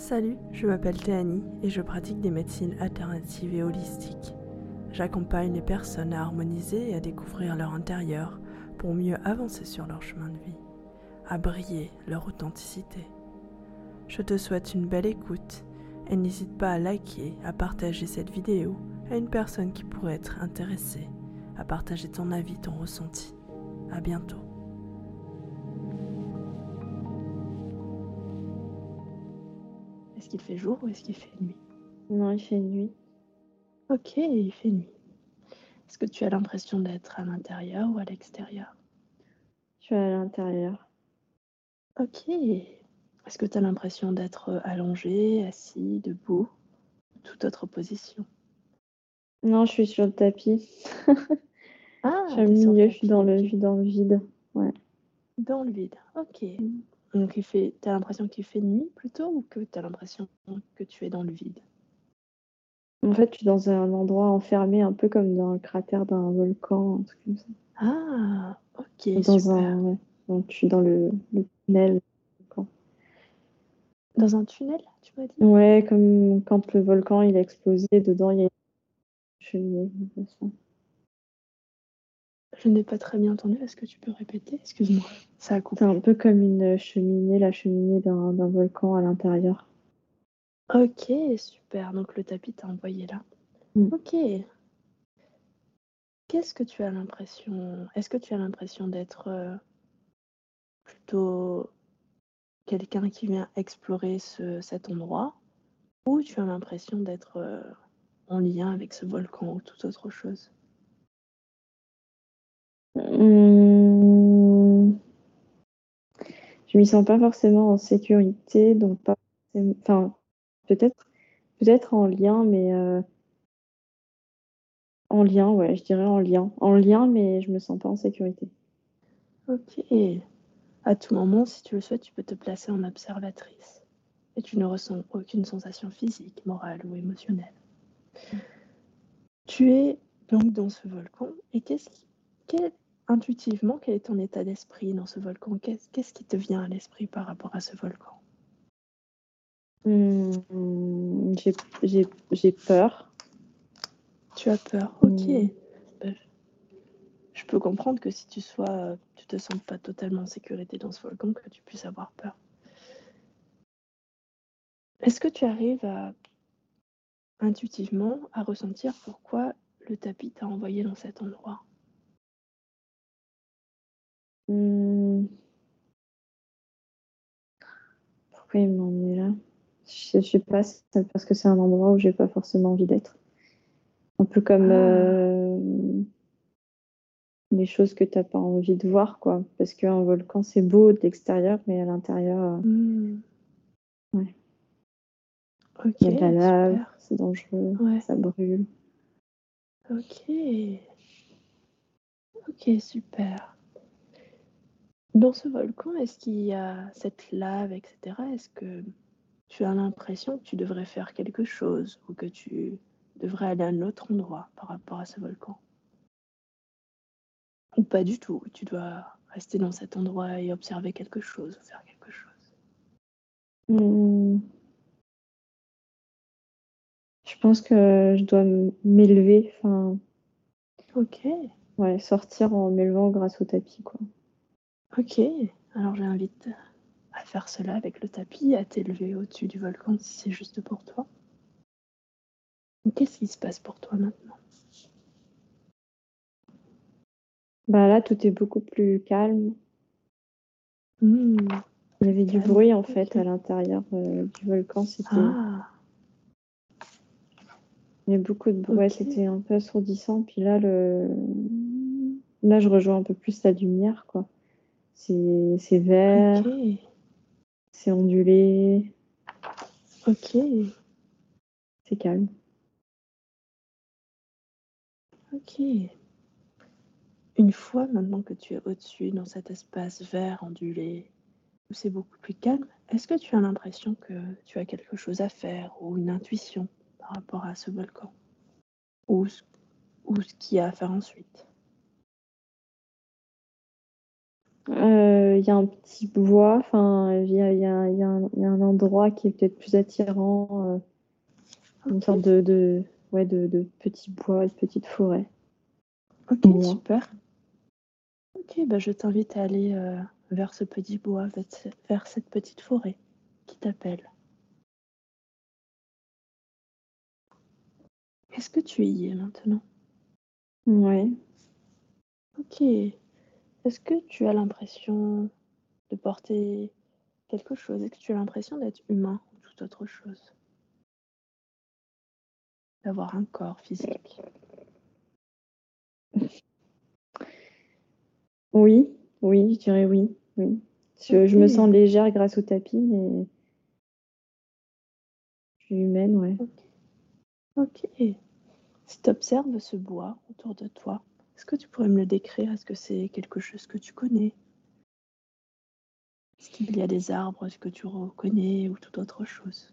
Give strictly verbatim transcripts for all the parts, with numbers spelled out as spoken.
Salut, je m'appelle Théanie et je pratique des médecines alternatives et holistiques. J'accompagne les personnes à harmoniser et à découvrir leur intérieur pour mieux avancer sur leur chemin de vie, à briller leur authenticité. Je te souhaite une belle écoute et n'hésite pas à liker, à partager cette vidéo à une personne qui pourrait être intéressée, à partager ton avis, ton ressenti. À bientôt. Est-ce qu'il fait jour ou est-ce qu'il fait nuit? Non, il fait nuit. Ok, il fait nuit. Est-ce que tu as l'impression d'être à l'intérieur ou à l'extérieur? Je suis à l'intérieur. Ok. Est-ce que tu as l'impression d'être allongé, assis, debout, toute autre position? Non, je suis sur le tapis. Ah, Je suis au t'es sur le milieu, je suis tapis, dans le, je ok. suis dans le vide. Ouais. Dans le vide, ok. Mm. Donc il fait, t'as l'impression qu'il fait nuit plutôt ou que t'as l'impression que tu es dans le vide? En fait, je suis dans un endroit enfermé, un peu comme dans le cratère d'un volcan, un truc comme ça. Ah, ok, Dans super. un, ouais. Donc, je suis dans le, le tunnel. du volcan. Dans un tunnel, tu m'as dit? Ouais, comme quand le volcan il a explosé, dedans il y a une cheminée. comme ça. Je n'ai pas très bien entendu, est-ce que tu peux répéter? Excuse-moi, ça a C'est coupé. un peu comme une cheminée, la cheminée d'un d'un volcan à l'intérieur. Ok, super, donc le tapis t'a envoyé là. Mm. Ok. Qu'est-ce que tu as l'impression est-ce que tu as l'impression d'être, heu, plutôt quelqu'un qui vient explorer ce cet endroit? Ou tu as l'impression d'être, heu, en lien avec ce volcan ou toute autre chose? Mmh. Je m'y sens pas forcément en sécurité, donc pas forcém enfin, peut-être peut-être en lien, mais heu, en lien, ouais, je dirais en lien. En lien, mais je me sens pas en sécurité. OK. À tout moment, si tu le souhaites, tu peux te placer en observatrice et tu ne ressens aucune sensation physique, morale ou émotionnelle. Tu es donc dans ce volcan et qu'est-ce qui quel intuitivement, quel est ton état d'esprit dans ce volcan? Qu'est-ce qu'est-ce qui te vient à l'esprit par rapport à ce volcan? Mmh, j'ai j'ai j'ai peur. Tu as peur, OK. Mmh, Bah, je peux comprendre que si tu sois, heu, tu te sens pas totalement en sécurité dans ce volcan, que tu puisses avoir peur. Est-ce que tu arrives à intuitivement, à ressentir pourquoi le tapis t'a envoyé dans cet endroit? mmh, pourquoi il m'a emmenée là? Je je sais pas, c'est parce que c'est un endroit où j'ai pas forcément envie d'être. Un peu comme, Ah! hem, les choses que tu as pas envie de voir, quoi. Parce qu'un volcan, c'est beau de l'extérieur, mais à l'intérieur, heu, Mmh. ouais. Il y a de la OK, lave, super. c'est dangereux, Ouais, ça brûle. OK. OK, super. Dans ce volcan, est-ce qu'il y a cette lave et cetera? Est-ce que tu as l'impression que tu devrais faire quelque chose ou que tu devrais aller à un autre endroit par rapport à ce volcan? Ou pas du tout, tu dois rester dans cet endroit et observer quelque chose ou faire quelque chose? Mmh, je pense que je dois m m'élever, enfin, OK, ouais, sortir en m'élevant grâce au tapis, quoi. OK. Alors j'invite à faire cela avec le tapis, à t'élever au-dessus du volcan si c'est juste pour toi. Qu'est-ce qui se passe pour toi maintenant? Bah, là, tout est beaucoup plus calme. Mmh, Il y plus avait du calme, bruit, en fait, à OK. l'intérieur, heu, du volcan, c'était Ah! il y avait beaucoup de bruit, ouais, OK, c'était un peu assourdissant, puis là, le là, je rejoins un peu plus la lumière, quoi. C'est c'est vert, OK, c'est ondulé, OK, c'est calme. OK. Une fois maintenant que tu es au-dessus dans cet espace vert ondulé, où c'est beaucoup plus calme, est-ce que tu as l'impression que tu as quelque chose à faire ou une intuition par rapport à ce volcan? Ou ce ou ce qu'il y a à faire ensuite? Euh, Il y a un petit bois, enfin, il y a, il y a- il y a un, il y a un endroit qui est peut-être plus attirant, euh, une Ok, sorte de, de, ouais, de, de petit bois, de petite forêt. ok, Moi. super. Ok, bah je t'invite à aller euh, vers ce petit bois, vers ce- vers cette petite forêt qui t'appelle. Est-ce que tu y es maintenant? Ouais. Ok. Est-ce que tu as l'impression de porter quelque chose? Est-ce que tu as l'impression d'être humain ou toute autre chose? D'avoir un corps physique? Oui, oui, je dirais oui, oui. Je, je me Ok, sens légère grâce au tapis, mais je suis humaine, ouais. ok, ok. Si tu observes ce bois autour de toi, est-ce que tu pourrais me le décrire? Est-ce que c'est quelque chose que tu connais? Est-ce qu'il y a des arbres? Est-ce que tu reconnais ou toute autre chose?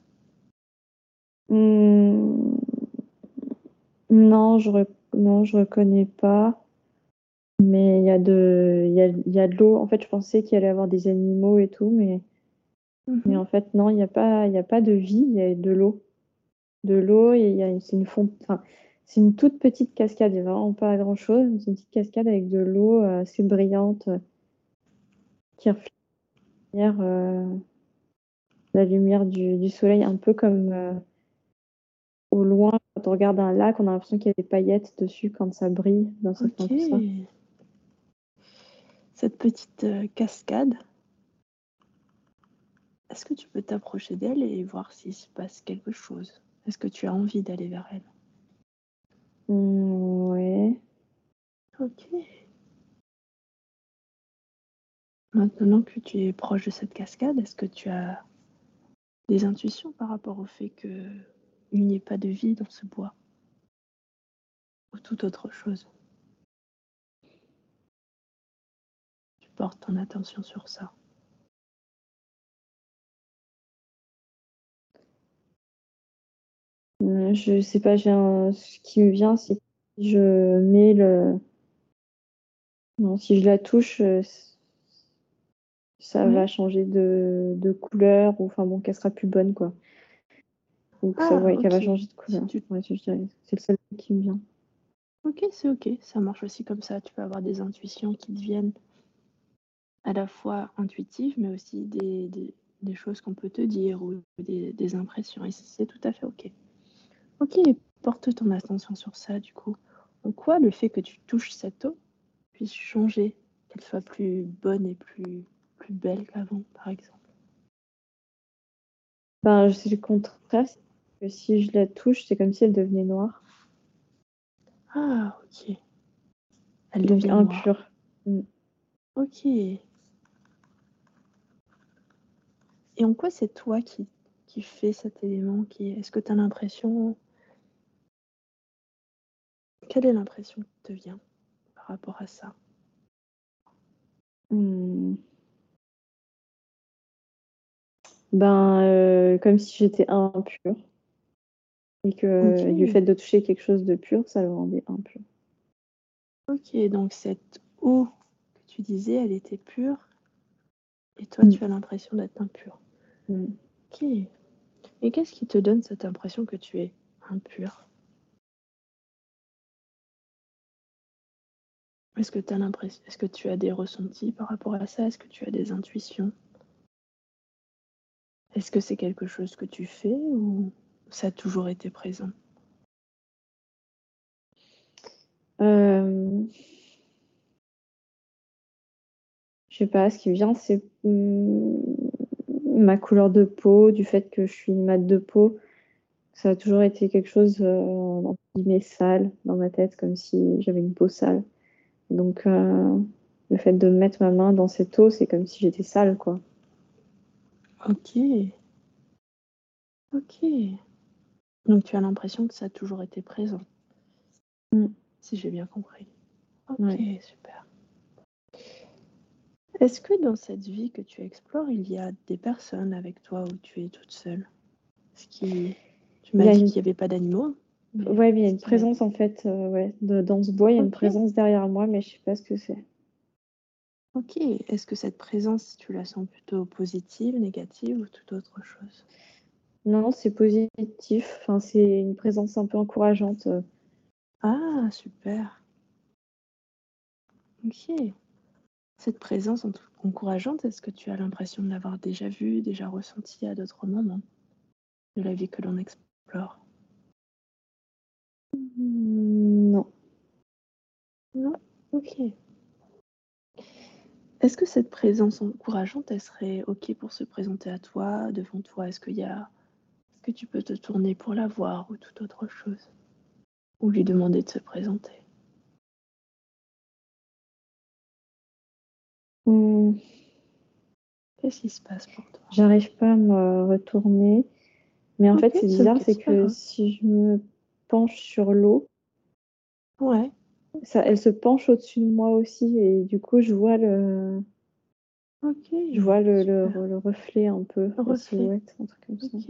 Hmm, non, je re- non, je reconnais pas. Mais il y a de, il y a, il y a de l'eau. En fait, je pensais qu'il allait y avoir des animaux et tout, mais, mais Mhm. en fait, non, il n'y a pas, il y a pas de vie, il y a de l'eau. De l'eau et il y a, c'est une font- enfin, c'est une toute petite cascade, il n'y a vraiment pas grand-chose. C'est une petite cascade avec de l'eau euh, assez brillante euh, qui reflète euh, la lumière du, du soleil, un peu comme euh, au loin, quand on regarde un lac, on a l'impression qu'il y a des paillettes dessus quand ça brille. Dans ça fait Ok. un peu ça. Cette petite euh, cascade, est-ce que tu peux t'approcher d'elle et voir s'il se passe quelque chose? Est-ce que tu as envie d'aller vers elle? Hmm, ouais. Ok. Maintenant que tu es proche de cette cascade, est-ce que tu as des intuitions par rapport au fait qu'il n'y ait pas de vie dans ce bois ou toute autre chose? Tu portes ton attention sur ça. Hmm, je sais pas, j'ai un... ce qui me vient, c'est que si je mets le. Non, si je la touche, euh, ça va Ouais. changer de, de couleur, ou enfin bon, qu'elle sera plus bonne, quoi. Ou que ça, Ah, ouais, qu'elle va ok. changer de Si couleur. tu... Ouais, je dirais. C'est le seul qui me vient. Ok, c'est ok. Ça marche aussi comme ça. Tu peux avoir des intuitions qui deviennent à la fois intuitives, mais aussi des, des, des choses qu'on peut te dire ou des, des impressions. Et c'est tout à fait ok. Ok, porte ton attention sur ça, du coup. En quoi le fait que tu touches cette eau puisse changer, qu'elle soit plus bonne et plus, plus belle qu'avant, par exemple? Ben, c'est le contraire. C'est que si je la touche, c'est comme si elle devenait noire. Ah, ok. Elle Donc devient noire. impure. Mm. Ok. Et en quoi c'est toi qui, qui fais cet élément qui... Est-ce que tu as l'impression... Quelle est l'impression qui te vient par rapport à ça? Mm. Ben, euh, comme si j'étais impure. Et Ok. que du fait de toucher quelque chose de pur, ça le rendait impur. Ok, donc cette eau que tu disais, elle était pure et toi, Mm. tu as l'impression d'être impur. Mm. Ok. Et qu'est-ce qui te donne cette impression que tu es impur? Est-ce que tu as l'impression, est-ce que tu as des ressentis par rapport à ça? Est-ce que tu as des intuitions? Est-ce que c'est quelque chose que tu fais ou ça a toujours été présent? Euh, je sais pas, ce qui me vient, c'est mm, ma couleur de peau, du fait que je suis mat de peau. Ça a toujours été quelque chose, euh, entre guillemets, sale dans ma tête, comme si j'avais une peau sale. Donc, euh, le fait de mettre ma main dans cette eau, c'est comme si j'étais sale, quoi. Ok, ok. Donc tu as l'impression que ça a toujours été présent, Mm. si j'ai bien compris. Ok, Ouais. super. Est-ce que dans cette vie que tu explores, il y a des personnes avec toi ou tu es toute seule? Ce qui... Tu Il m'as y a dit une, qu'il n'y avait pas d'animaux, mais ouais, mais il y a est-ce une qu'il y a... présence, en fait, euh, ouais, de- dans ce bois, il y a une Ok, présence derrière moi, mais je sais pas ce que c'est. Ok. Est-ce que cette présence, tu la sens plutôt positive, négative ou toute autre chose? Non, c'est positif. Enfin, c'est une présence un peu encourageante. euh. Ah, super. Ok. Cette présence en- encourageante, est-ce que tu as l'impression de l'avoir déjà vue, déjà ressentie à d'autres moments de la vie que l'on explore? Hmm, Non. Non? Ok. Est-ce que cette présence encourageante, elle serait ok pour se présenter à toi, devant toi? Est-ce qu'il y a... Est-ce que tu peux te tourner pour la voir ou toute autre chose? Ou lui demander de se présenter? Hmm, Qu'est-ce qui se passe pour toi? J'arrive pas à me retourner. Mais en Ok, fait, c'est c'est bizarre, ok, c'est c'est pas que grave. si je me penche sur l'eau, Ouais, ça, elle se penche au-dessus de moi aussi. Et du coup, je vois le, ok, je vois le, le, super. le reflet un peu, la Reflet. silhouette, un truc comme ça. Ok,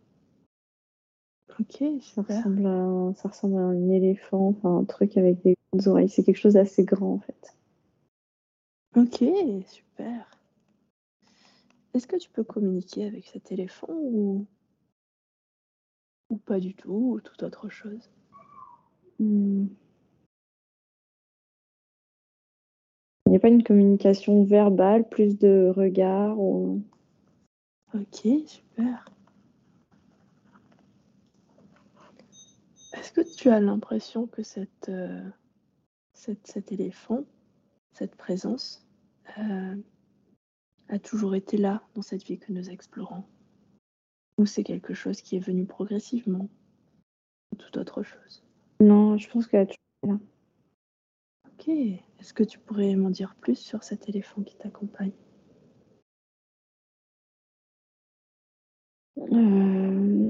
ok, Ça super. ressemble à un, ça ressemble à un éléphant, enfin un truc avec des grandes oreilles. C'est quelque chose d'assez grand en fait. Ok, super. Est-ce que tu peux communiquer avec cet éléphant ou, ou pas du tout, ou toute autre chose? Hmm. Il n'y a pas une communication verbale, plus de regard ou... Ok, super. Est-ce que tu as l'impression que cette, euh, cette- cet éléphant, cette présence, euh, a toujours été là dans cette vie que nous explorons? Ou c'est quelque chose qui est venu progressivement, ou toute autre chose? Non, je pense qu'elle a toujours été là. Ok. Est-ce que tu pourrais m'en dire plus sur cet éléphant qui t'accompagne? Euh,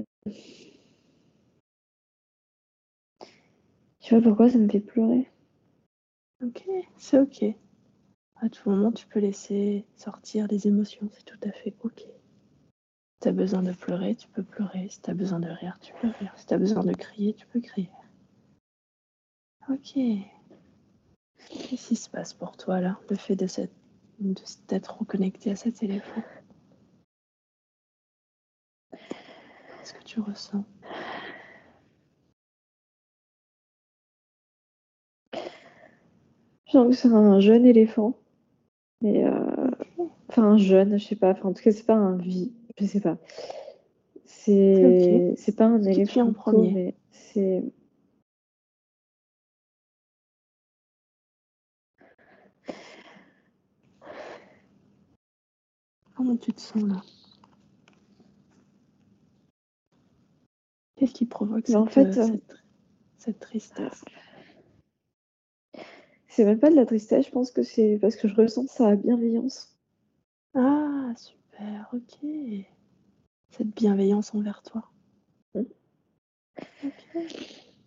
Je sais pas pourquoi ça me fait pleurer. Ok, c'est ok. À tout moment, tu peux laisser sortir les émotions, c'est tout à fait ok. Si tu as besoin de pleurer, tu peux pleurer. Si tu as besoin de rire, tu peux rire. Si tu as besoin de crier, tu peux crier. Ok. Qu'est-ce qui se passe pour toi là, le fait de, cette... de t'être reconnecté à cet éléphant? Qu'est-ce que tu ressens? Je sens que c'est un jeune éléphant. Mais euh, Ok, enfin, un jeune, je sais pas. Enfin, en tout cas, c'est pas un vie. Je sais pas. c'est ok. C'est c'est pas un Ce qui te vient éléphant en de taupe, premier. mais c'est. Comment tu te sens là? Qu'est-ce qui provoque Mais en cette, fait, euh, euh, cette, cette tristesse? c'est même pas de la tristesse. Je pense que c'est parce que je ressens sa bienveillance. Ah, super, ok. Cette bienveillance envers toi. Mm. Ok.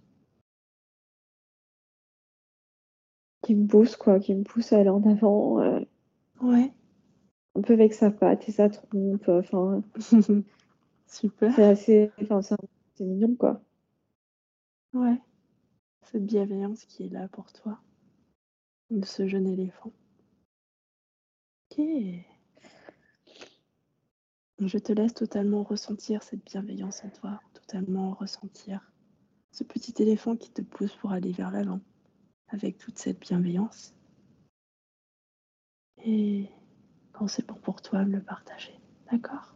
Qui me pousse, quoi. Qui me pousse à aller en avant. euh, Ouais. un peu avec sa patte et sa trompe. Enfin, Super. c'est assez. Enfin, c'est c'est mignon, quoi. Ouais. Cette bienveillance qui est là pour toi, de ce jeune éléphant. Ok. Je te laisse totalement ressentir cette bienveillance en toi, totalement ressentir ce petit éléphant qui te pousse pour aller vers l'avant, avec toute cette bienveillance. Et quand c'est bon pour toi, me le partager. D'accord?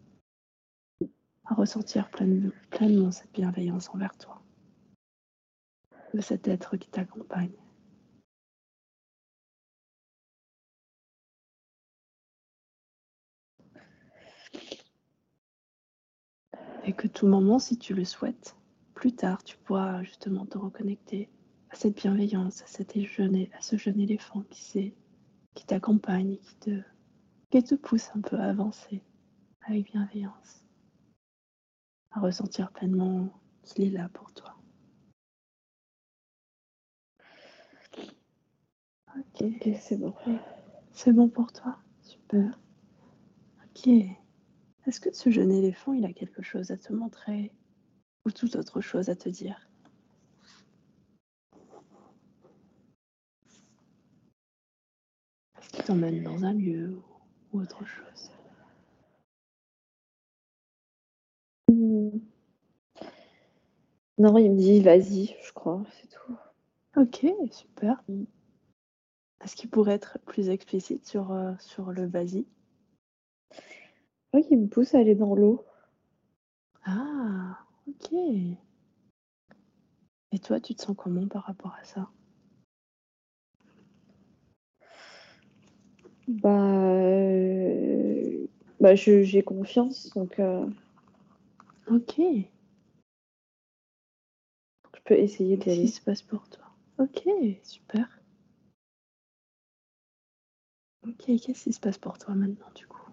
À ressentir pleinement, pleinement cette bienveillance envers toi, de cet être qui t'accompagne. Et que tout moment, si tu le souhaites, plus tard, tu pourras justement te reconnecter à cette bienveillance, à, cet jeune, à ce jeune éléphant qui, sait, qui t'accompagne et qui te, qui te pousse un peu à avancer avec bienveillance, à ressentir pleinement qu'il est là pour toi. Ok, Ok, c'est bon. c'est bon pour toi? Super. Mm. Ok. Est-ce que ce jeune éléphant, il a quelque chose à te montrer ou toute autre chose à te dire? qui t'emmène dans un lieu ou, ou autre chose. Mmh. Non, il me dit: «Vas-y», je crois, c'est tout. Ok, super. Mmh. Est-ce qu'il pourrait être plus explicite sur, euh, sur le vas-y? Je crois qu'il me pousse à aller dans l'eau. Ah, ok. Et toi, tu te sens comment par rapport à ça? Bah, heu, bah, je j'ai confiance, donc heu, Ok. je peux essayer d'y Qu'est-ce qui aller. se passe pour toi? Ok, super. Ok, qu'est-ce qui se passe pour toi maintenant du coup?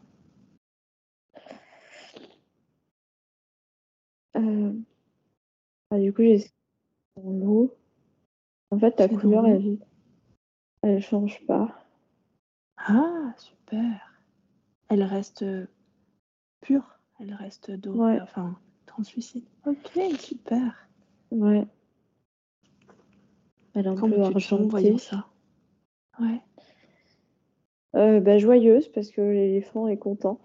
Heu, bah, du coup, j'ai dans l'eau. En fait, la Tu es dans couleur, l'eau? elle elle change pas. Ah, super. Elle reste euh, pure, elle reste dorée, Ouais, enfin translucide. Ok, super. ouais, elle est un Comment peu tu te sens en voyant argentée. ça? Ouais. Heu, bah, joyeuse parce que l'éléphant est content.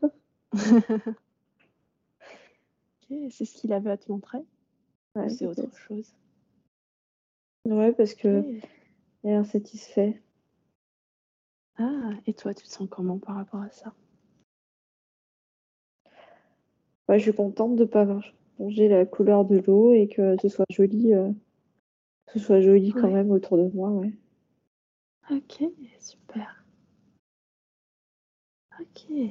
Ok, c'est ce qu'il avait à te montrer? Ou Ouais, c'est autre peut-être. chose? Ouais, parce que Ok. il a l'air satisfait. Ah, et toi, tu te sens comment par rapport à ça? Ouais, je suis contente de pas avoir changé la couleur de l'eau et que ce soit joli, heu, que ce soit joli quand Ouais. même autour de moi, ouais. Ok, super. Ok.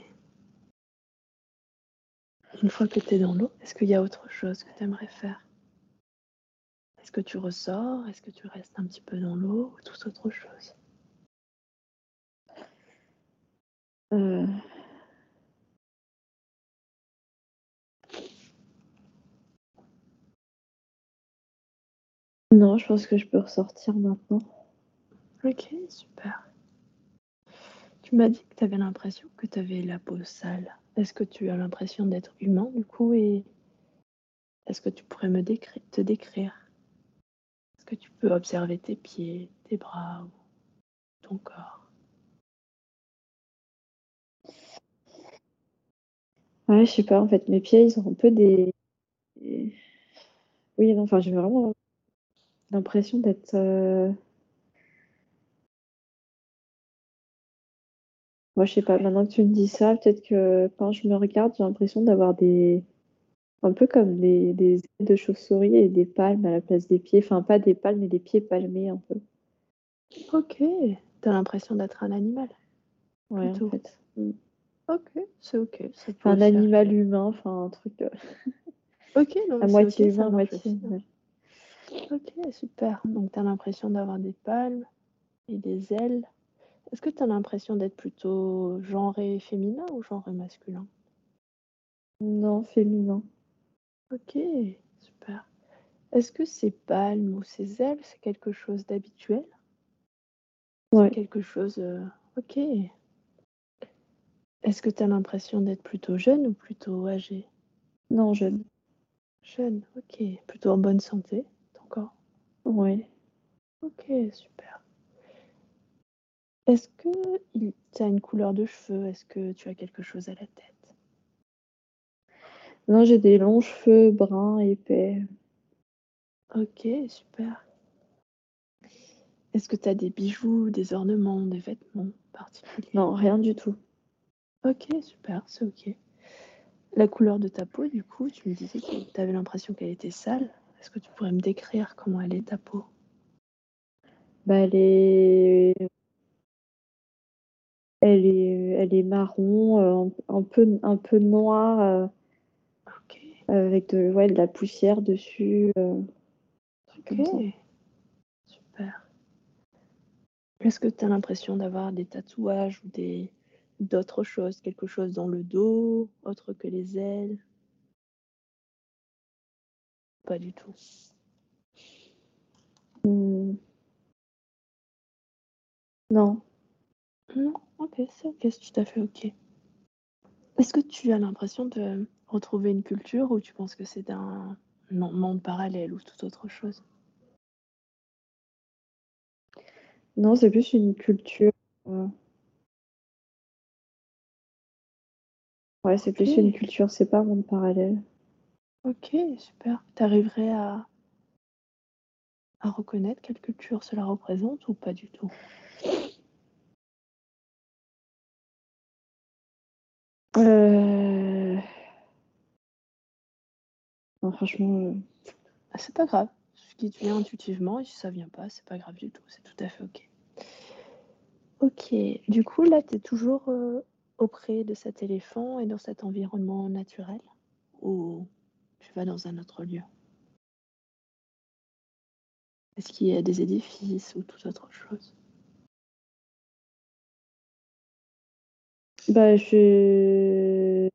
Une fois que tu es dans l'eau, est-ce qu'il y a autre chose que tu aimerais faire? Est-ce que tu ressors? Est-ce que tu restes un petit peu dans l'eau ou toute autre chose? Heu, non, je pense que je peux ressortir maintenant. Ok, super. Tu m'as dit que tu avais l'impression que tu avais la peau sale. Est-ce que tu as l'impression d'être humain du coup et est-ce que tu pourrais me décri- te décrire? Est-ce que tu peux observer tes pieds, tes bras ou ton corps? Ouais, je sais pas, en fait, mes pieds, ils ont un peu des des oui, non, enfin, j'ai vraiment l'impression d'être, heu moi, je sais pas, Ouais. maintenant que tu me dis ça, peut-être que quand je me regarde, j'ai l'impression d'avoir des un peu comme des des ailes de chauve-souris et des palmes à la place des pieds. Enfin, pas des palmes, mais des pieds palmés un peu. Ok. T'as l'impression d'être un animal, Ouais, en plutôt. fait. Mmh. Ok, c'est ok, ça peut Enfin, un aussi animal arriver. humain, enfin, un truc, heu, Ok, non à mais c'est ok, moitié ça humain, à marche moitié aussi, hein. ouais. Ok, super. Donc t'as l'impression d'avoir des palmes et des ailes. Est-ce que t'as l'impression d'être plutôt genré féminin ou genré masculin? Non, féminin. Ok, super. Est-ce que ces palmes ou ces ailes, c'est quelque chose d'habituel? C'est Ouais. quelque chose... euh, Ok. Est-ce que tu as l'impression d'être plutôt jeune ou plutôt âgé? Non, jeune. Jeune, ok. Plutôt en bonne santé, ton corps? Ouais. Ok, super. Est-ce que il... tu as une couleur de cheveux? Est-ce que tu as quelque chose à la tête? Non, j'ai des longs cheveux bruns épais. Ok, super. Est-ce que tu as des bijoux, des ornements, des vêtements particuliers? Non, rien du tout. Ok, super, c'est ok. La couleur de ta peau, du coup, tu me disais que tu avais l'impression qu'elle était sale. Est-ce que tu pourrais me décrire comment elle est ta peau? Bah, elle est elle est elle est marron, heu, un un peu un peu noire, heu, Ok, avec de ouais, de la poussière dessus, heu, un truc comme ça. ok, super. Est-ce que tu as l'impression d'avoir des tatouages ou des d'autres choses, quelque chose dans le dos, autre que les ailes? Pas du tout. Mmh, non. Non? Ok, c'est ok, c'est tout à fait ok. Est-ce que tu as l'impression de retrouver une culture ou tu penses que c'est un non, monde parallèle ou toute autre chose? Non, c'est plus une culture, heu Ouais, c'est Ok, plus une culture, c'est pas un monde parallèle. ok, super. T'arriverais à, à reconnaître quelle culture cela représente ou pas du tout? Euh... Non, franchement, euh, Ah, c'est pas grave. Ce qui te vient intuitivement, et si ça vient pas, c'est pas grave du tout. C'est tout à fait ok. Ok, du coup, là, tu es toujours euh, auprès de cet éléphant et dans cet environnement naturel ou tu vas dans un autre lieu? Est-ce qu'il y a des édifices ou toute autre chose? bah, je...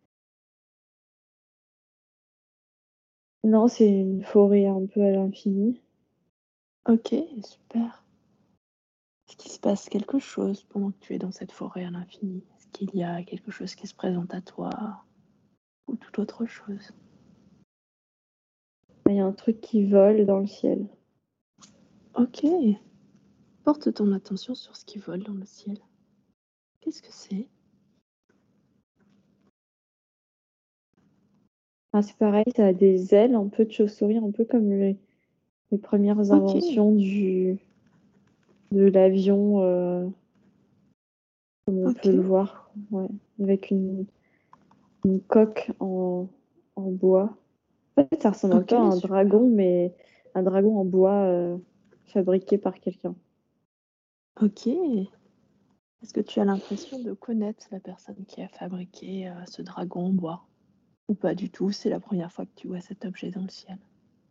Non, c'est une forêt un peu à l'infini. Ok, super. Est-ce qu'il se passe quelque chose pendant que tu es dans cette forêt à l'infini? Est-ce qu'il y a quelque chose qui se présente à toi ou toute autre chose? Il y a un truc qui vole dans le ciel. Ok, porte ton attention sur ce qui vole dans le ciel. Qu'est-ce que c'est? Ah, c'est pareil, ça a des ailes, un peu de chauve-souris, un peu comme les, les premières Ok, inventions du... de l'avion, euh, comme on peut ok, le voir. Ouais. Avec une, une coque en... en bois. En fait, ça ressemble un ok, peu à un super. dragon, mais un dragon en bois euh, fabriqué par quelqu'un. Ok. Est-ce que tu as l'impression de connaître la personne qui a fabriqué euh, ce dragon en bois? Ou pas du tout, c'est la première fois que tu vois cet objet dans le ciel?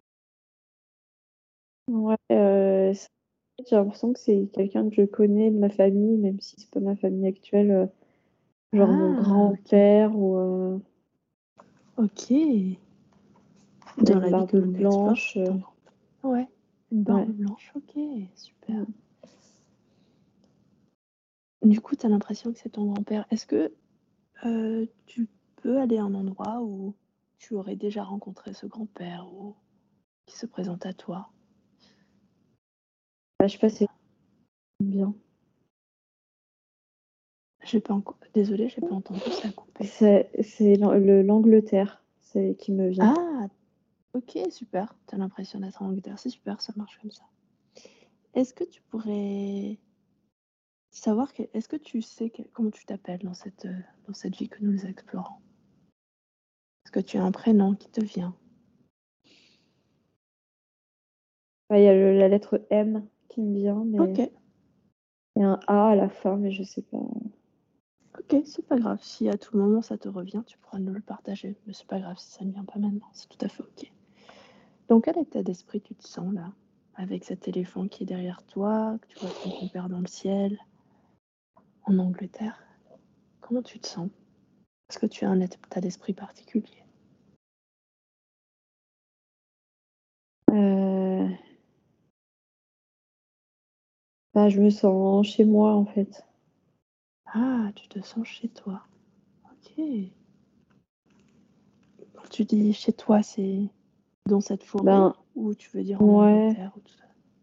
Ouais, euh, c'est- j'ai l'impression que c'est quelqu'un que je connais de ma famille, même si c'est pas ma famille actuelle, euh, genre mon Ah, ok. grand-père ou euh, Ok. il a Dans une la vie que barbe l'on explore, blanche. c'est euh, ton grand. Ouais, une barbe ouais. blanche, ok, super. Mm. Du coup, tu as l'impression que c'est ton grand-père. Est-ce que euh, tu peux aller à un endroit où tu aurais déjà rencontré ce grand-père ou qui se présente à toi? Bah, je sais pas si c'est bien. J'ai pas encore... Désolée, j'ai pas entendu, ça a coupé. C'est c'est l'An- le l'Angleterre, c'est qui me vient. Ah, ok, super. Tu as l'impression d'être en Angleterre. C'est super, ça marche comme ça. Est-ce que tu pourrais savoir, que... est-ce que tu sais que- comment tu t'appelles dans cette, euh, dans cette vie que nous explorons? Est-ce que tu as un prénom qui te vient? Ouais, il y a le- la lettre M qui me vient, mais Ok, il y a un A à la fin, mais je sais pas. ok, c'est pas grave. Si à tout moment ça te revient, tu pourras nous le partager. Mais c'est pas grave si ça ne vient pas maintenant. C'est tout à fait ok. Dans quel état d'esprit tu te sens là? Avec cet éléphant qui est derrière toi, que tu vois ton grand-père dans le ciel, en Angleterre. Comment tu te sens? Est-ce que tu as un état d'esprit particulier? Euh, Bah, je me sens chez moi en fait. Ah, tu te sens chez toi. Ok. Quand tu dis chez toi, c'est dans cette forêt Ben, ou tu veux dire en ouais. Angleterre ou tout ça?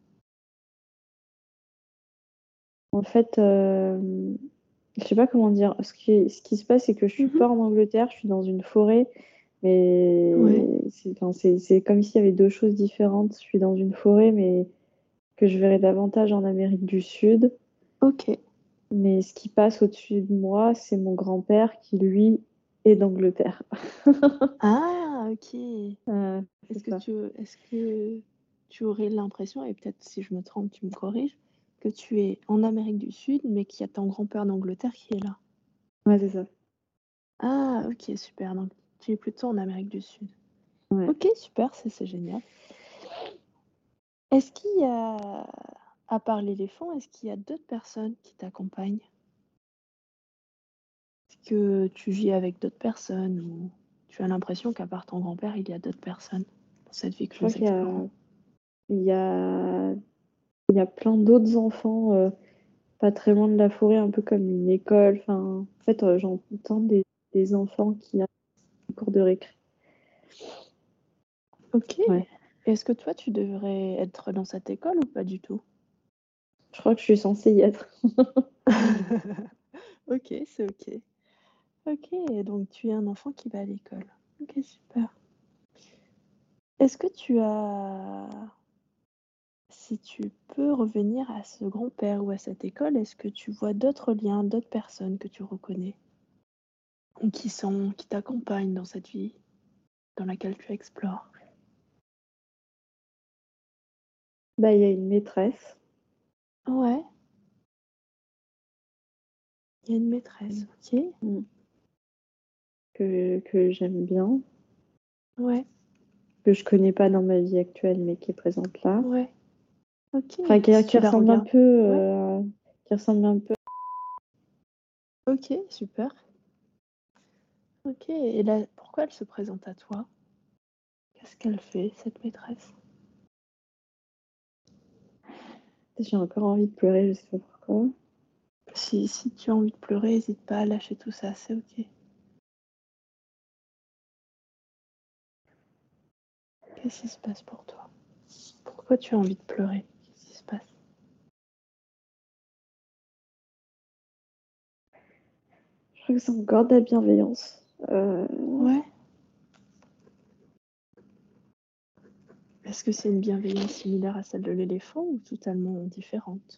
En fait, euh, je sais pas comment dire. Ce qui, ce qui se passe, c'est que je suis Mhm. pas en Angleterre, je suis dans une forêt, mais Ouais. c'est enfin, c'est- c'est comme s'il y avait deux choses différentes. Je suis dans une forêt, mais que je verrais davantage en Amérique du Sud. Ok. Mais ce qui passe au-dessus de moi, c'est mon grand-père qui, lui, est d'Angleterre. Ah, ok. Euh, Est-ce c'est que ça. tu, est-ce que tu aurais l'impression, et peut-être si je me trompe, tu me corriges, que tu es en Amérique du Sud, mais qu'il y a ton grand-père d'Angleterre qui est là? Ouais, c'est ça. Ah, ok, super. Donc, tu es plutôt en Amérique du Sud. Ouais. Ok, super, ça c'est génial. Est-ce qu'il y a, à part l'éléphant, est-ce qu'il y a d'autres personnes qui t'accompagnent? Est-ce que tu vis avec d'autres personnes ou tu as l'impression qu'à part ton grand-père, il y a d'autres personnes dans cette vie Je que crois nous qu'il y explorons? a, il y a, il y a plein d'autres enfants, euh, pas très loin de la forêt, un peu comme une école. Enfin, en fait, euh, j'entends des, des enfants qui ont des cours de récré. Ok. Ouais. Est-ce que toi, tu devrais être dans cette école ou pas du tout? Je crois que je suis censée y être. Ok, c'est ok. Ok, donc tu es un enfant qui va à l'école. Ok, super. Est-ce que tu as... Si tu peux revenir à ce grand-père ou à cette école, est-ce que tu vois d'autres liens, d'autres personnes que tu reconnais ou qui sont, qui t'accompagnent dans cette vie dans laquelle tu explores? Bah, il y a une maîtresse. Ouais, il y a une maîtresse, ok. Mm. que, que j'aime bien, Ouais, que je connais pas dans ma vie actuelle, mais qui est présente là. ouais, ok. Enfin, qui, Si qui tu la ressemble un regardes. peu, Ouais, euh, qui ressemble un peu. ok, super. Ok, et là, pourquoi elle se présente à toi? Qu'est-ce qu'elle fait, cette maîtresse? J'ai encore envie de pleurer, je sais pas pourquoi. Si, si tu as envie de pleurer, n'hésite pas à lâcher tout ça, c'est ok. Qu'est-ce qui se passe pour toi? Pourquoi tu as envie de pleurer? Qu'est-ce qui se passe? Je crois que c'est encore de la bienveillance. Euh, Ouais. Est-ce que c'est une bienveillance similaire à celle de l'éléphant ou totalement différente?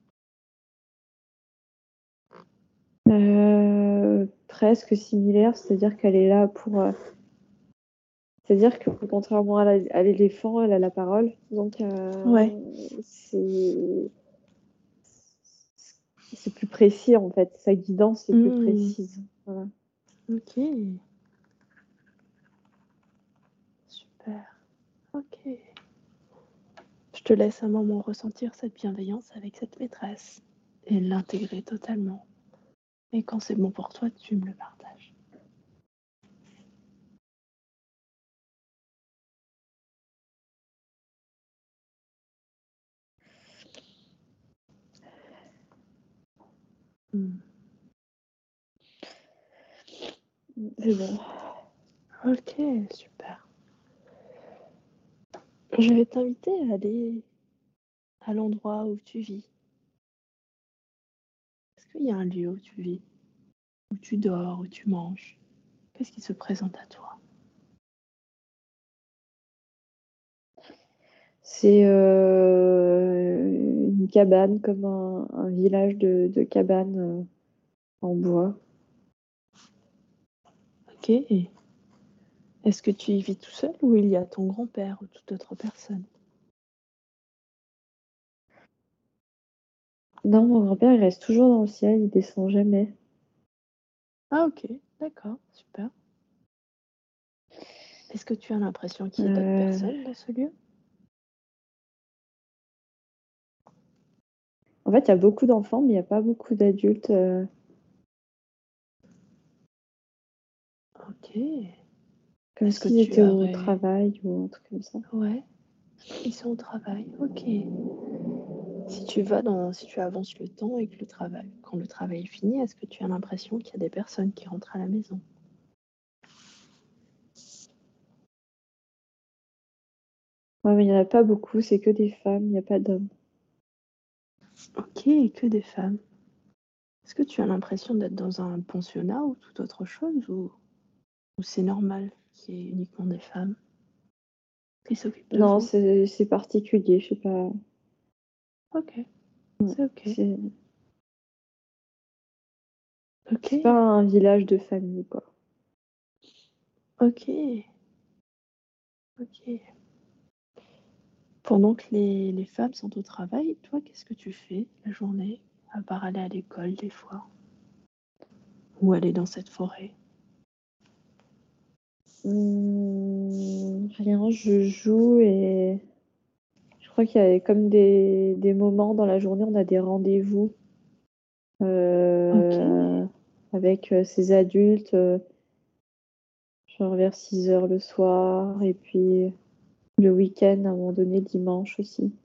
euh, presque similaire, c'est-à-dire qu'elle est là pour. euh, C'est-à-dire que contrairement à la- à l'éléphant, elle a la parole. Donc, Ouais. euh, c'est c'est plus précis en fait. Sa guidance est plus Mmh. précise. Voilà. Ok. Super. Ok. Je te laisse un moment ressentir cette bienveillance avec cette maîtresse et l'intégrer totalement. Et quand c'est bon pour toi, tu me le partages. Mmh. C'est bon. Ok, super. Je vais t'inviter à aller à l'endroit où tu vis. Est-ce qu'il y a un lieu où tu vis, où tu dors, où tu manges? Qu'est-ce qui se présente à toi? C'est euh, une cabane, comme un, un village de, de cabanes euh, en bois. Ok. Est-ce que tu y vis tout seul ou il y a ton grand-père ou toute autre personne? Non, mon grand-père, il reste toujours dans le ciel, il descend jamais. Ah ok, d'accord, super. Est-ce que tu as l'impression qu'il y ait d'autres Euh, personnes dans ce lieu? En fait, il y a beaucoup d'enfants, mais il n'y a pas beaucoup d'adultes. euh, Ok. Comme Est-ce que s'ils tu étaient au aurais... travail ou un truc comme ça. Ouais, ils sont au travail, ok. Si tu vas dans, si tu avances le temps et que le travail, quand le travail est fini, est-ce que tu as l'impression qu'il y a des personnes qui rentrent à la maison? Ouais, mais il n'y en a pas beaucoup, c'est que des femmes, il n'y a pas d'hommes. Ok, et que des femmes. Est-ce que tu as l'impression d'être dans un pensionnat ou toute autre chose ou, ou c'est normal qu'il y ait uniquement des femmes qui s'occupent de Non, vous? c'est c'est particulier, je sais pas. Ok, c'est ok. C'est Ok, c'est pas un village de famille, quoi. ok, ok. Pendant que les, les femmes sont au travail, toi, qu'est-ce que tu fais la journée, à part aller à l'école des fois, ou aller dans cette forêt? Hum, rien, je joue et je crois qu'il y a comme des, des moments dans la journée, on a des rendez-vous Ok, euh, avec euh, ces adultes, euh, genre vers six heures le soir, et puis le week-end, à un moment donné, dimanche aussi.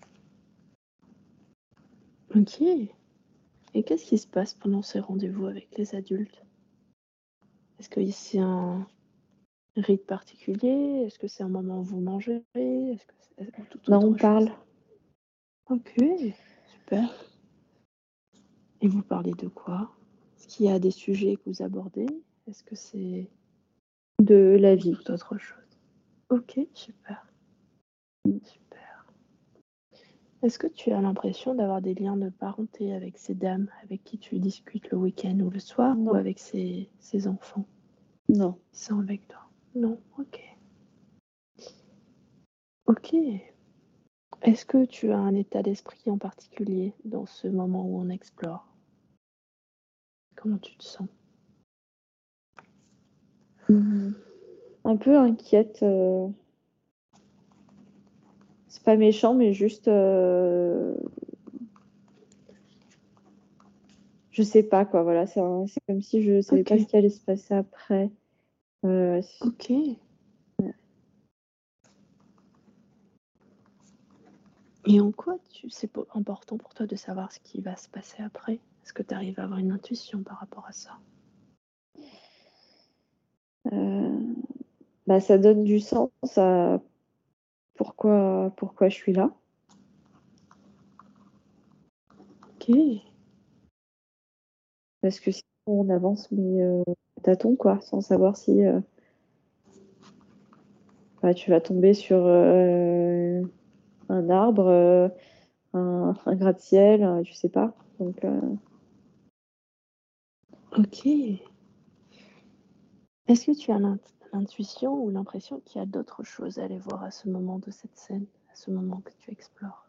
ok. Et qu'est-ce qui se passe pendant ces rendez-vous avec les adultes? Est-ce que c'est un rite particulier? Est-ce que c'est un moment où vous mangez? Est-ce que c'est ou toute Non, on autre parle. chose? Ok, super. Et vous parlez de quoi? Est-ce qu'il y a des sujets que vous abordez? Est-ce que c'est De la vie. tout autre chose? Ok, super. Super. Est-ce que tu as l'impression d'avoir des liens de parenté avec ces dames avec qui tu discutes le week-end ou le soir ou Non, avec ces, ces enfants non. qui sont avec toi? Non, ok. Ok. Est-ce que tu as un état d'esprit en particulier dans ce moment où on explore? Comment tu te sens? Mhm. Un peu inquiète. euh, C'est pas méchant, mais juste. euh, Je sais pas, quoi. Voilà, c'est un- c'est comme si je savais pas Ok, ce qui allait se passer après. Euh, c'est- ok. Et en quoi tu, c'est po- important pour toi de savoir ce qui va se passer après? Est-ce que tu arrives à avoir une intuition par rapport à ça? euh, Bah, ça donne du sens à pourquoi, pourquoi je suis là. Ok, Parce que sinon, on avance, mais euh, tâtons, quoi, sans savoir si euh, bah, tu vas tomber sur euh, un arbre, euh, un, un gratte-ciel, euh, tu sais pas. Donc, euh, ok. Est-ce que tu as l'int- l'intuition ou l'impression qu'il y a d'autres choses à aller voir à ce moment de cette scène, à ce moment que tu explores?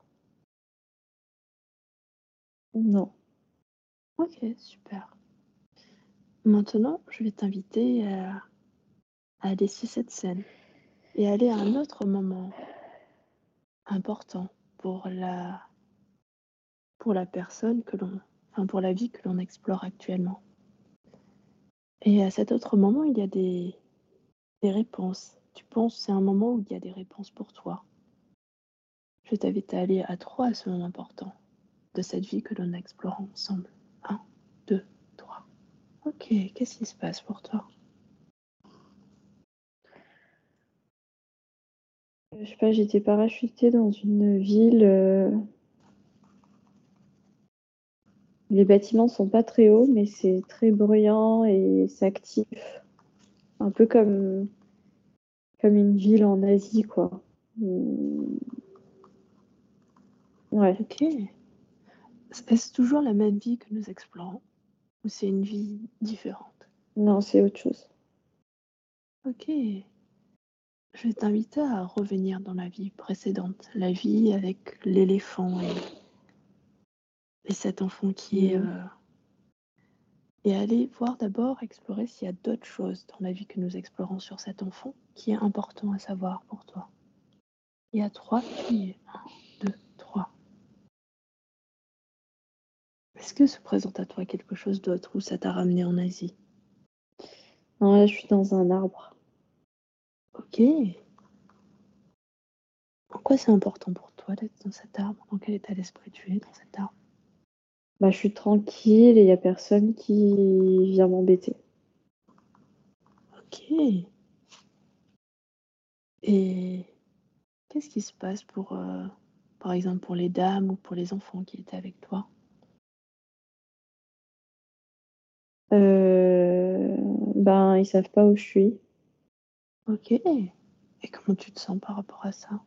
non. Ok, super. Maintenant, je vais t'inviter à, à laisser cette scène et aller à un autre moment important pour la, pour la personne que l'on, enfin pour la vie que l'on explore actuellement. Et à cet autre moment, il y a des, des réponses. Tu penses que c'est un moment où il y a des réponses pour toi. Je t'invite à aller à trois à ce moment important de cette vie que l'on explore ensemble. Un, deux, trois. Ok, qu'est-ce qui se passe pour toi? Je sais pas, j'étais parachutée dans une ville. euh, Les bâtiments sont pas très hauts, mais c'est très bruyant et c'est actif. Un peu comme, comme une ville en Asie, quoi. Hmm, Ouais, Ok. Est-ce toujours la même vie que nous explorons ou c'est une vie différente? non, c'est autre chose. Ok. Je vais t'inviter à revenir dans la vie précédente, la vie avec l'éléphant et, et cet enfant qui est... Hmm. euh, et aller voir d'abord, explorer s'il y a d'autres choses dans la vie que nous explorons sur cet enfant qui est important à savoir pour toi. Il y a trois filles. Un, deux, trois. Est-ce que se présente à toi quelque chose d'autre ou ça t'a ramené en Asie? Non, là, je suis dans un arbre. Ok. En quoi c'est important pour toi d'être dans cet arbre? Dans quel état d'esprit tu es dans cet arbre? Bah, je suis tranquille et il n'y a personne qui vient m'embêter. Ok. Et qu'est-ce qui se passe pour, euh, par exemple, pour les dames ou pour les enfants qui étaient avec toi? Euh, Ben, ils savent pas où je suis. Ok. Et comment tu te sens par rapport à ça?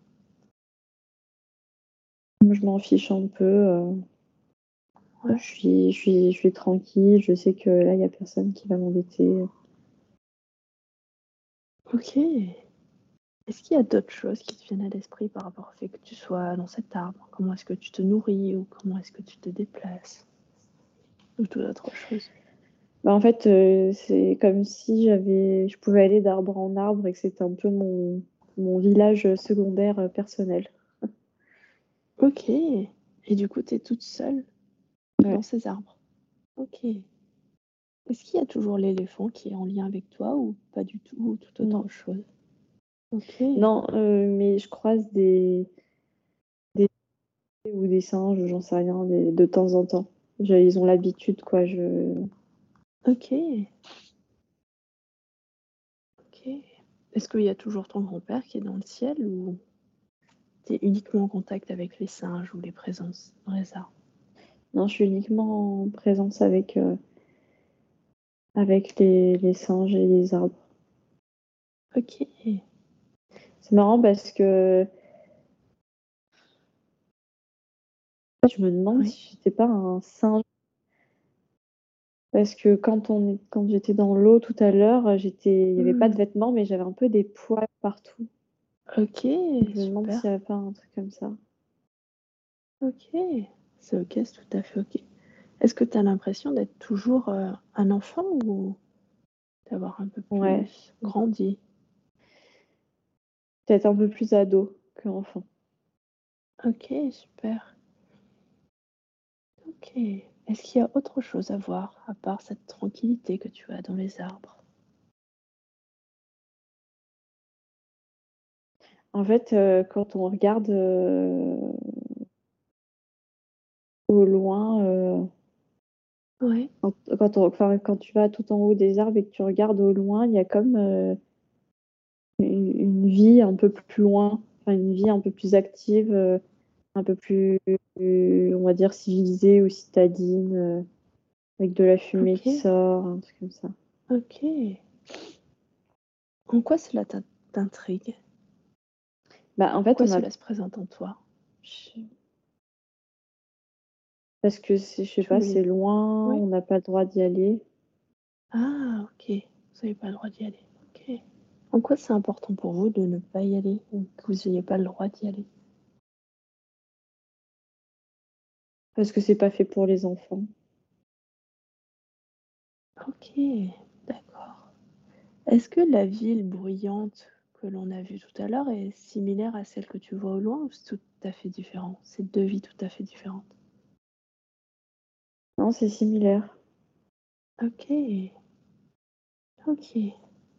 Moi, je m'en fiche un peu. euh, Ouais. Je suis, je suis, je suis tranquille. Je sais que là, il n'y a personne qui va m'embêter. Ok. Est-ce qu'il y a d'autres choses qui te viennent à l'esprit par rapport au fait que tu sois dans cet arbre? Comment est-ce que tu te nourris ou comment est-ce que tu te déplaces? Ou toute autre chose? Bah, en fait, euh, c'est comme si j'avais, je pouvais aller d'arbre en arbre et que c'était un peu mon, mon village secondaire euh, personnel. Ok. Et du coup, tu es toute seule dans Ouais. ces arbres. Ok. Est-ce qu'il y a toujours l'éléphant qui est en lien avec toi ou pas du tout ou toute autre Non, chose? Ok. non, euh, mais je croise des, des ou des singes, j'en sais rien, des- de temps en temps. Je- ils ont l'habitude, quoi. Je... Ok. Ok. Est-ce qu'il y a toujours ton grand-père qui est dans le ciel ou tu es uniquement en contact avec les singes ou les présences dans les arbres? Non, je suis uniquement en présence avec, euh, avec les, les singes et les arbres. Ok. C'est marrant parce que je me demande Oui. si j'étais pas un singe. Parce que quand, on, quand j'étais dans l'eau tout à l'heure, j'étais, il n'y avait pas de Hmm. vêtements, mais j'avais un peu des poils partout. Ok, Je me demande s'il super. n'y avait pas un truc comme ça. Ok, c'est ok, c'est tout à fait ok. Est-ce que tu as l'impression d'être toujours euh, un enfant ou d'avoir un peu Ouais, plus grandi? peut-être un peu plus ado que enfant. Ok, super. Ok. Est-ce qu'il y a autre chose à voir à part cette tranquillité que tu as dans les arbres? En fait, euh, quand on regarde euh, au loin, euh, Ouais. quand, quand, on- enfin, quand tu vas tout en haut des arbres et que tu regardes au loin, il y a comme euh, une, une vie un peu plus loin, enfin, une vie un peu plus active, euh, un peu plus, euh, on va dire, civilisée ou citadine, euh, avec de la fumée qui Ok, sort, un truc comme ça. ok. En quoi cela t'in- t'intrigue? Bah, en fait, Pourquoi on a, cela se présente en toi? parce que c'est- je sais Tu pas, voulais... c'est loin, Ouais. on n'a pas le droit d'y aller. Ah, ok. Vous n'avez pas le droit d'y aller. Ok. En quoi c'est important pour vous de ne pas y aller ou que vous n'ayez pas le droit d'y aller? Parce que c'est pas fait pour les enfants. Ok, d'accord. Est-ce que la ville bruyante que l'on a vue tout à l'heure est similaire à celle que tu vois au loin ou c'est tout à fait différent? C'est deux vies tout à fait différentes. Non, c'est similaire. Ok, ok.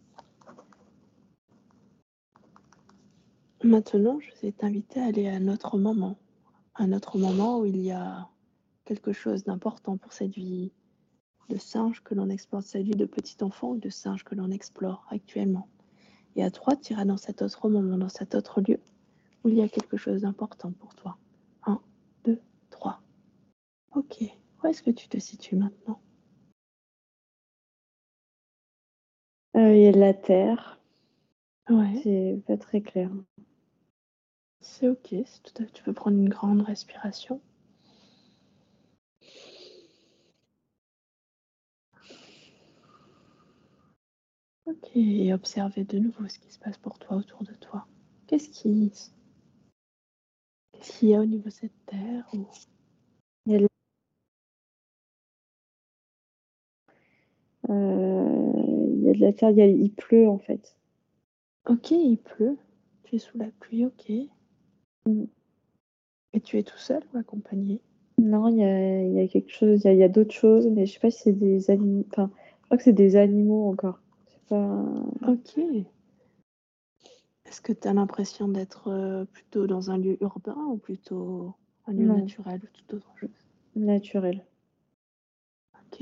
Maintenant, je vais t'inviter à aller à un autre moment. Un autre moment où il y a quelque chose d'important pour cette vie de singe que l'on explore, cette vie de petit enfant ou de singe que l'on explore actuellement. Et à trois, tu iras dans cet autre moment, dans cet autre lieu où il y a quelque chose d'important pour toi. Un, deux, trois. Ok, où est-ce que tu te situes maintenant? Euh, Il y a de la terre, Ouais, c'est pas très clair. c'est ok, c'est tout à... tu peux prendre une grande respiration. Ok, et observer de nouveau ce qui se passe pour toi autour de toi. Qu'est-ce qui... Qu'est-ce qu'il y a au niveau de cette terre ou... Il y a de, euh, il y a de la terre, il, y a- il pleut en fait. Ok, il pleut. Tu es sous la pluie, ok. Et Mm. tu es tout seul ou accompagné? Non, il y a, il y a quelque chose, il y a, il y a d'autres choses, mais je sais pas si c'est des animaux. Enfin, je crois que c'est des animaux encore. C'est pas. Ok. Est-ce que tu as l'impression d'être euh, plutôt dans un lieu urbain ou plutôt un lieu Non, naturel ou tout autre chose? naturel. Ok.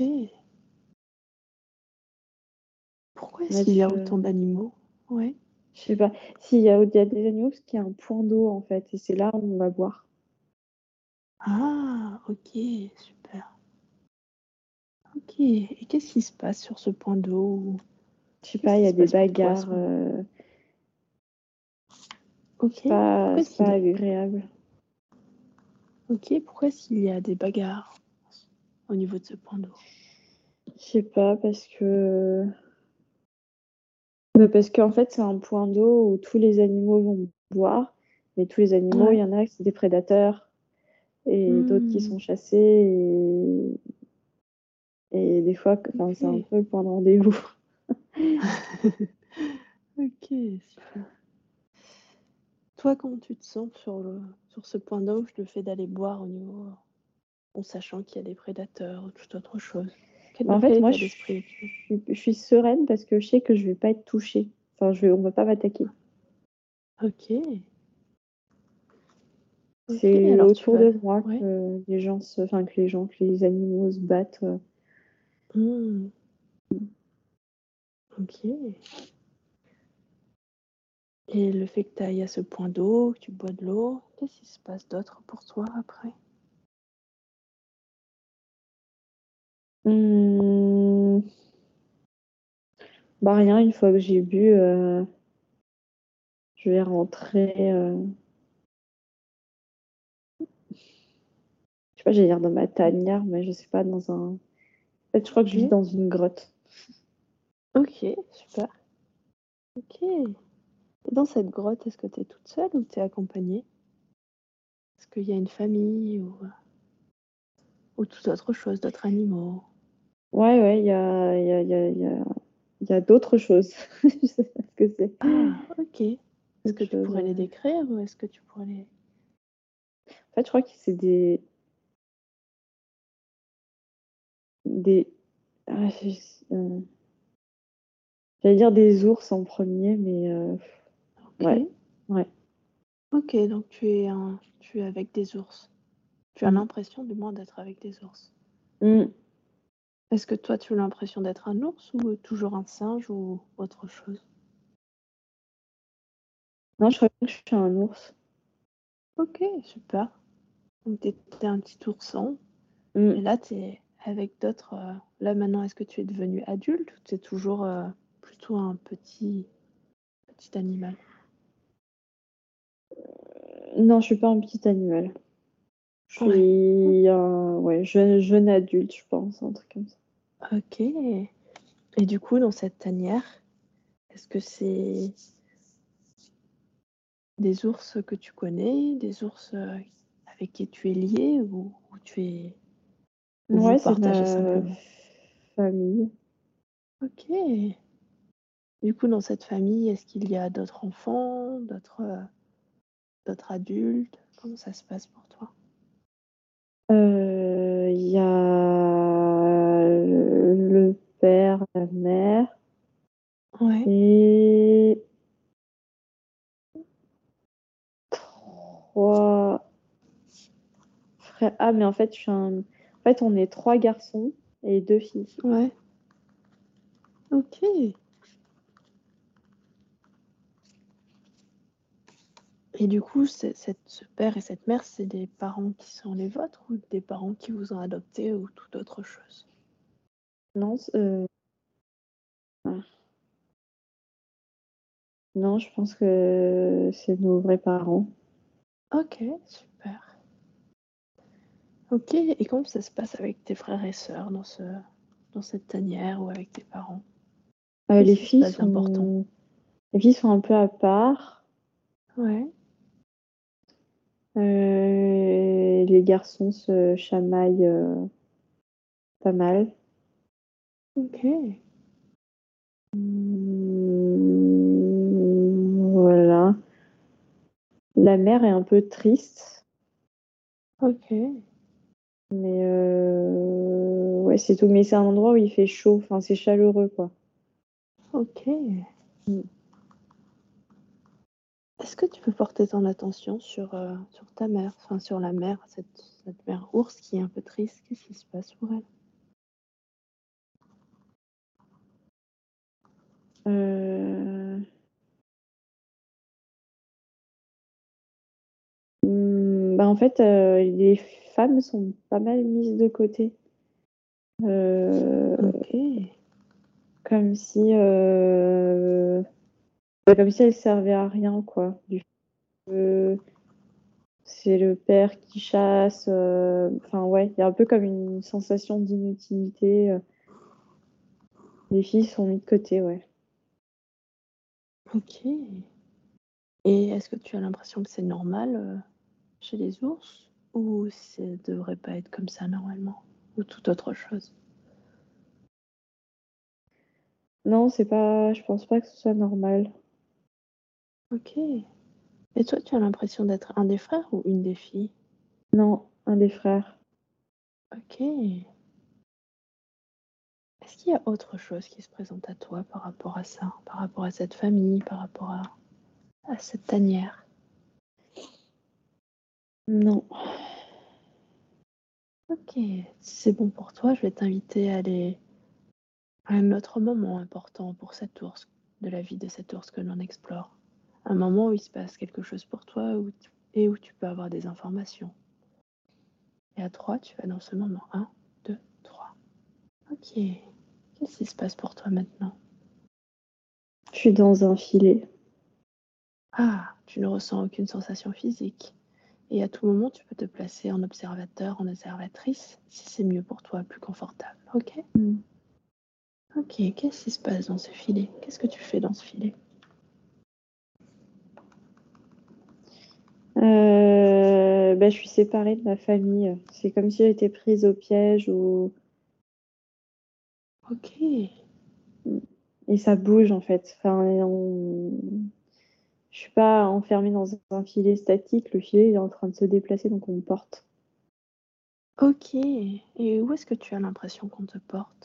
Pourquoi est-ce qu'il y a autant Nature. d'animaux? Ouais. Je sais pas. Si, il y a, il y a des animaux parce qu'il y a un point d'eau en fait, et c'est là où on va boire. Ah, ok, super. Ok. Et qu'est-ce qui se passe sur ce point d'eau? Je sais Qu'est-ce pas, il qui y a se des passe pour toi à ce bagarres. moment? euh, Ok. c'est pas, Pourquoi c'est est-ce pas qu'il est... agréable. Ok. Pourquoi est-ce qu'il y a des bagarres au niveau de ce point d'eau? Je sais pas, parce que. Bah, parce qu'en fait, c'est un point d'eau où tous les animaux vont boire, mais tous les animaux, il Ouais. y en a qui sont des prédateurs et d'autres qui Hmm. sont chassés. Et, et des fois, enfin, c'est un Ok. peu le point de rendez-vous. Ok, super. Toi, comment tu te sens sur le, sur ce point d'eau, le fait d'aller boire au niveau, en sachant qu'il y a des prédateurs ou toute autre chose? Quel- Mais en Dans quel fait, moi, état je d'esprit es-tu? suis, je suis sereine parce que je sais que je vais pas être touchée. Enfin, je vais, on va pas m'attaquer. Ok, ok, C'est alors tu autour vas... de moi Ouais. que les gens se, enfin, que les gens, que les animaux se battent. euh. Hmm, ok. Et le fait que tu ailles à ce point d'eau, que tu bois de l'eau, qu'est-ce qui se passe d'autre pour toi après? Hum, Bah rien, une fois que j'ai bu, euh, je vais rentrer, euh, je sais pas, j'allais dire dans ma tanière, mais je sais pas, dans un... En fait, je crois que je vis Ok, dans une grotte. ok, super. Ok. Et dans cette grotte, est-ce que tu es toute seule ou tu es accompagnée? Est-ce qu'il y a une famille ou, ou toute autre chose, d'autres animaux? Ouais, ouais, il y a, il y a, il y a, il y a, il y a d'autres choses. Je sais pas ce que c'est. Ah, ok. Est-ce que Autre tu chose, pourrais les euh. décrire ou est-ce que tu pourrais les... En fait, je crois que c'est des, des, ah, je- euh, j'allais dire des ours en premier, mais euh, Ok. ouais, ouais. Ok, donc tu es, un... tu es avec des ours. Tu as Mm. l'impression du moins d'être avec des ours. Mm. Est-ce que toi tu as l'impression d'être un ours ou toujours un singe ou autre chose? Non, je crois que je suis un ours. Ok, super. Donc t'es t'es un petit ourson. Et Mm. là, tu es avec d'autres. euh, Là maintenant, est-ce que tu es devenu adulte ou tu es toujours euh, plutôt un petit, petit animal? Non, je suis pas un petit animal. Je Ouais. suis un ouais, jeune, jeune adulte, je pense, un truc comme ça. Ok. Et du coup, dans cette tanière, est-ce que c'est des ours que tu connais, des ours euh, avec qui tu es lié ou, ou tu es ou vous Ouais, c'est partagez ma simplement? famille. Ok. Du coup, dans cette famille, est-ce qu'il y a d'autres enfants, d'autres euh, d'autres adultes? Comment ça se passe pour toi? Euh, Il y a le père, la mère Ouais. et trois frères. Ah, mais en fait, je suis un... en fait, on est trois garçons et deux filles. Ouais. Ok. Et du coup, c'est- cette- ce père et cette mère, c'est des parents qui sont les vôtres ou des parents qui vous ont adopté ou toute autre chose? Non, c- euh, ah, non, je pense que c'est nos vrais parents. Ok, super. Ok, et comment ça se passe avec tes frères et sœurs dans ce, dans cette tanière ou avec tes parents? Euh, Qu'est-ce les qui se filles passe d'important? sont... les filles sont un peu à part. Ouais, Euh, les garçons se chamaillent euh, pas mal. ok, Hmm, voilà. La mer est un peu triste, ok, mais euh, ouais, c'est tout. Mais c'est un endroit où il fait chaud, enfin, c'est chaleureux, quoi. ok. Mm. Est-ce que tu peux porter ton attention sur, euh, sur ta mère, enfin sur la mère, cette, cette mère ours qui est un peu triste? Qu'est-ce qui se passe pour elle? Euh, hmm, bah, en fait, euh, les femmes sont pas mal mises de côté. Euh, Ok, comme si, euh, bah, comme si elles servaient à rien, quoi. Du feu, c'est le père qui chasse. euh, Enfin, ouais, il y a un peu comme une sensation d'inutilité. euh. Les filles sont mises de côté, ouais. ok. Et est-ce que tu as l'impression que c'est normal euh, chez les ours ou ça devrait pas être comme ça normalement ou toute autre chose? Non, c'est pas. Je pense pas que ce soit normal. Ok. Et toi, tu as l'impression d'être un des frères ou une des filles? Non, un des frères. Ok. Est-ce qu'il y a autre chose qui se présente à toi par rapport à ça, par rapport à cette famille, par rapport à, à cette tanière? Non. Ok. Si c'est bon pour toi, je vais t'inviter à aller à un autre moment important pour cet ours, de la vie de cet ours que l'on explore. Un moment où il se passe quelque chose pour toi où tu- et où tu peux avoir des informations. Et à trois, tu vas dans ce moment. Un, deux, trois. Ok. Qu'est-ce qui se passe pour toi maintenant? Je suis dans un filet. Ah, tu ne ressens aucune sensation physique. Et à tout moment, tu peux te placer en observateur, en observatrice, si c'est mieux pour toi, plus confortable. Ok? Mm. Ok, qu'est-ce qui se passe dans ce filet? Qu'est-ce que tu fais dans ce filet? Euh, bah, je suis séparée de ma famille. C'est comme si j'étais prise au piège ou... Ok, Et ça bouge en fait. Enfin, on... Je suis pas enfermée dans un filet statique. Le filet il est en train de se déplacer, donc on me porte. ok. Et où est-ce que tu as l'impression qu'on te porte?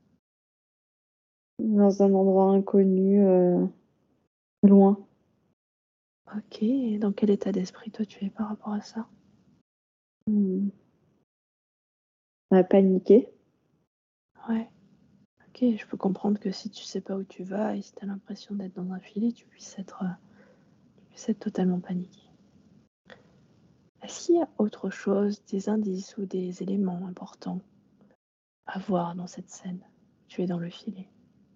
Dans un endroit inconnu, euh, loin. Ok, dans quel état d'esprit toi tu es par rapport à ça? Mm. On a paniqué. Ouais, ok, je peux comprendre que si tu sais pas où tu vas et si tu as l'impression d'être dans un filet, tu puisses être, euh, tu puisses être totalement paniqué. Est-ce qu'il y a autre chose, des indices ou des éléments importants à voir dans cette scène? Tu es dans le filet.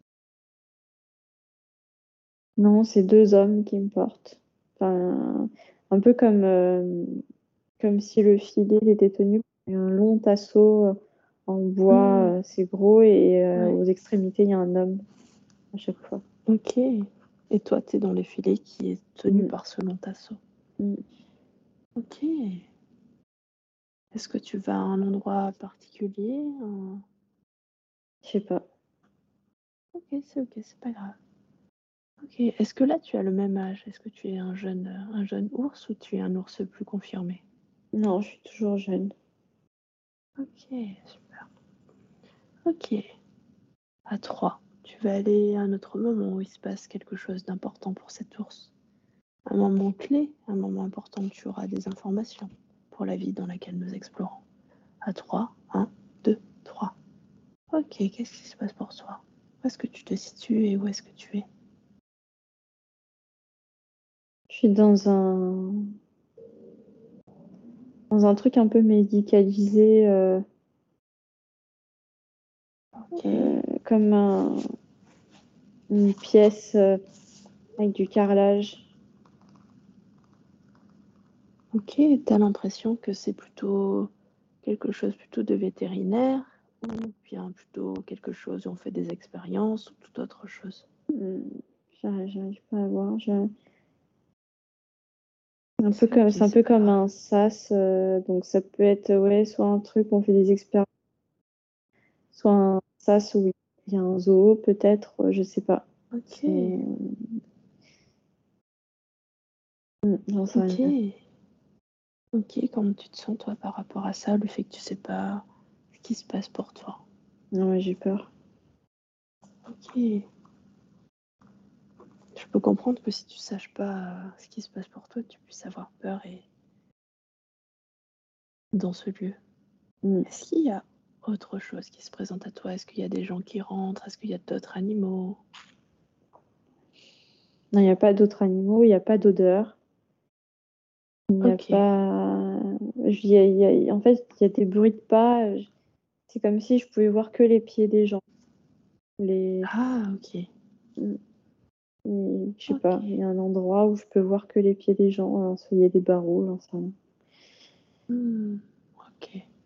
Non, c'est deux hommes qui me portent. Enfin, un peu comme, euh, comme si le filet il était tenu par un long tasseau euh, en bois, Hmm, euh, c'est gros, et euh, ouais, aux extrémités, il y a un homme à chaque fois. ok. Et toi, tu es dans le filet qui est tenu Mm, par ce long tasseau. mm. Ok. Est-ce que tu vas à un endroit particulier? un- Je sais pas. Ok, c'est ok, c'est pas grave. Ok. Est-ce que là, tu as le même âge? Est-ce que tu es un jeune, euh, un jeune ours ou tu es un ours plus confirmé? Non, je suis toujours jeune. Ok, super. Ok. À trois. Tu vas aller à un autre moment où il se passe quelque chose d'important pour cet ours. Un moment clé, un moment important où tu auras des informations pour la vie dans laquelle nous explorons. À trois. Un, deux, trois. Ok, qu'est-ce qui se passe pour toi? Où est-ce que tu te situes et où est-ce que tu es? Je suis dans un, dans un truc un peu médicalisé, euh, Ok. euh, comme un- une pièce euh, avec du carrelage. Ok, t'as l'impression que c'est plutôt quelque chose plutôt de vétérinaire ou bien plutôt quelque chose où on fait des expériences ou toute autre chose? Mm, j'arrive j'arrive pas à voir. Je- Un peu C'est comme, ok, c'est un c'est peu pas comme grave. un sas, euh, donc ça peut être ouais, soit un truc où on fait des expériences, soit un sas où il y a un zoo, peut-être, euh, je sais pas. Ok, C'est... Mm, j'en sais ok, rien. ok, comment tu te sens toi par rapport à ça, le fait que tu sais pas ce qui se passe pour toi? Non, ouais, j'ai peur. Ok, je peux comprendre que si tu saches pas euh, ce qui se passe pour toi, tu puisses avoir peur et dans ce lieu. Mm. Est-ce qu'il y a autre chose qui se présente à toi? Est-ce qu'il y a des gens qui rentrent? Est-ce qu'il y a d'autres animaux? Non, il n'y a pas d'autres animaux, il n'y a pas d'odeur. Il n'y a Ok. pas. il y a- il y a- En fait, il y a des bruits de pas. euh, C'est comme si je pouvais voir que les pieds des gens. Les... Ah, ok. Mm. Et je sais Ok. pas, il y a un endroit où je peux voir que les pieds des gens. Alors, soit il y a des barreaux, j'en sais rien. Hmm, ok.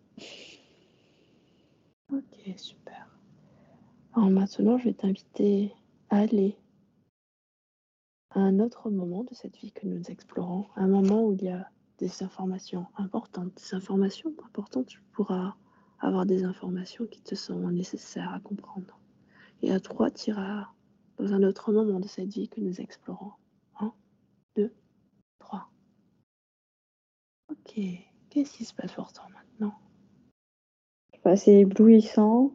Ok, super. Alors maintenant, je vais t'inviter à aller à un autre moment de cette vie que nous explorons, un moment où il y a des informations importantes. Des informations importantes, tu pourras avoir des informations qui te sont nécessaires à comprendre. Et à trois, tu iras dans un autre moment de cette vie que nous explorons. Un, deux, trois. Ok, qu'est-ce qui se passe pour toi maintenant? Enfin, c'est éblouissant.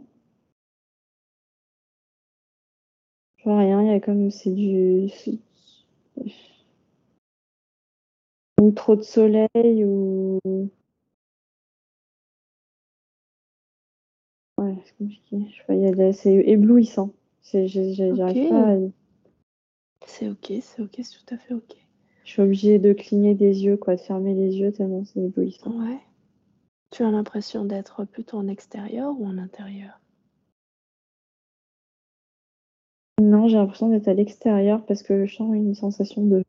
Je vois rien, il y a comme c'est du. c'est- Ou trop de soleil, ou. Ouais, c'est compliqué. Je sais pas, il y a de- c'est éblouissant. C'est- j'ai- j'ai- Ok, J'arrive pas à... c'est ok, c'est ok, c'est tout à fait ok. Je suis obligée de cligner des yeux, quoi, de fermer les yeux tellement c'est éblouissant. Ouais. Tu as l'impression d'être plutôt en extérieur ou en intérieur? Non, j'ai l'impression d'être à l'extérieur parce que je sens une sensation de...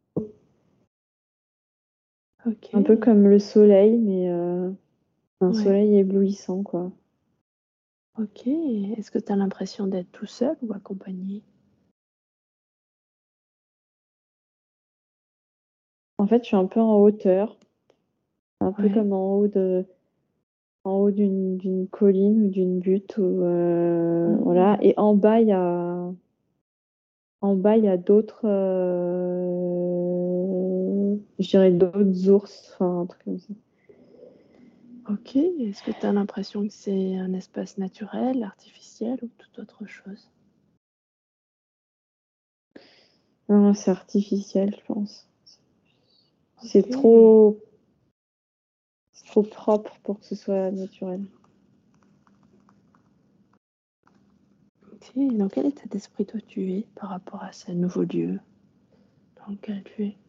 Ok. Un peu comme le soleil, mais euh, un Ouais. soleil éblouissant, quoi. Ok. Est-ce que tu as l'impression d'être tout seul ou accompagné? En fait, je suis un peu en hauteur, un peu Ouais. comme en haut de, en haut d'une d'une colline ou d'une butte, ou euh, Mhm. voilà. Et en bas, il y a, en bas, il y a d'autres, euh, je dirais d'autres ours, enfin un truc comme ça. Ok. Est-ce que tu as l'impression que c'est un espace naturel, artificiel ou toute autre chose? Non, c'est artificiel, je pense. C'est Ok. trop, c'est trop propre pour que ce soit naturel. Ok. Dans quel état d'esprit toi tu es par rapport à ce nouveau lieu dans lequel tu es?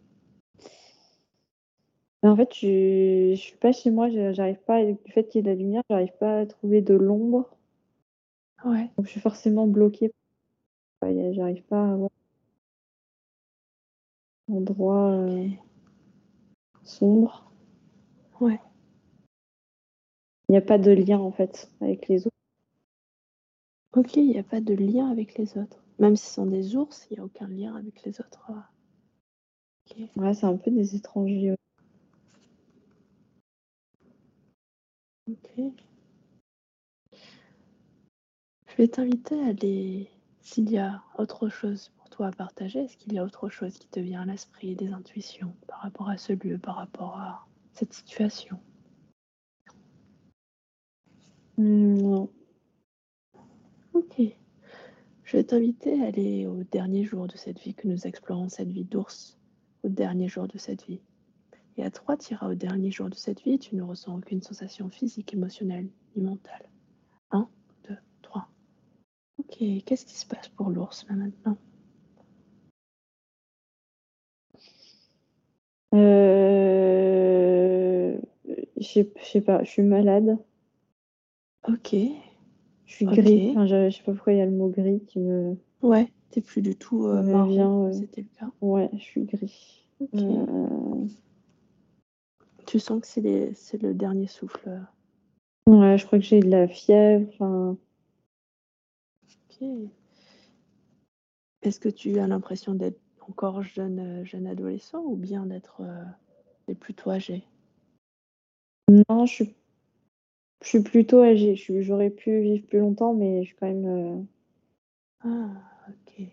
Mais en fait, je, je suis pas chez moi, je- j'arrive pas, avec du fait qu'il y ait de la lumière, j'arrive pas à trouver de l'ombre. Ouais. Donc je suis forcément bloquée. Ouais, j'arrive pas à avoir un endroit euh, Ok. sombre. Ouais. Il n'y a pas de lien en fait avec les autres. Ok, il n'y a pas de lien avec les autres. Même si ce sont des ours, il n'y a aucun lien avec les autres. Ah, ok. Ouais, c'est un peu des étrangers. Ouais. Ok. Je vais t'inviter à aller, s'il y a autre chose pour toi à partager, est-ce qu'il y a autre chose qui te vient à l'esprit, des intuitions par rapport à ce lieu, par rapport à cette situation? Hmm, non. Ok. Je vais t'inviter à aller au dernier jour de cette vie que nous explorons, cette vie d'ours, au dernier jour de cette vie. Et à trois, tu iras au dernier jour de cette vie, tu ne ressens aucune sensation physique, émotionnelle ni mentale. Un, deux, trois. Ok, qu'est-ce qui se passe pour l'ours là maintenant? Euh... Je sais je sais pas, je suis malade. Ok, Je suis ok. gris. Enfin, je, je sais pas pourquoi il y a le mot gris qui me, Ouais, t'es plus du tout qui euh, me marron vient. comme euh. c'était le cas. Ouais, je suis gris. Ok. Euh, Tu sens que c'est les- c'est le dernier souffle. euh. Ouais, je crois que j'ai de la fièvre. Enfin, Ok. Est-ce que tu as l'impression d'être encore jeune, euh, jeune adolescent ou bien d'être euh, d'être plutôt âgé? non, je suis, je suis plutôt âgée. Je suis- J'aurais pu vivre plus longtemps, mais je suis quand même. euh, Ah, ok.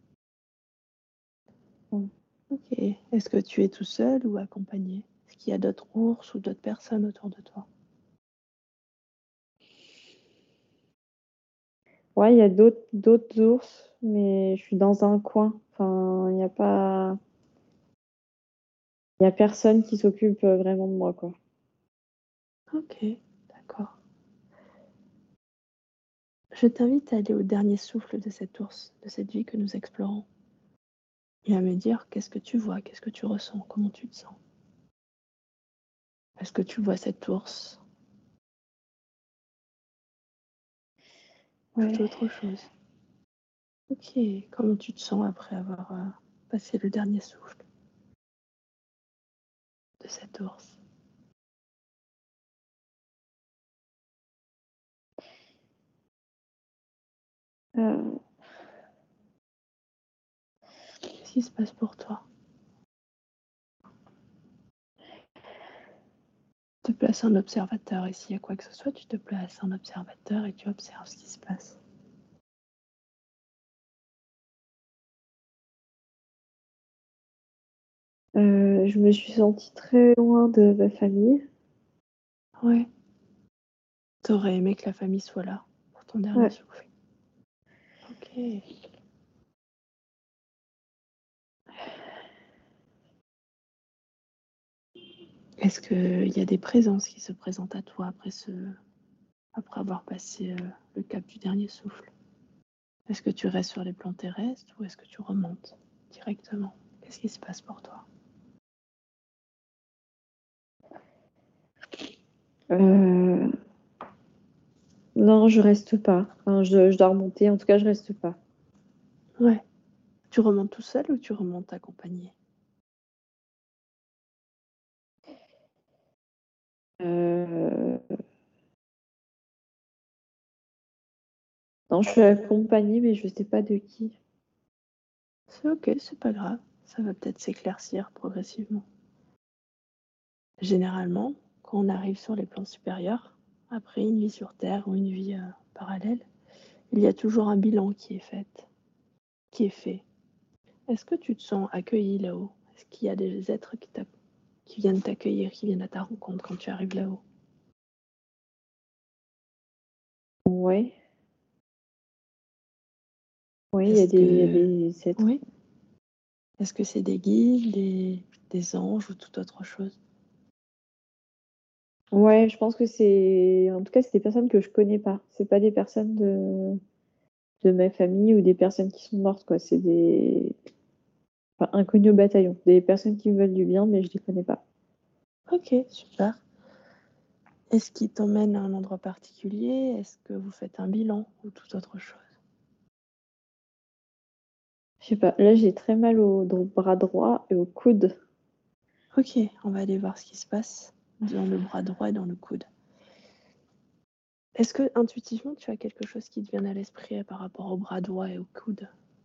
ouais. Ok. Est-ce que tu es tout seul ou accompagné? Est-ce qu'il y a d'autres ours ou d'autres personnes autour de toi? Ouais, il y a d'autres d'autres ours, mais je suis dans un coin. Enfin, il n'y a pas, il y a personne qui s'occupe euh, vraiment de moi, quoi. Ok, d'accord. Je t'invite à aller au dernier souffle de cet ours, de cette vie que nous explorons, et à me dire qu'est-ce que tu vois, qu'est-ce que tu ressens, comment tu te sens. Est-ce que tu vois cet ours ou Ouais. toute autre chose? Ok, comment tu te sens après avoir euh, passé le dernier souffle de cet ours? Euh, Qu'est-ce qui se passe pour toi? Tu te places en observateur et s'il y a quoi que ce soit, tu te places en observateur et tu observes ce qui se passe. euh, je me suis sentie très loin de ma famille. Ouais. T'aurais aimé que la famille soit là pour ton dernier Ouais. souffle. Ok. Est-ce qu'il y a des présences qui se présentent à toi après, ce, après avoir passé euh, le cap du dernier souffle? Est-ce que tu restes sur les plans terrestres ou est-ce que tu remontes directement? Qu'est-ce qui se passe pour toi? Euh, Non, je reste pas. Enfin, je, je dois remonter. En tout cas, je reste pas. Ouais. Tu remontes tout seul ou tu remontes accompagné? Euh, Non, je suis accompagnée, mais je sais pas de qui. C'est ok, c'est pas grave. Ça va peut-être s'éclaircir progressivement. Généralement, quand on arrive sur les plans supérieurs, après une vie sur Terre ou une vie euh, parallèle, il y a toujours un bilan qui est fait. Qui est fait. Est-ce que tu te sens accueilli là-haut? Est-ce qu'il y a des êtres qui, qui viennent t'accueillir, qui viennent à ta rencontre quand tu arrives là-haut? Ouais. Oui, il y a Est-ce des, il y a que... des êtres. Oui. Est-ce que c'est des guides, des, des anges ou toute autre chose? Ouais, je pense que c'est. En tout cas, c'est des personnes que je connais pas. C'est pas des personnes de... de ma famille ou des personnes qui sont mortes, quoi. C'est des. Enfin, inconnus au bataillon. Des personnes qui me veulent du bien, mais je les connais pas. Ok, super. Est-ce qu'ils t'emmènent à un endroit particulier? Est-ce que vous faites un bilan ou toute autre chose? Je sais pas. Là, j'ai très mal au au bras droit et au coude. Ok, on va aller voir ce qui se passe dans le bras droit et dans le coude. Est-ce que intuitivement tu as quelque chose qui te vient à l'esprit par rapport au bras droit et au coude?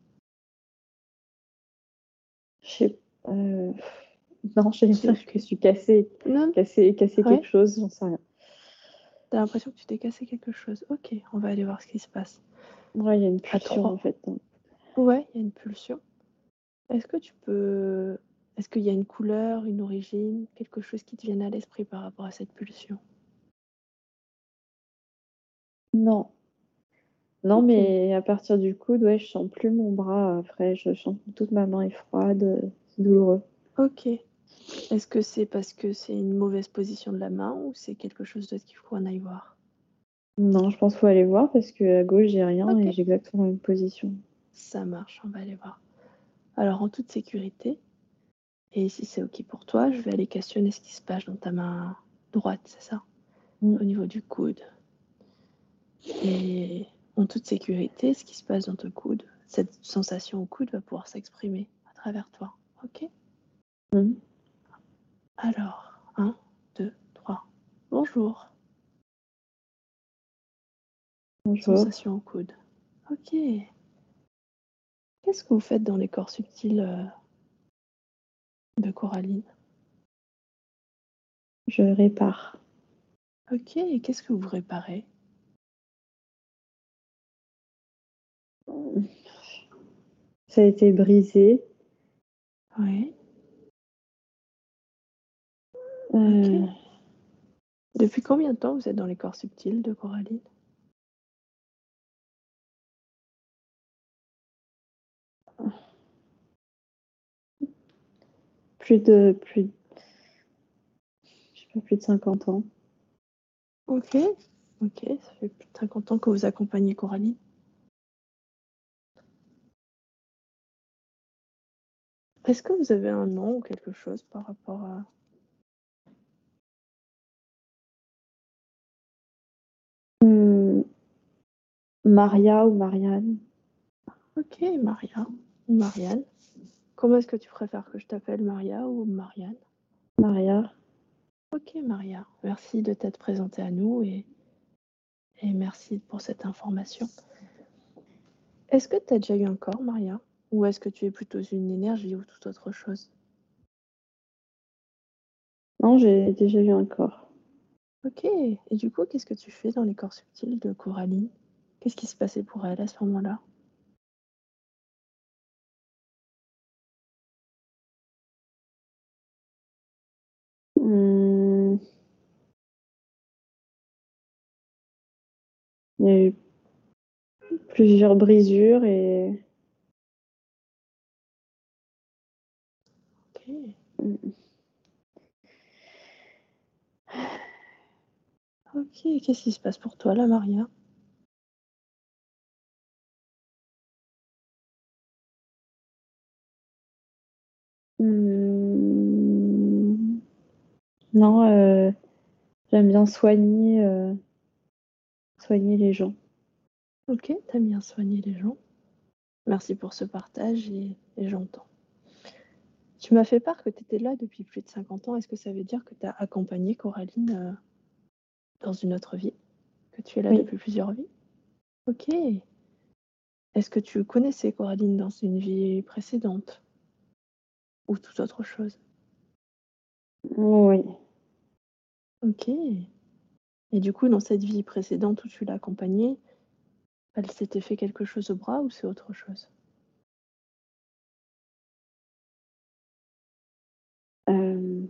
Je sais. euh, Non, j'ai l'impression Tu... que je me suis cassé, Non? cassé, cassé Ouais? quelque chose, j'en sais rien. T'as l'impression que tu t'es cassé quelque chose. Ok, on va aller voir ce qui se passe. Ouais, il y a une À pulsion en trois. fait. Ouais, il y a une pulsion. Est-ce que tu peux... Est-ce qu'il y a une couleur, une origine, quelque chose qui te vienne à l'esprit par rapport à cette pulsion? Non. Non, Ok, mais à partir du coude, ouais, je sens plus mon bras après. Je sens que toute ma main est froide. C'est douloureux. ok. Est-ce que c'est parce que c'est une mauvaise position de la main ou c'est quelque chose d'autre qu'il faut qu'on aille voir? Non, je pense qu'il faut aller voir parce que à gauche, j'ai rien Ok, et j'ai exactement la même position. ça marche, on va aller voir. Alors en toute sécurité, et si c'est ok pour toi, je vais aller questionner ce qui se passe dans ta main droite, c'est ça? Mm. Au niveau du coude. Et en toute sécurité, ce qui se passe dans ton coude, cette sensation au coude va pouvoir s'exprimer à travers toi. Ok? Mm. Alors, un, deux, trois. Bonjour. Bonjour. Sensation au coude. Ok. Qu'est-ce que vous faites dans les corps subtils euh, de Coraline? Je répare. Ok, et qu'est-ce que vous réparez? Ça a été brisé. Oui, ok. Euh, Depuis combien de temps vous êtes dans les corps subtils de Coraline? plus de plus, je sais pas, plus de cinquante ans. Ok, ok, ça fait plus de cinquante ans que vous accompagnez Coraline. Est-ce que vous avez un nom ou quelque chose par rapport à... Hmm, Maria ou Marianne. Ok, Maria ou Marianne. Comment est-ce que tu préfères que je t'appelle, Maria ou Marianne? Maria. Ok, Maria, merci de t'être présentée à nous et, et merci pour cette information. Est-ce que tu as déjà eu un corps, Maria? Ou est-ce que tu es plutôt une énergie ou toute autre chose? Non, j'ai déjà eu un corps. Ok, et du coup, qu'est-ce que tu fais dans les corps subtils de Coraline? Qu'est-ce qui se passait pour elle à ce moment-là? Hmm, il y a eu plusieurs brisures et Ok, ok, qu'est-ce qui se passe pour toi là, Maria? Hmm, non, euh, j'aime bien soigner, euh, soigner les gens. Ok, t'aimes bien soigner les gens. Merci pour ce partage et, et j'entends. Tu m'as fait part que tu étais là depuis plus de cinquante ans. Est-ce que ça veut dire que tu as accompagné Coraline euh, dans une autre vie? Que tu es là Oui. depuis plusieurs vies? Ok. Est-ce que tu connaissais Coraline dans une vie précédente ou toute autre chose? Oui. Ok. Et du coup, dans cette vie précédente où tu l'as accompagnée, elle s'était fait quelque chose au bras ou c'est autre chose? Euh,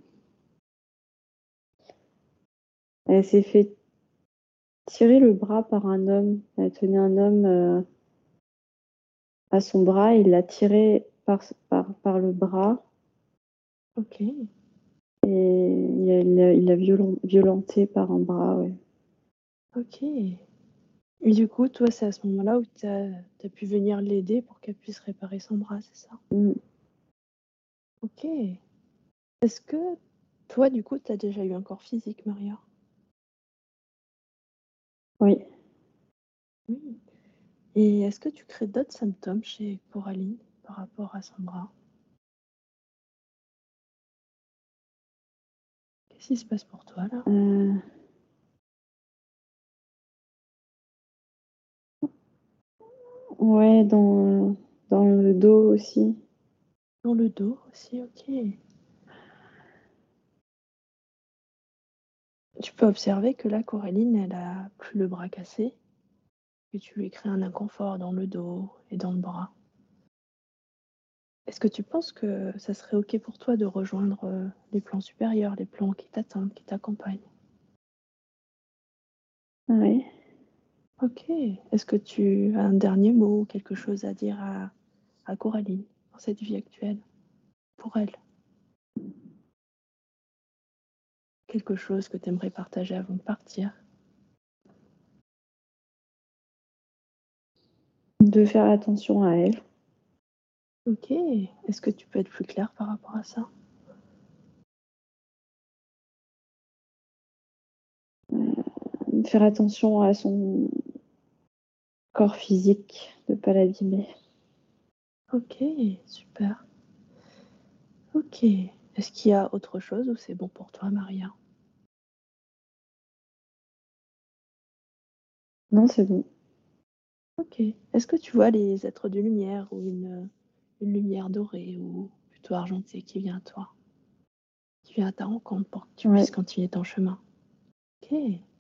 Elle s'est fait tirer le bras par un homme. Elle tenait un homme euh, à son bras, il l'a tiré par, par, par le bras Ok. et il l'a il l'a violent, violenté par un bras. Ouais. Ok. Et du coup, toi, c'est à ce moment-là où tu as pu venir l'aider pour qu'elle puisse réparer son bras, c'est ça? Mm. Ok. Est-ce que toi, du coup, tu as déjà eu un corps physique, Maria? Oui. Oui. Et est-ce que tu crées d'autres symptômes chez Coraline par rapport à son bras? Qu'est-ce qui se passe pour toi là? Euh, ouais, dans, dans le dos aussi. Dans le dos aussi, ok. Tu peux observer que là, Coraline, elle a plus le bras cassé, que tu lui crées un inconfort dans le dos et dans le bras. Est-ce que tu penses que ça serait ok pour toi de rejoindre euh, les plans supérieurs, les plans qui t'attendent, qui t'accompagnent? Oui. Ok. Est-ce que tu as un dernier mot ou quelque chose à dire à, à Coraline dans cette vie actuelle, pour elle? Quelque chose que tu aimerais partager avant de partir? De faire attention à elle. Ok. Est-ce que tu peux être plus clair par rapport à ça? De faire attention à son corps physique, de ne pas l'abîmer. Ok, super. Ok. Est-ce qu'il y a autre chose ou c'est bon pour toi, Maria? Non, c'est bon. Ok. Est-ce que tu vois les êtres de lumière ou une, une lumière dorée ou plutôt argentée qui vient à toi, qui vient à ta rencontre pour que tu Ouais. puisses continuer ton chemin? Ok.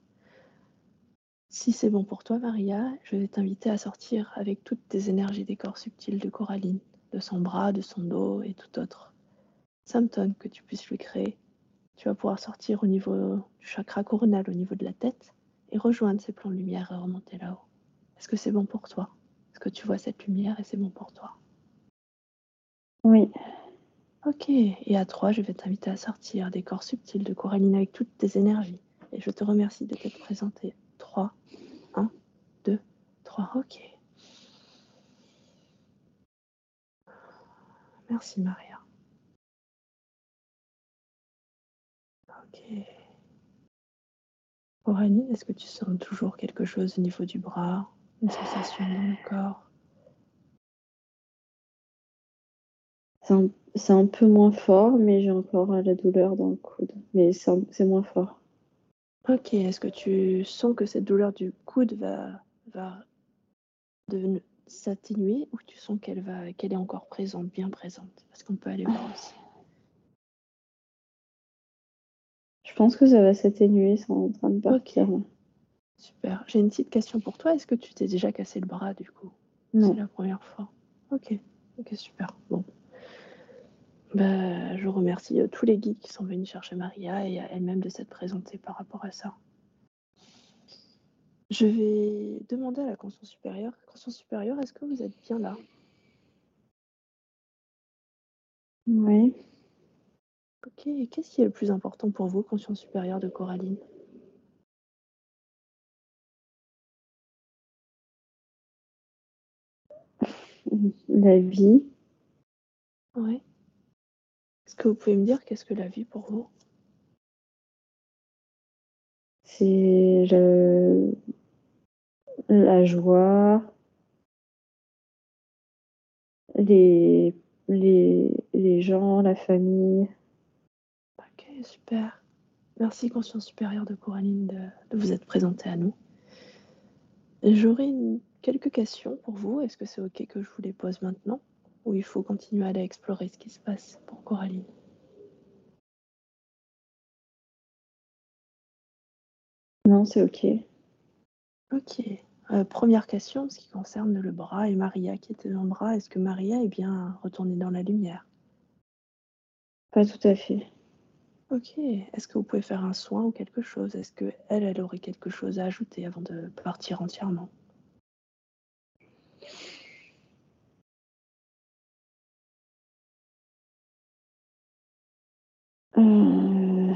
Si c'est bon pour toi, Maria, je vais t'inviter à sortir avec toutes tes énergies des corps subtils de Coraline, de son bras, de son dos et tout autre symptôme que tu puisses lui créer. Tu vas pouvoir sortir au niveau du chakra coronal, au niveau de la tête, et rejoindre ces plans de lumière et remonter là-haut. Est-ce que c'est bon pour toi? Est-ce que tu vois cette lumière et c'est bon pour toi? Oui. Ok, et à trois, je vais t'inviter à sortir des corps subtils de Coraline avec toutes tes énergies. Et je te remercie de t'être présenté. trois, un, deux, trois, ok. Merci Maria. Ok. Coraline, est-ce que tu sens toujours quelque chose au niveau du bras? Une sensation dans le corps? C'est un, c'est un peu moins fort, mais j'ai encore euh, la douleur dans le coude. Mais c'est un- c'est moins fort. Ok, est-ce que tu sens que cette douleur du coude va, va de s'atténuer ou tu sens qu'elle va, qu'elle est encore présente, bien présente? Parce qu'on peut aller voir aussi. Je pense que ça va s'atténuer, c'est en train de Ok, partir. super. J'ai une petite question pour toi. Est-ce que tu t'es déjà cassé le bras du coup? C'est Non. la première fois. Ok, ok, super. Bon, bah, je remercie euh, tous les guides qui sont venus chercher Maria et à elle-même de s'être présentée par rapport à ça. Je vais demander à la conscience supérieure. Conscience supérieure, est-ce que vous êtes bien là? Oui. Ok, qu'est-ce qui est le plus important pour vous, conscience supérieure de Coraline? La vie, Ouais. Est-ce que vous pouvez me dire qu'est-ce que la vie pour vous? c'est le- la joie, les, les, les gens, la famille. Ok, super. Merci, conscience supérieure de Coraline, de, de vous être présentée à nous. J'aurais une- quelques questions pour vous. Est-ce que c'est ok que je vous les pose maintenant? Ou il faut continuer à aller explorer ce qui se passe pour Coraline? Non, c'est ok. Ok. Euh, première question, en ce qui concerne le bras et Maria qui était dans le bras. Est-ce que Maria est bien retournée dans la lumière? Pas tout à fait. Ok. Est-ce que vous pouvez faire un soin ou quelque chose? Est-ce que elle, elle aurait quelque chose à ajouter avant de partir entièrement? Euh,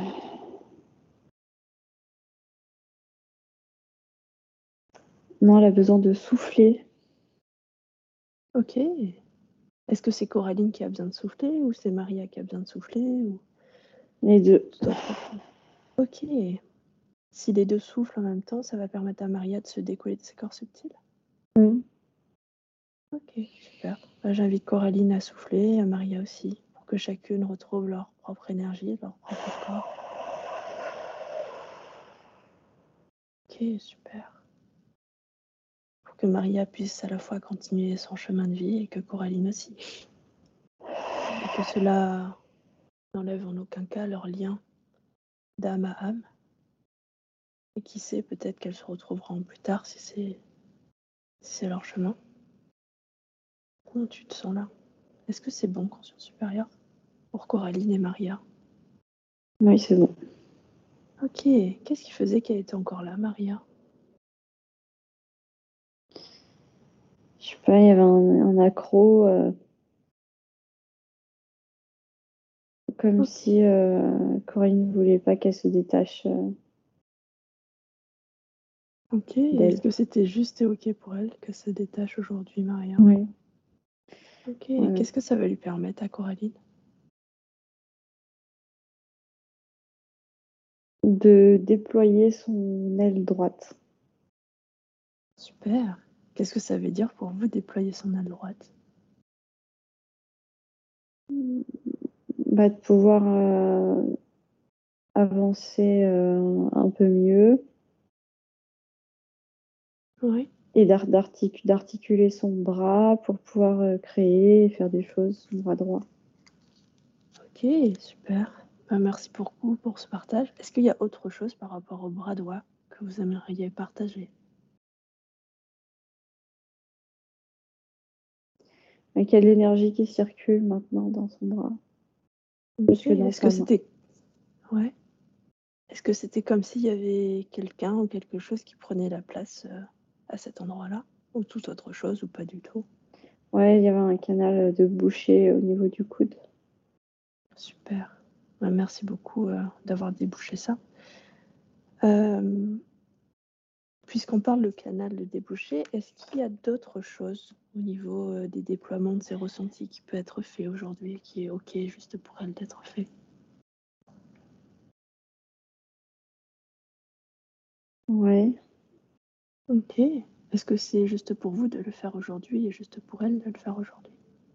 Non, elle a besoin de souffler. Ok. Est-ce que c'est Coraline qui a besoin de souffler ou c'est Maria qui a besoin de souffler ou Les deux. tout autre chose? Ok. Si les deux soufflent en même temps, ça va permettre à Maria de se décoller de ses corps subtils. Mm. Ok, super. Bah, j'invite Coraline à souffler, et Maria aussi, pour que chacune retrouve leur propre énergie, leur propre corps. Ok, super. Pour que Maria puisse à la fois continuer son chemin de vie et que Coraline aussi. Et que cela n'enlève en aucun cas leur lien d'âme à âme. Et qui sait, peut-être qu'elles se retrouveront plus tard si c'est si c'est leur chemin. Comment tu te sens là? Est-ce que c'est bon, conscience supérieure, pour Coraline et Maria? Oui, c'est bon. Ok, qu'est-ce qui faisait qu'elle était encore là, Maria? Je sais pas, il y avait un, un accro, euh, comme Ok, si euh, Coraline ne voulait pas qu'elle se détache euh, ok. Est-ce d'elle. que c'était juste et ok pour elle que se détache aujourd'hui, Maria? Oui, Ok, voilà. qu'est-ce que ça va lui permettre à Coraline? De déployer son aile droite. Super. Qu'est-ce que ça veut dire pour vous déployer son aile droite? Bah, de pouvoir euh, avancer euh, un peu mieux Oui. et d'ar- d'artic- d'articuler son bras pour pouvoir euh, créer et faire des choses, son bras droit. Ok, super. Bah, merci beaucoup pour ce partage. Est-ce qu'il y a autre chose par rapport au bras droit que vous aimeriez partager? Et qu'il y a de l'énergie qui circule maintenant dans son bras, plus Ok, que dans est-ce que sa main. c'était... Ouais. Est-ce que c'était comme s'il y avait quelqu'un ou quelque chose qui prenait la place euh, à cet endroit-là? Ou toute autre chose, ou pas du tout? Ouais, il y avait un canal de boucher au niveau du coude. Super. Bah, merci beaucoup euh, d'avoir débouché ça. Euh, puisqu'on parle de canal de débouché, est-ce qu'il y a d'autres choses au niveau euh, des déploiements de ces ressentis qui peut être fait aujourd'hui et qui est ok juste pour elle d'être fait? Ouais, Ok. Est-ce que c'est juste pour vous de le faire aujourd'hui et juste pour elle de le faire aujourd'hui?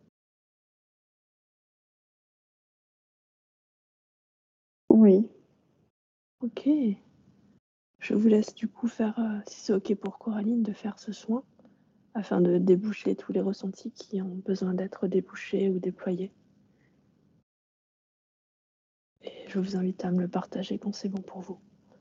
oui, Ok. Je vous laisse du coup faire, euh, si c'est ok pour Coraline, de faire ce soin afin de déboucher tous les ressentis qui ont besoin d'être débouchés ou déployés. Et je vous invite à me le partager quand c'est bon pour vous.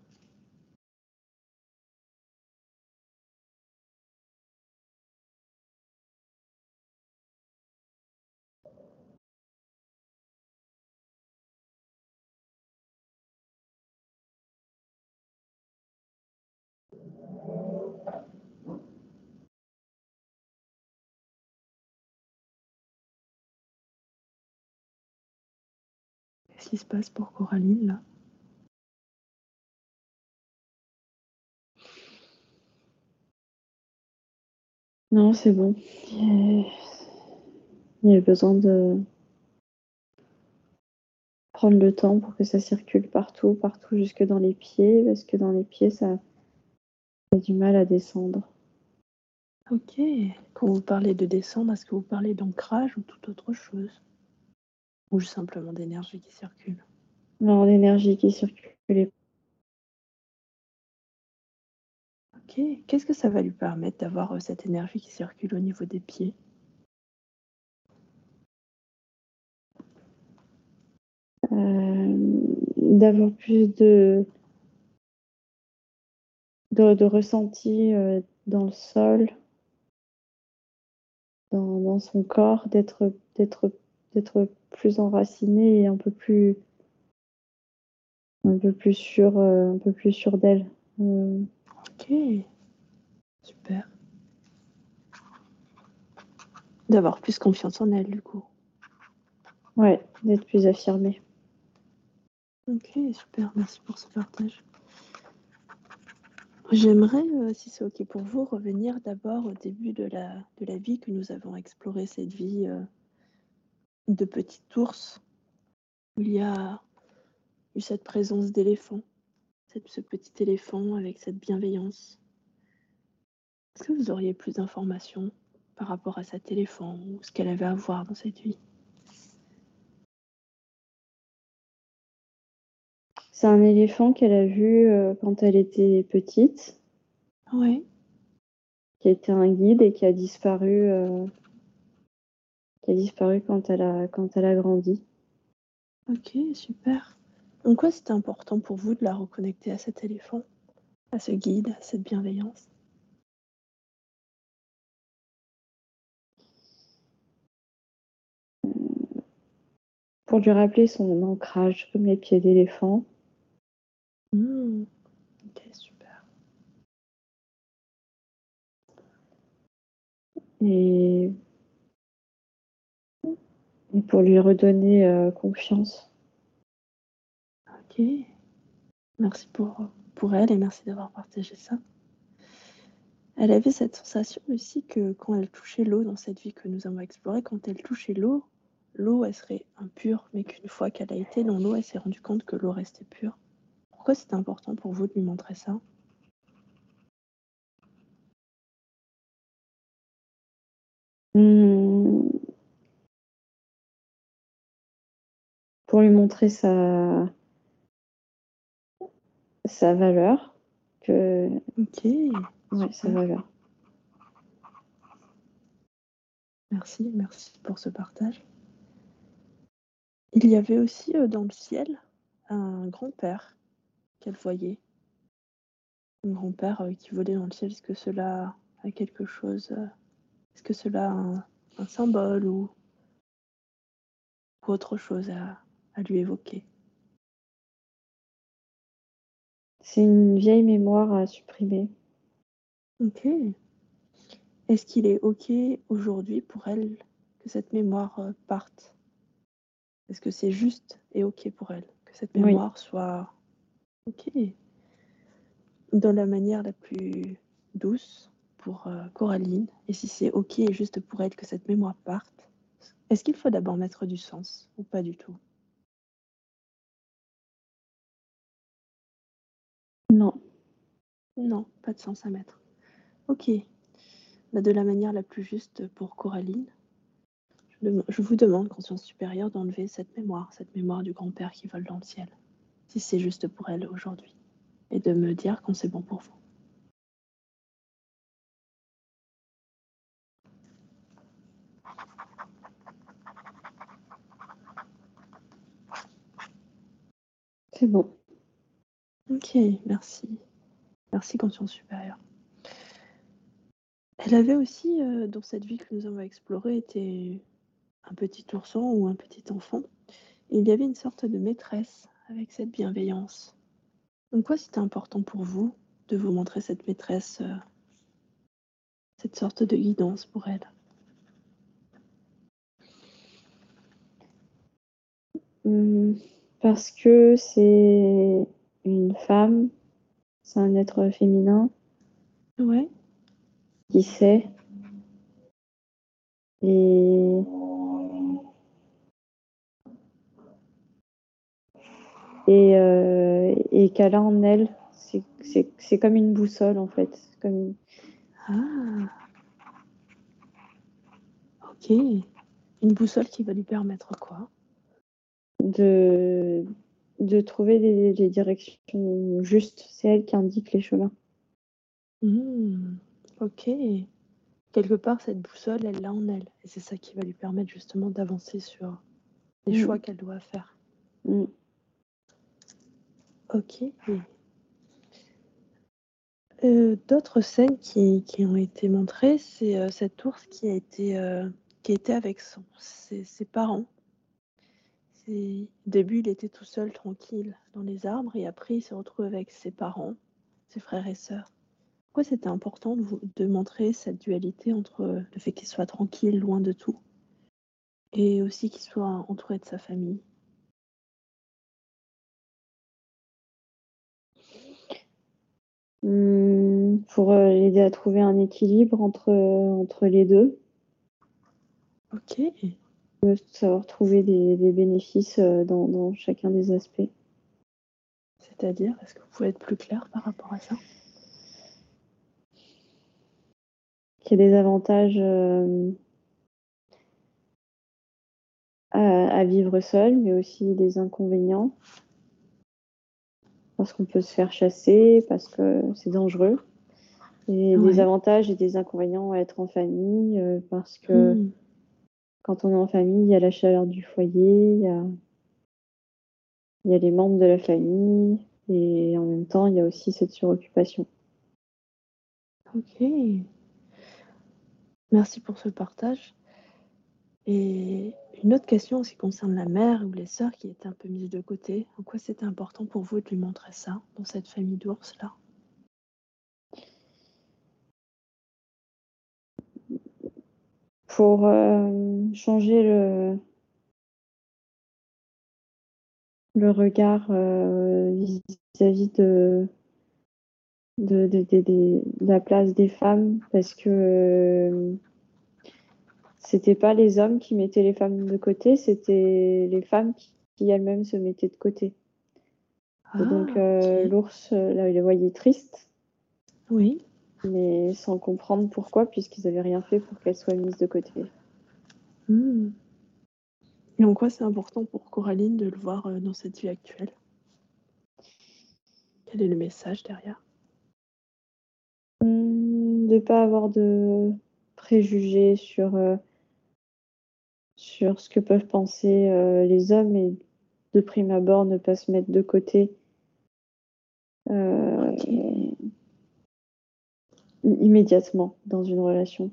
Qu'est-ce qui se passe pour Coraline là? non, c'est bon. Il y a besoin de prendre le temps pour que ça circule partout, partout jusque dans les pieds, parce que dans les pieds, ça a du mal à descendre. Ok. Quand vous parlez de descendre, est-ce que vous parlez d'ancrage ou toute autre chose? Ou simplement d'énergie qui circule? Non, l'énergie qui circule. Ok. Qu'est-ce que ça va lui permettre d'avoir euh, cette énergie qui circule au niveau des pieds? Euh, d'avoir plus de, de, de ressenti euh, dans le sol, dans, dans son corps, d'être, d'être, d'être plus enraciné et un peu plus, un peu plus sûr, euh, un peu plus sûr d'elle. Euh, Ok. Super. D'avoir plus confiance en elle, du coup. ouais, d'être plus affirmée. Ok, super. Merci pour ce partage. J'aimerais, euh, si c'est ok pour vous, revenir d'abord au début de la, de la vie que nous avons exploré, cette vie euh, de petit ours, où il y a eu cette présence d'éléphant, cette- ce petit éléphant avec cette bienveillance. Est-ce que vous auriez plus d'informations par rapport à cet éléphant ou ce qu'elle avait à voir dans cette vie? C'est un éléphant qu'elle a vu euh, quand elle était petite, Ouais, qui était un guide et qui a disparu, euh, qui a disparu quand elle a, quand elle a grandi. ok, super. En quoi c'était important pour vous de la reconnecter à cet éléphant, à ce guide, à cette bienveillance? Pour lui rappeler son ancrage comme les pieds d'éléphant. Hmm, ok, super. Et, et pour lui redonner euh, confiance. Ok, merci pour, pour elle et merci d'avoir partagé ça. Elle avait cette sensation aussi que quand elle touchait l'eau dans cette vie que nous avons explorée, quand elle touchait l'eau, l'eau, elle serait impure, mais qu'une fois qu'elle a été dans l'eau, elle s'est rendue compte que l'eau restait pure. Pourquoi c'était important pour vous de lui montrer ça? Hmm, pour lui montrer sa, sa valeur. Que, Ok, ouais, sa super. valeur. Merci, merci pour ce partage. Il y avait aussi euh, dans le ciel un grand-père qu'elle voyait. Un grand-père euh, qui volait dans le ciel. Est-ce que cela a quelque chose euh, Est-ce que cela a un, un symbole ou, ou autre chose à, à lui évoquer? C'est une vieille mémoire à supprimer. Ok. Est-ce qu'il est ok aujourd'hui pour elle que cette mémoire euh, parte? Est-ce que c'est juste et ok pour elle que cette Oui. mémoire soit ok dans la manière la plus douce pour euh, Coraline? Et si c'est ok et juste pour elle que cette mémoire parte, est-ce qu'il faut d'abord mettre du sens ou pas du tout? Non. Non, pas de sens à mettre. Ok. Bah, de la manière la plus juste pour Coraline, je, dem- je vous demande, conscience supérieure, d'enlever cette mémoire, cette mémoire du grand-père qui vole dans le ciel, si c'est juste pour elle aujourd'hui, et de me dire quand c'est bon pour vous. C'est bon. Ok, merci. Merci, conscience supérieure. Elle avait aussi, euh, dans cette vie que nous avons explorée, été un petit ourson ou un petit enfant. Et il y avait une sorte de maîtresse avec cette bienveillance. En quoi c'était important pour vous de vous montrer cette maîtresse, euh, cette sorte de guidance pour elle? Hmm, parce que c'est une femme, c'est un être féminin Ouais. qui sait et, et, euh, et qu'elle a en elle. C'est, c'est, c'est comme une boussole en fait. Comme, Ah. Ok. Une boussole qui va lui permettre quoi? De, de trouver les, les directions justes. C'est elle qui indique les chemins. Mmh, ok. Quelque part, cette boussole, elle l'a en elle. Et c'est ça qui va lui permettre justement d'avancer sur les Mm. choix qu'elle doit faire. Mm. Ok. Euh, d'autres scènes qui, qui ont été montrées, c'est euh, cet ours qui a été, euh, qui était avec son, ses, ses parents. C'est- Au début, il était tout seul, tranquille, dans les arbres, et après, il s'est retrouvé avec ses parents, ses frères et sœurs. Pourquoi c'était important de, vous- de montrer cette dualité entre euh, le fait qu'il soit tranquille, loin de tout, et aussi qu'il soit entouré de sa famille? Mm. Pour euh, l'aider à trouver un équilibre entre, entre les deux. Ok. Savoir trouver des, des bénéfices euh, dans, dans chacun des aspects. C'est-à-dire, est-ce que vous pouvez être plus clair par rapport à ça? Qu'il y a des avantages euh, à, à vivre seul, mais aussi des inconvénients. Parce qu'on peut se faire chasser, parce que c'est dangereux. Et des Ouais. avantages et des inconvénients à être en famille, euh, parce que Hmm. quand on est en famille, il y a la chaleur du foyer, il y a, il y a les membres de la famille, et en même temps, il y a aussi cette suroccupation. Ok. Merci pour ce partage. Et une autre question en ce qui concerne la mère ou les sœurs qui étaient un peu mises de côté. En quoi c'était important pour vous de lui montrer ça dans cette famille d'ours-là? Pour euh, changer le, le regard euh, vis-à-vis de, de, de, de, de, de la place des femmes, parce que euh, c'était pas les hommes qui mettaient les femmes de côté, c'était les femmes qui, qui elles-mêmes se mettaient de côté. Et donc Ah, euh, ok. l'ours, euh, là, il les voyait tristes, Oui. mais sans comprendre pourquoi, puisqu'ils n'avaient rien fait pour qu'elles soient mises de côté. Hmm. Et en quoi c'est important pour Coraline de le voir euh, dans cette vie actuelle? Quel est le message derrière? Hum, de pas avoir de préjugés sur, euh, sur ce que peuvent penser euh, les hommes et de prime abord ne pas se mettre de côté euh, Ok. immédiatement dans une relation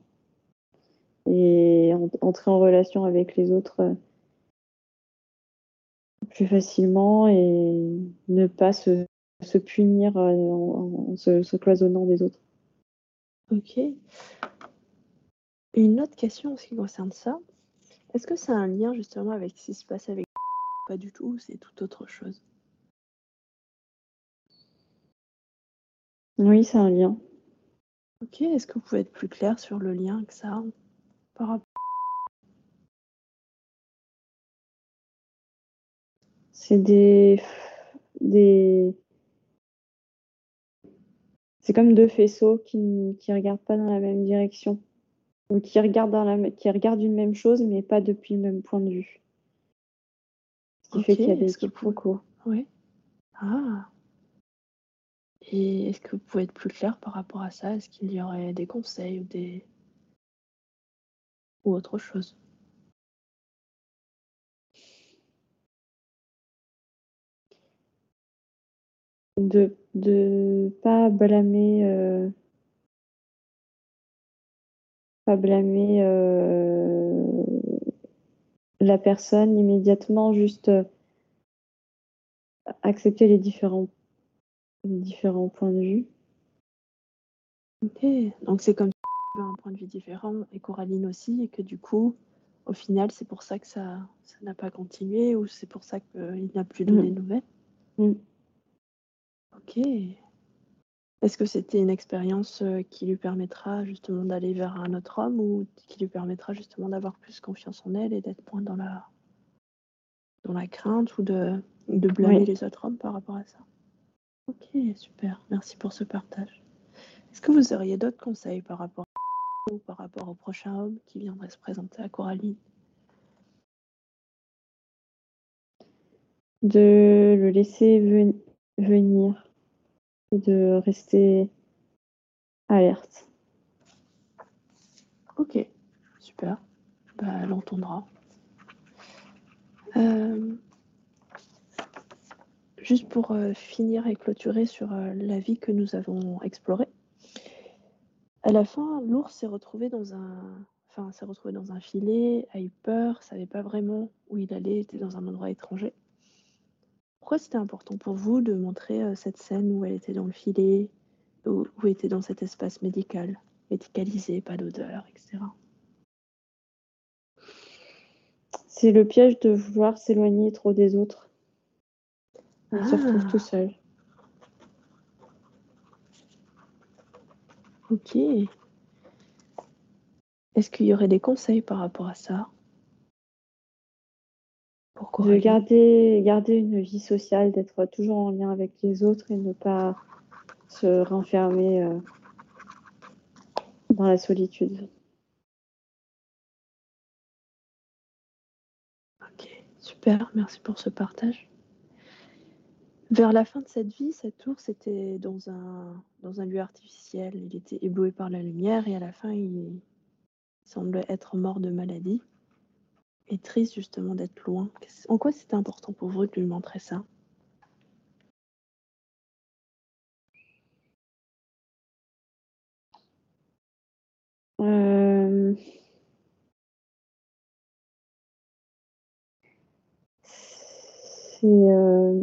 et en- entrer en relation avec les autres euh, plus facilement et ne pas se, se punir euh, en, en se, se cloisonnant des autres. Ok. Une autre question en ce qui concerne ça. Est-ce que ça a un lien justement avec ce qui se passe avec... Pas du tout, c'est tout autre chose. Oui, c'est un lien. Ok, est-ce que vous pouvez être plus clair sur le lien que ça a par rapport... C'est des, des... C'est comme deux faisceaux qui ne qui regardent pas dans la même direction ou qui regardent, dans la, qui regardent une même chose mais pas depuis le même point de vue. Ce qui Ok, fait qu'il y a des est-ce que vous pouvez... quiproquos. Oui. Ah. Et est-ce que vous pouvez être plus clair par rapport à ça? Est-ce qu'il y aurait des conseils ou des... ou autre chose? De de pas blâmer euh, pas blâmer euh, la personne immédiatement, juste euh, accepter les différents les différents points de vue. Ok, donc c'est comme si un point de vue différent et Coraline aussi, et que du coup, au final, c'est pour ça que ça ça n'a pas continué ou c'est pour ça qu'il n'a plus donné Mm. de nouvelles? Mm. Ok. Est-ce que c'était une expérience euh, qui lui permettra justement d'aller vers un autre homme ou qui lui permettra justement d'avoir plus confiance en elle et d'être moins dans la, dans la crainte ou de, de blâmer Oui. les autres hommes par rapport à ça? Ok, super. Merci pour ce partage. Est-ce que vous auriez d'autres conseils par rapport ou par rapport au prochain homme qui viendrait se présenter à Coraline? De le laisser ven- venir et de rester alerte. Ok, super. Bah, elle entendra. Euh, juste pour euh, finir et clôturer sur euh, la vie que nous avons explorée. À la fin, l'ours s'est retrouvé dans un, enfin, s'est retrouvé dans un filet, a eu peur, savait pas vraiment où il allait, était dans un endroit étranger. Pourquoi c'était important pour vous de montrer euh, cette scène où elle était dans le filet, où, où elle était dans cet espace médical, médicalisé, pas d'odeur, et cetera. C'est le piège de vouloir s'éloigner trop des autres. On se retrouve Ah. tout seul. Ok. Est-ce qu'il y aurait des conseils par rapport à ça pour De Coralie? garder, garder une vie sociale, d'être toujours en lien avec les autres et ne pas se renfermer euh, dans la solitude. Ok, super, merci pour ce partage. Vers la fin de cette vie, cet ours était dans un, dans un lieu artificiel. Il était ébloui par la lumière et à la fin, il semblait être mort de maladie. Et triste justement d'être loin. En quoi c'était important pour vous de lui montrer ça? Euh, c'est euh,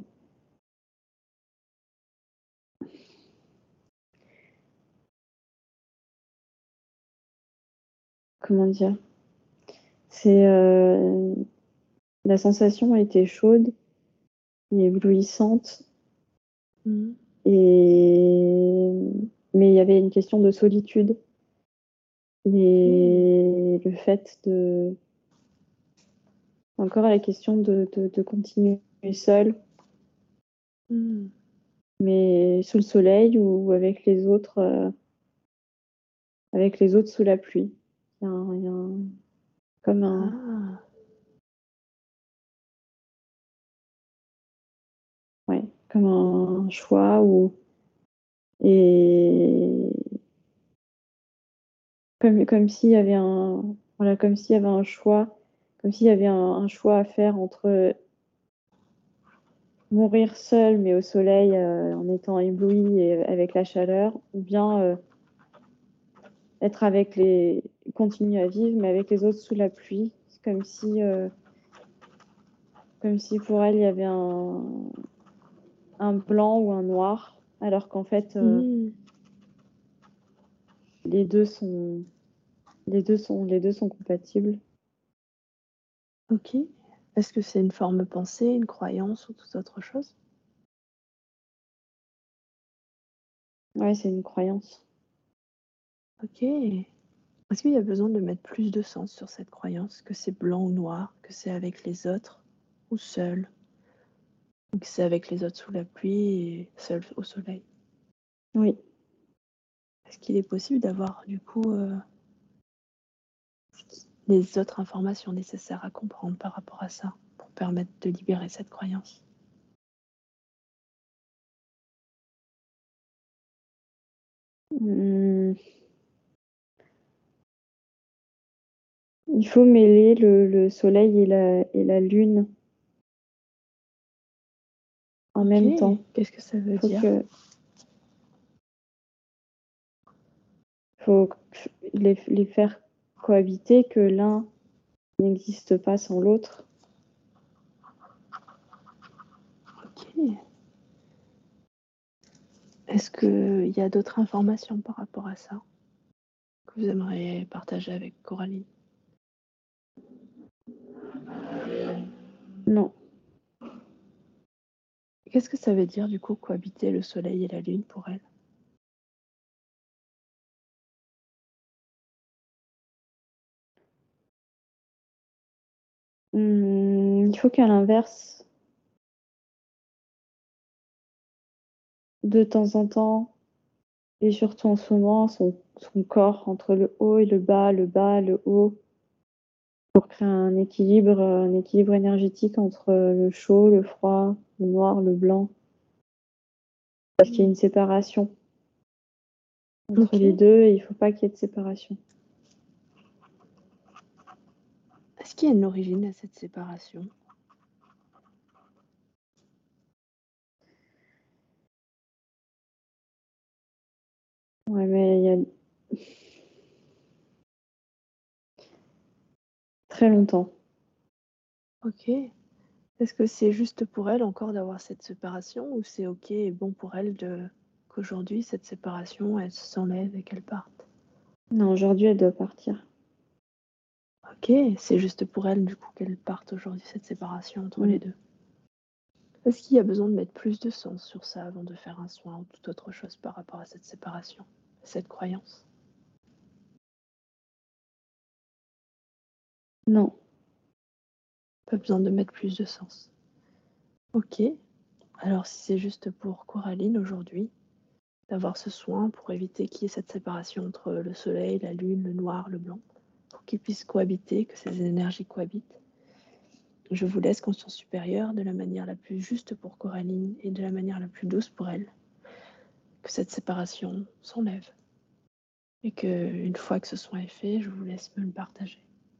comment dire? C'est euh, la sensation était chaude et éblouissante, Mmh. et mais il y avait une question de solitude Mmh. et le fait de encore la question de, de, de continuer seul, Mmh. mais sous le soleil ou avec les autres, euh, avec les autres sous la pluie. Il y a un, il y a un- comme un, Ah. ouais, comme un choix ou et comme, comme s'il y avait un, voilà, comme s'il y avait un choix, comme s'il y avait un, un choix à faire entre mourir seul mais au soleil euh, en étant ébloui et avec la chaleur, ou bien euh, être avec les, continuer à vivre mais avec les autres sous la pluie. C'est comme si, euh, comme si pour elle il y avait un, un blanc ou un noir, alors qu'en fait euh, Mmh. les deux sont, les deux sont, les deux sont compatibles. Ok. Est-ce que c'est une forme de pensée, une croyance ou toute autre chose? Ouais, c'est une croyance. Ok. Est-ce qu'il y a besoin de mettre plus de sens sur cette croyance, que c'est blanc ou noir, que c'est avec les autres ou seul, ou que c'est avec les autres sous la pluie et seul au soleil? Oui. Est-ce qu'il est possible d'avoir du coup euh, les autres informations nécessaires à comprendre par rapport à ça pour permettre de libérer cette croyance? Hum, il faut mêler le, le soleil et la, et la lune en Ok, même temps. qu'est-ce que ça veut Faut dire? que, faut les, les faire cohabiter, que l'un n'existe pas sans l'autre. Ok. Est-ce qu'il y a d'autres informations par rapport à ça que vous aimeriez partager avec Coralie? Non. Qu'est-ce que ça veut dire du coup cohabiter le soleil et la lune pour elle? Hum, il faut qu'à l'inverse, de temps en temps, Et surtout en ce moment, son, son corps entre le haut et le bas, le bas, le haut, pour créer un équilibre, un équilibre énergétique entre le chaud, le froid, le noir, le blanc. Parce qu'il y a une séparation entre Ok. les deux et il ne faut pas qu'il y ait de séparation. Est-ce qu'il y a une origine à cette séparation? Ouais, mais il y a très longtemps. Ok. Est-ce que c'est juste pour elle encore d'avoir cette séparation ou c'est ok et bon pour elle de qu'aujourd'hui cette séparation elle s'enlève et qu'elle parte? Non, aujourd'hui, elle doit partir. Ok, c'est juste pour elle du coup qu'elle parte aujourd'hui cette séparation entre Mm. les deux. Est-ce qu'il y a besoin de mettre plus de sens sur ça avant de faire un soin ou toute autre chose par rapport à cette séparation, cette croyance? Non. Pas besoin de mettre plus de sens. Ok, alors si c'est juste pour Coraline aujourd'hui, d'avoir ce soin pour éviter qu'il y ait cette séparation entre le soleil, la lune, le noir, le blanc, pour qu'ils puissent cohabiter, que ces énergies cohabitent. Je vous laisse conscience supérieure de la manière la plus juste pour Coraline et de la manière la plus douce pour elle, que cette séparation s'enlève. Et que une fois que ce soin est fait, je vous laisse me le partager.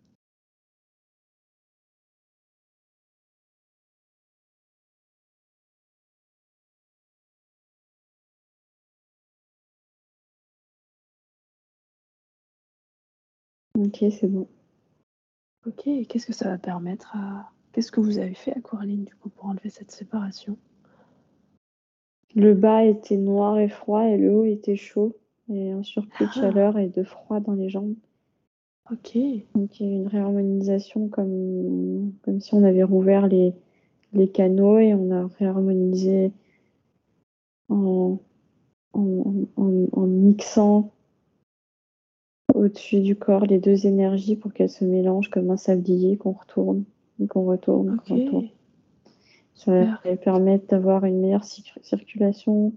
Ok, c'est bon. Ok, et qu'est-ce que ça va permettre à... Qu'est-ce que vous avez fait à Coraline du coup pour enlever cette séparation? Le bas était noir et froid et le haut était chaud. Et un surplus de Ah, chaleur et de froid dans les jambes. ok, Donc il y a eu une réharmonisation comme, comme si on avait rouvert les, les canaux et on a réharmonisé en, en, en, en mixant au-dessus du corps les deux énergies pour qu'elles se mélangent comme un sablier qu'on retourne et qu'on retourne et ok, qu'on retourne. Ça super. va permettre d'avoir une meilleure cir- circulation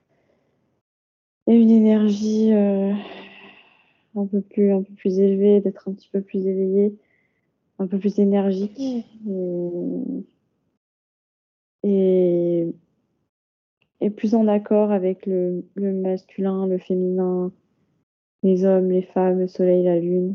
et une énergie euh, un peu plus, un peu plus élevée, d'être un petit peu plus éveillé, un peu plus énergique Ok, et, et, et plus en accord avec le, le masculin, le féminin, les hommes, les femmes, le soleil, la lune.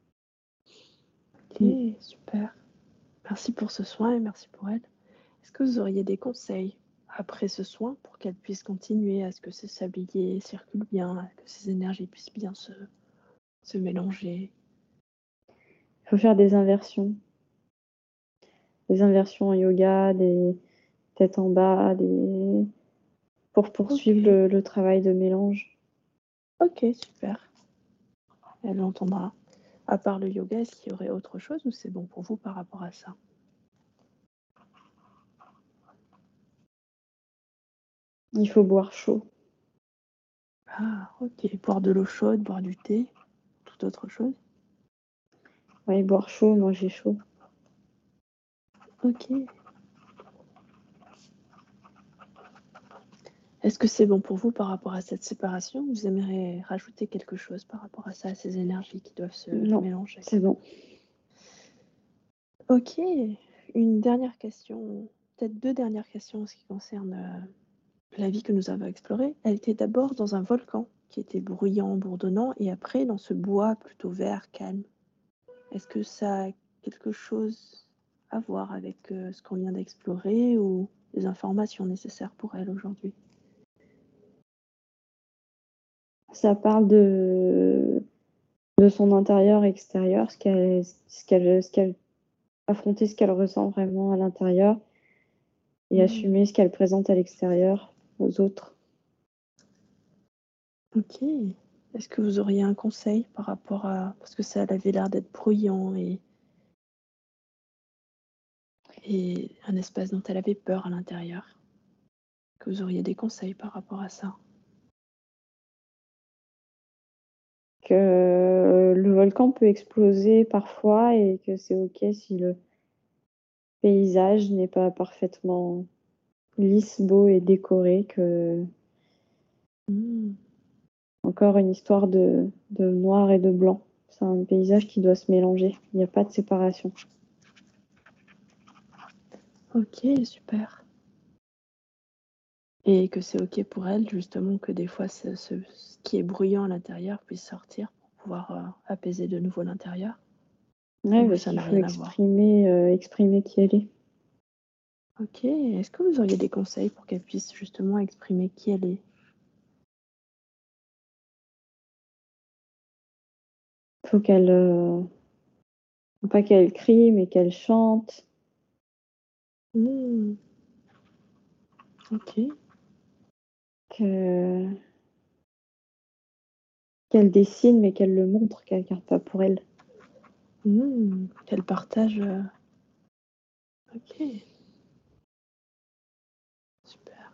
ok, super. Merci pour ce soin et merci pour elle. Est-ce que vous auriez des conseils après ce soin pour qu'elle puisse continuer à ce que ce sablier circule bien, à que ces énergies puissent bien se, se mélanger? Il faut faire des inversions. Des inversions en yoga, des têtes en bas, des... pour Ok, poursuivre le, le travail de mélange. ok, super. Elle l'entendra. À part le yoga, est-ce qu'il y aurait autre chose ou c'est bon pour vous par rapport à ça? Il faut boire chaud. Ah, ok. Boire de l'eau chaude, boire du thé, toute autre chose? Oui, boire chaud, manger chaud. Ok. Est-ce que c'est bon pour vous par rapport à cette séparation? Vous aimeriez rajouter quelque chose par rapport à ça, à ces énergies qui doivent se Non, mélanger? c'est bon. Ok. Une dernière question, peut-être deux dernières questions en ce qui concerne euh, la vie que nous avons explorée. Elle était d'abord dans un volcan qui était bruyant, bourdonnant, et après dans ce bois plutôt vert, calme. Est-ce que ça a quelque chose à voir avec euh, ce qu'on vient d'explorer ou les informations nécessaires pour elle aujourd'hui? Ça parle de, de son intérieur et extérieur, ce qu'elle, ce qu'elle, ce qu'elle, affronter ce qu'elle ressent vraiment à l'intérieur et Hmm. assumer ce qu'elle présente à l'extérieur aux autres. Ok. Est-ce que vous auriez un conseil par rapport à... Parce que ça avait l'air d'être bruyant et, et un espace dont elle avait peur à l'intérieur. Que vous auriez des conseils par rapport à ça? Que le volcan peut exploser parfois et que c'est ok si le paysage n'est pas parfaitement lisse, beau et décoré, que Hmm. encore une histoire de, de noir et de blanc. C'est un paysage qui doit se mélanger. Il n'y a pas de séparation. Ok, super. Et que c'est ok pour elle, justement, que des fois, ce, ce, ce qui est bruyant à l'intérieur puisse sortir pour pouvoir euh, apaiser de nouveau l'intérieur. Ouais, Ou parce ça qu'il n'a faut rien à voir. exprimer, euh, exprimer qui elle est. Ok, est-ce que vous auriez des conseils pour qu'elle puisse justement exprimer qui elle est? Il faut qu'elle... Euh, pas qu'elle crie, mais qu'elle chante. Mmh. Ok. Que... Qu'elle dessine, mais qu'elle le montre, qu'elle garde pas pour elle. Mmh. Qu'elle partage. euh, Ok. Super.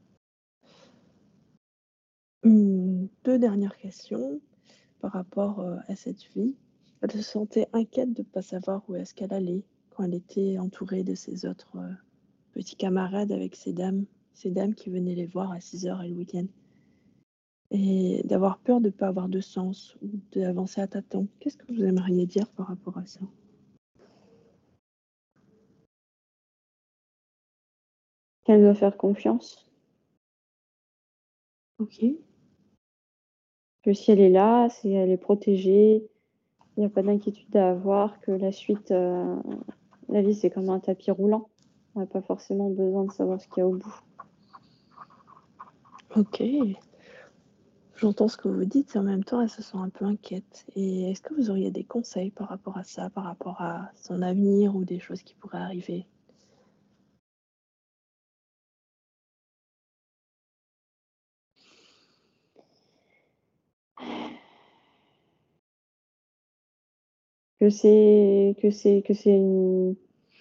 Mmh, Deux dernières questions par rapport euh, à cette fille. Elle se sentait inquiète de ne pas savoir où est-ce qu'elle allait quand elle était entourée de ses autres euh, petits camarades avec ces dames, ces dames qui venaient les voir à six heures et le week-end. Et d'avoir peur de ne pas avoir de sens ou d'avancer à tâtons. Qu'est-ce que vous aimeriez dire par rapport à ça? Qu'elle doit faire confiance. Ok. Que si elle est là, si elle est protégée, il n'y a pas d'inquiétude à avoir, que la suite, euh, la vie, c'est comme un tapis roulant. On n'a pas forcément besoin de savoir ce qu'il y a au bout. Ok. J'entends ce que vous dites et en même temps, elle se sent un peu inquiète. Et est-ce que vous auriez des conseils par rapport à ça, par rapport à son avenir ou des choses qui pourraient arriver? Que c'est que c'est que c'est une,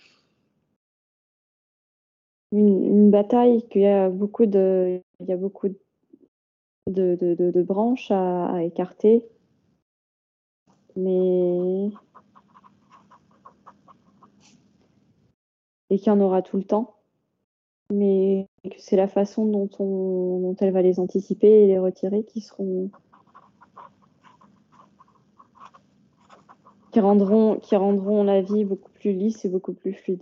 une, une bataille, qu'il y a beaucoup de il y a beaucoup de, de, de, de branches à, à écarter, mais et qu'il y en aura tout le temps, mais que c'est la façon dont on dont elle va les anticiper et les retirer qui seront qui rendront qui rendront la vie beaucoup plus lisse et beaucoup plus fluide.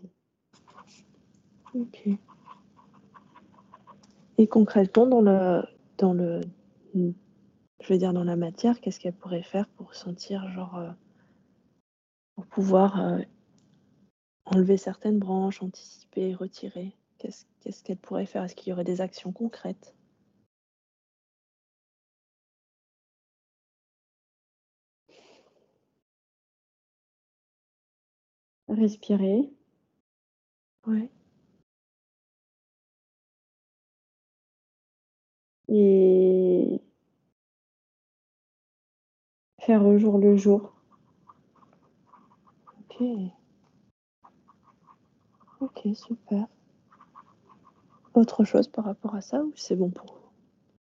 Ok. Et concrètement, dans le, dans le, je vais dire dans la matière, qu'est-ce qu'elle pourrait faire pour sentir, genre, euh, pour pouvoir euh, enlever certaines branches, anticiper, retirer? Qu'est-ce, qu'est-ce qu'elle pourrait faire? Est-ce qu'il y aurait des actions concrètes? Respirer Ouais. et faire au jour le jour. Ok. Ok, super. Autre chose par rapport à ça ou c'est bon pour vous?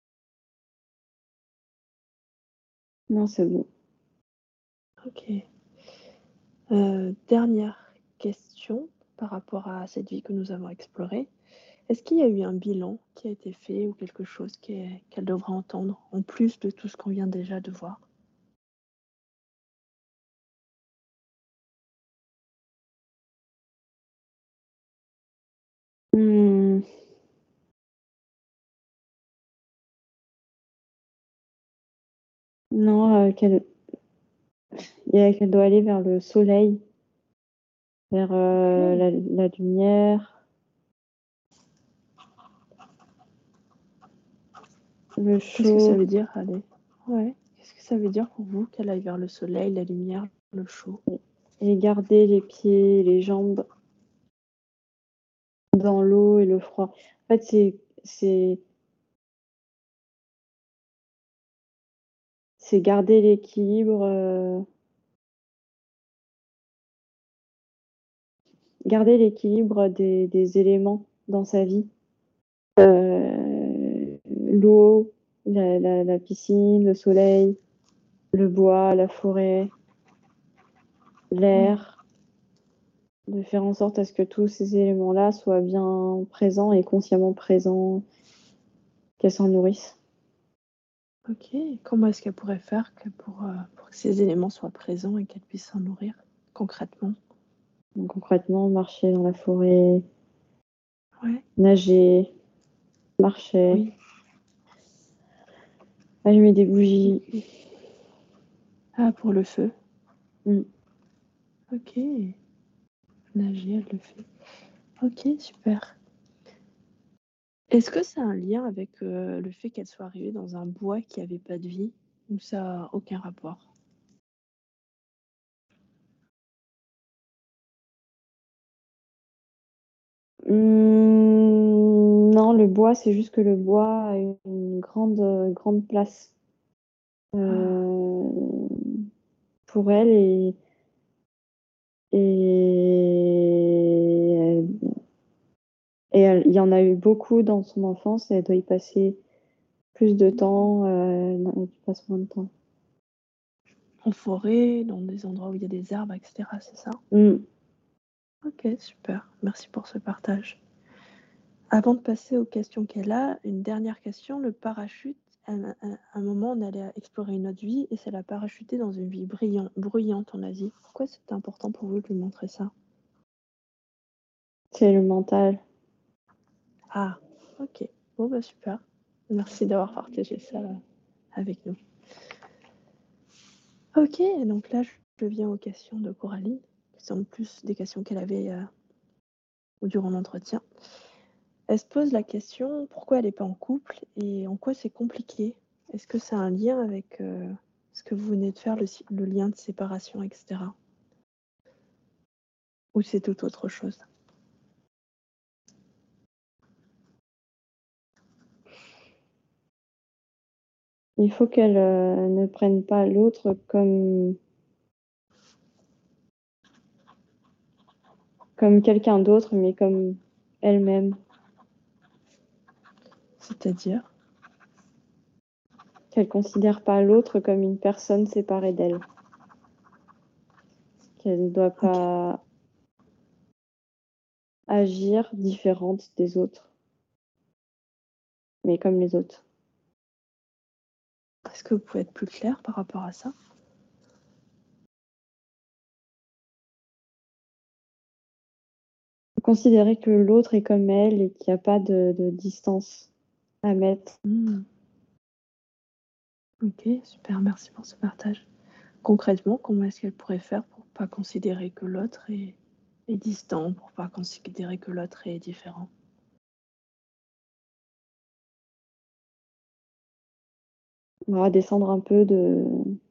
Non, c'est bon. Ok. Euh, dernière question par rapport à cette vie que nous avons explorée. Est-ce qu'il y a eu un bilan qui a été fait ou quelque chose qui est- qu'elle devra entendre en plus de tout ce qu'on vient déjà de voir? Hmm. Non, euh, qu'elle qu'elle doit aller vers le soleil, vers euh, Ok. la, la lumière, le Qu'est-ce que ça chaud, veut dire, aller? Ouais. Qu'est-ce que ça veut dire pour vous qu'elle aille vers le soleil, la lumière, le chaud? et garder les pieds, les jambes dans l'eau et le froid. En fait, c'est c'est c'est garder l'équilibre, euh, garder l'équilibre des, des éléments dans sa vie. Euh, l'eau, la, la, la piscine, le soleil, le bois, la forêt, Ouais. l'air, de faire en sorte à ce que tous ces éléments-là soient bien présents et consciemment présents, qu'elles s'en nourrissent. Ok. Comment est-ce qu'elle pourrait faire que pour, euh, pour que ces éléments soient présents et qu'elle puisse s'en nourrir concrètement? Donc, concrètement, marcher dans la forêt, Ouais. nager, marcher, Oui. allumer des bougies. Ok. Ah, pour le feu. Mm. Ok. Nager, elle le fait. Ok, super. Est-ce que ça a un lien avec euh, le fait qu'elle soit arrivée dans un bois qui avait pas de vie ou ça n'a aucun rapport? Hmm, non, le bois, c'est juste que le bois a une grande, euh, grande place Ah, euh, pour elle et, et, et elle- il y en a eu beaucoup dans son enfance et elle doit y passer plus de temps. Euh, non, elle y passe moins de temps. en forêt, dans des endroits où il y a des arbres, et cetera. C'est ça? Hmm. Ok, super. Merci pour ce partage. Avant de passer aux questions qu'elle a, une dernière question. Le parachute, à un, à un moment, on allait explorer une autre vie et ça l'a parachuté dans une vie brillant, bruyante en Asie. Pourquoi c'était important pour vous de lui montrer ça? C'est le mental. Ah, ok. Bon, bah super. Merci d'avoir partagé ça euh, avec nous. Ok, donc là, je viens aux questions de Coralie, qui sont plus des questions qu'elle avait euh, durant l'entretien. Elle se pose la question pourquoi elle n'est pas en couple et en quoi c'est compliqué. Est-ce que ça a un lien avec euh, ce que vous venez de faire, le, le lien de séparation, et cetera. Ou c'est tout autre chose? Il faut qu'elle euh, ne prenne pas l'autre comme, comme quelqu'un d'autre, mais comme elle-même. C'est-à-dire? Qu'elle considère pas l'autre comme une personne séparée d'elle. Qu'elle ne doit Ok. pas agir différente des autres, mais comme les autres. Est-ce que vous pouvez être plus clair par rapport à ça? Considérer que l'autre est comme elle et qu'il n'y a pas de, de distance à mettre. Mmh. Ok, super, merci pour ce partage. Concrètement, comment est-ce qu'elle pourrait faire pour pas considérer que l'autre est, est distant, pour pas considérer que l'autre est différent? On va descendre un peu de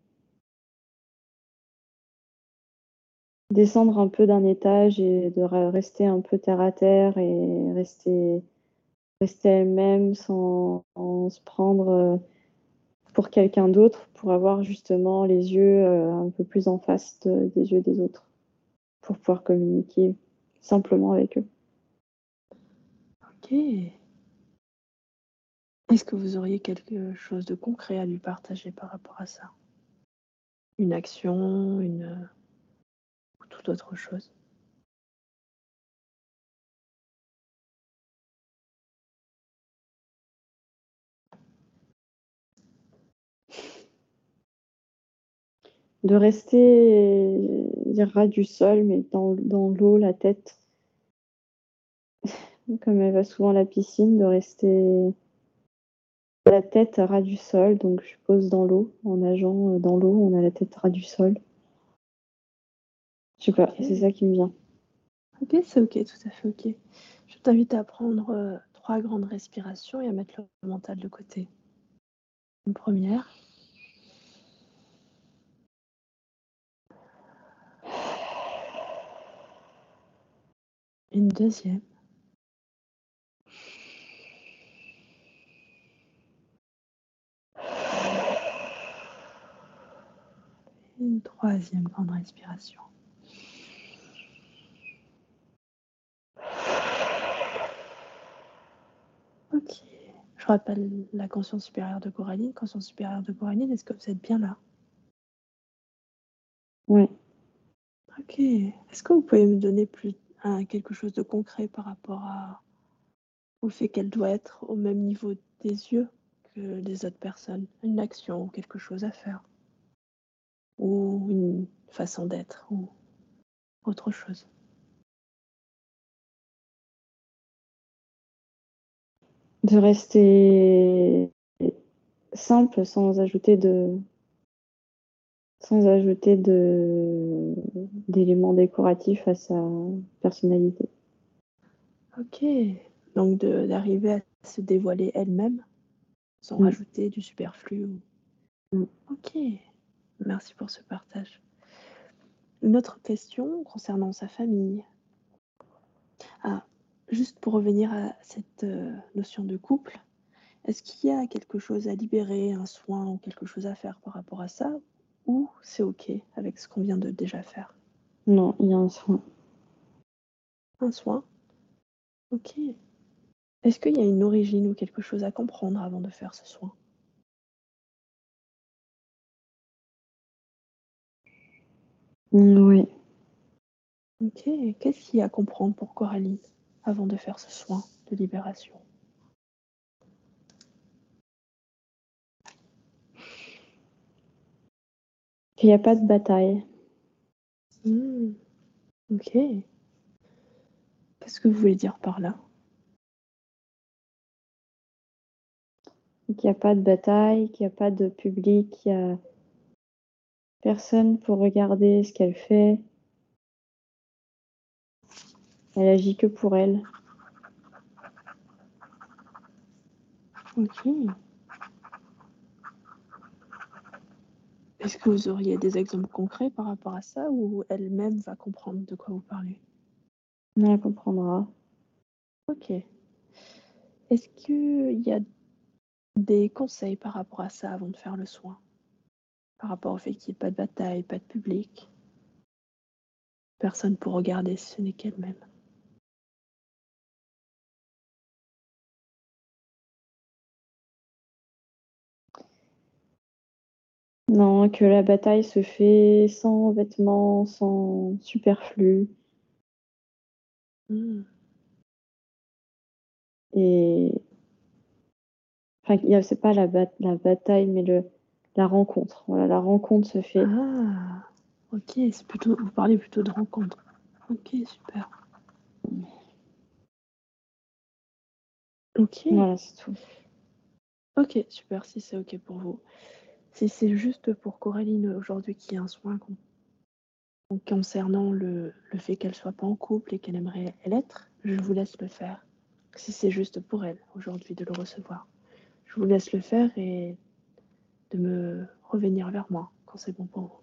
descendre un peu d'un étage et de rester un peu terre à terre et rester rester elle-même sans, sans se prendre euh, pour quelqu'un d'autre, pour avoir justement les yeux euh, un peu plus en face de- des yeux des autres, pour pouvoir communiquer simplement avec eux. Ok. Est-ce que vous auriez quelque chose de concret à lui partager par rapport à ça? Une action, une ou toute autre chose? De rester euh, ras du sol, mais dans, dans l'eau, la tête, comme elle va souvent à la piscine, de rester la tête ras du sol. Donc je pose dans l'eau, en nageant euh, dans l'eau, on a la tête ras du sol. Je sais pas, Ok. c'est ça qui me vient. Ok, c'est ok, tout à fait ok. Je t'invite à prendre euh, trois grandes respirations et à mettre le mental de côté. Une première. Une deuxième. Et une troisième grande respiration. Ok. Je rappelle la conscience supérieure de Coraline. Conscience supérieure de Coraline, est-ce que vous êtes bien là? Ouais. Ok. Est-ce que vous pouvez me donner plus un, quelque chose de concret par rapport à, au fait qu'elle doit être au même niveau des yeux que les autres personnes, une action ou quelque chose à faire, ou une façon d'être, ou autre chose. De rester simple sans ajouter de sans ajouter de d'éléments décoratifs à sa personnalité. Ok, donc de- d'arriver à se dévoiler elle-même sans Mm. rajouter du superflu. ou- Mm. Ok, merci pour ce partage. Une autre question concernant sa famille. Ah, juste pour revenir à cette euh, notion de couple, est-ce qu'il y a quelque chose à libérer, un soin ou quelque chose à faire par rapport à ça, ou c'est ok avec ce qu'on vient de déjà faire? Non, il y a un soin. Un soin? Ok. Est-ce qu'il y a une origine ou quelque chose à comprendre avant de faire ce soin? Mm, oui. Ok. Qu'est-ce qu'il y a à comprendre pour Coralie avant de faire ce soin de libération? Qu'il n'y a pas de bataille. Hmm, ok. Qu'est-ce que vous voulez dire par là? Qu'il n'y a pas de bataille, qu'il n'y a pas de public, qu'il n'y a personne pour regarder ce qu'elle fait. Elle agit que pour elle. Ok. Est-ce que vous auriez des exemples concrets par rapport à ça ou elle-même va comprendre de quoi vous parlez? Elle comprendra. Ok. Est-ce qu'il y a des conseils par rapport à ça avant de faire le soin? Par rapport au fait qu'il n'y ait pas de bataille, pas de public, personne pour regarder si ce n'est qu'elle-même. Non, que la bataille se fait sans vêtements, sans superflu. Hmm. Et enfin, il y a- c'est pas la, bat- la bataille, mais le, la rencontre. Voilà, la rencontre se fait. Ah, ok, c'est plutôt, vous parlez plutôt de rencontre. Ok, super. Ok, Voilà, c'est tout. ok, super, si c'est ok pour vous. Si c'est juste pour Coraline aujourd'hui qu'il y a un soin con- concernant le, le fait qu'elle soit pas en couple et qu'elle aimerait l'être, je vous laisse le faire. Si c'est juste pour elle aujourd'hui de le recevoir, je vous laisse le faire et de me revenir vers moi quand c'est bon pour vous.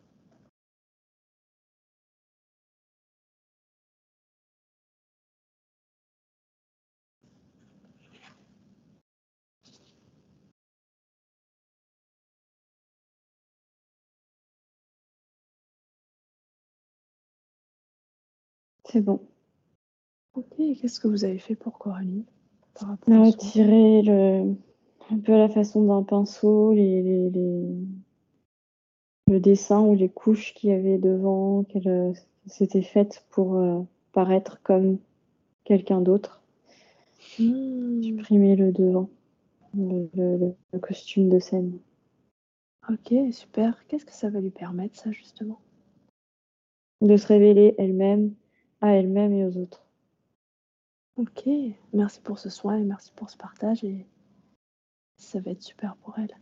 C'est bon. Ok, qu'est-ce que vous avez fait pour Coralie par rapport On au a soin? retiré le, un peu à la façon d'un pinceau, les, les, les- le dessin ou les couches qu'il y avait devant, qu'elle euh, s'était faite pour euh, paraître comme quelqu'un d'autre. Hmm, Supprimer le devant, le, le- le costume de scène. ok, super. Qu'est-ce que ça va lui permettre, ça, justement? De se révéler elle-même, à elle-même et aux autres. Ok, merci pour ce soin et merci pour ce partage et ça va être super pour elle.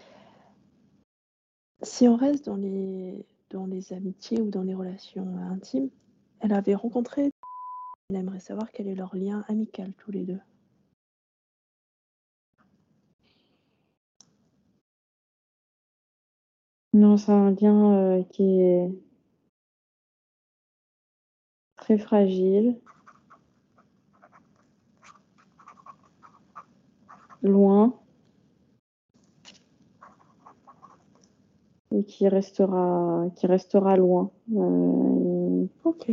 Si on reste dans les, dans les amitiés ou dans les relations intimes, elle avait rencontré, elle aimerait savoir quel est leur lien amical tous les deux. Non, c'est un lien euh, qui est très fragile, loin, et qui restera, qui restera loin. Euh, Ok,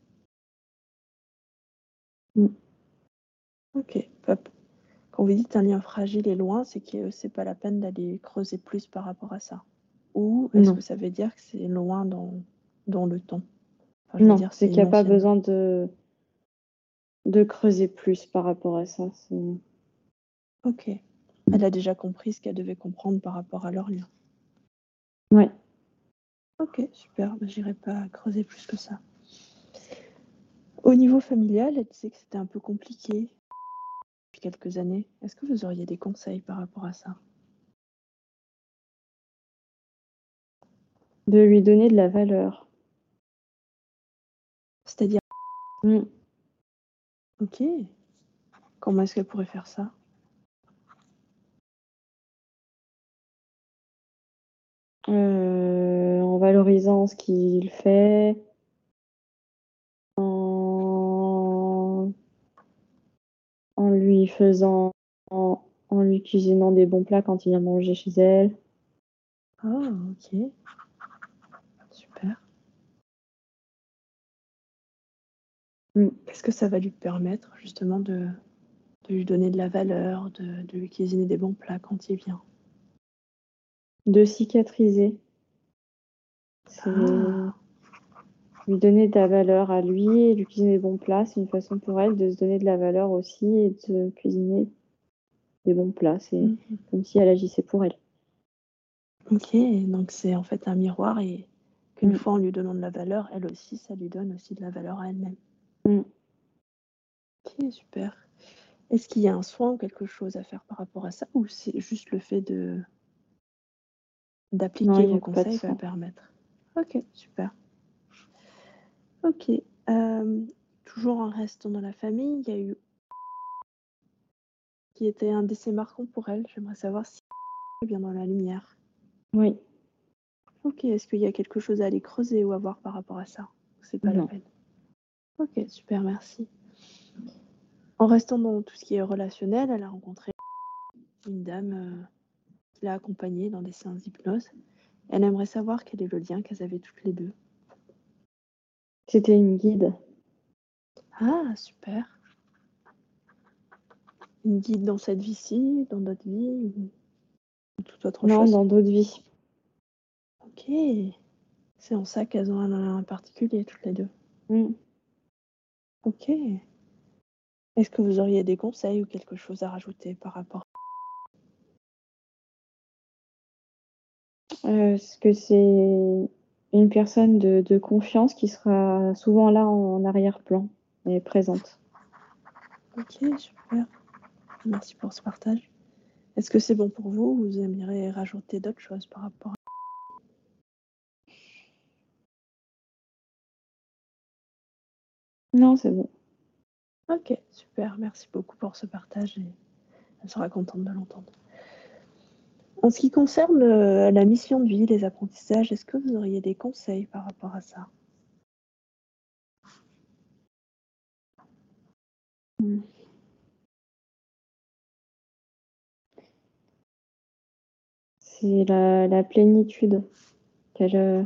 Mm. ok. Hop. Quand vous dites un lien fragile et loin, c'est que c'est pas la peine d'aller creuser plus par rapport à ça. Ou est-ce Non, que ça veut dire que c'est loin dans, dans le temps? Enfin, je veux non, dire, c'est c'est qu'il n'y a pas émotionnel. besoin de, de creuser plus par rapport à ça. c'est- Ok. Elle a déjà compris ce qu'elle devait comprendre par rapport à leur lien. Ouais. Ok, super. Bah, j'irai pas creuser plus que ça. Au niveau familial, elle disait que c'était un peu compliqué depuis quelques années. Est-ce que vous auriez des conseils par rapport à ça? De lui donner de la valeur. C'est-à-dire, Mm. ok, comment est-ce qu'elle pourrait faire ça? Euh, en valorisant ce qu'il fait, en, en lui faisant, en, en lui cuisinant des bons plats quand il vient manger chez elle. Ah, ok, super. Mm. Qu'est-ce que ça va lui permettre justement de, de lui donner de la valeur, de, de lui cuisiner des bons plats quand il vient? De cicatriser. C'est Ah, lui donner de la valeur à lui et lui cuisiner des bons plats. C'est une façon pour elle de se donner de la valeur aussi et de cuisiner des bons plats. C'est mhm. comme si elle agissait pour elle. Ok, donc c'est en fait un miroir et qu'une Mm. fois en lui donnant de la valeur, elle aussi, ça lui donne aussi de la valeur à elle-même. Mm. Ok, super. Est-ce qu'il y a un soin ou quelque chose à faire par rapport à ça ou c'est juste le fait de Non, d'appliquer il n'y vos a pas de conseils va soin. permettre? Ok, super. Ok, euh, toujours en restant dans la famille, il y a eu qui était un décès marquant pour elle. J'aimerais savoir si c'est bien dans la lumière. Oui, Ok, est-ce qu'il y a quelque chose à aller creuser ou à voir par rapport à ça? C'est pas la non. peine. Ok, super, merci. En restant dans tout ce qui est relationnel, elle a rencontré une dame euh, qui l'a accompagnée dans des séances d'hypnose. Elle aimerait savoir quel est le lien qu'elles avaient toutes les deux. C'était une guide. Ah, super. Une guide dans cette vie-ci, dans d'autres vies ou toute autre Non, chose? dans d'autres vies. Ok. C'est en ça qu'elles ont un lien particulier toutes les deux. Mm. Ok. Est-ce que vous auriez des conseils ou quelque chose à rajouter par rapport? Euh, parce que c'est une personne de, de confiance qui sera souvent là en, en arrière-plan et présente. Ok, super. Merci pour ce partage. Est-ce que c'est bon pour vous ou vous aimeriez rajouter d'autres choses par rapport à... Non, c'est bon. Ok, super. Merci beaucoup pour ce partage et elle sera contente de l'entendre. En ce qui concerne euh, la mission de vie, les apprentissages, est-ce que vous auriez des conseils par rapport à ça? Mm. C'est la, la plénitude qu'elle euh,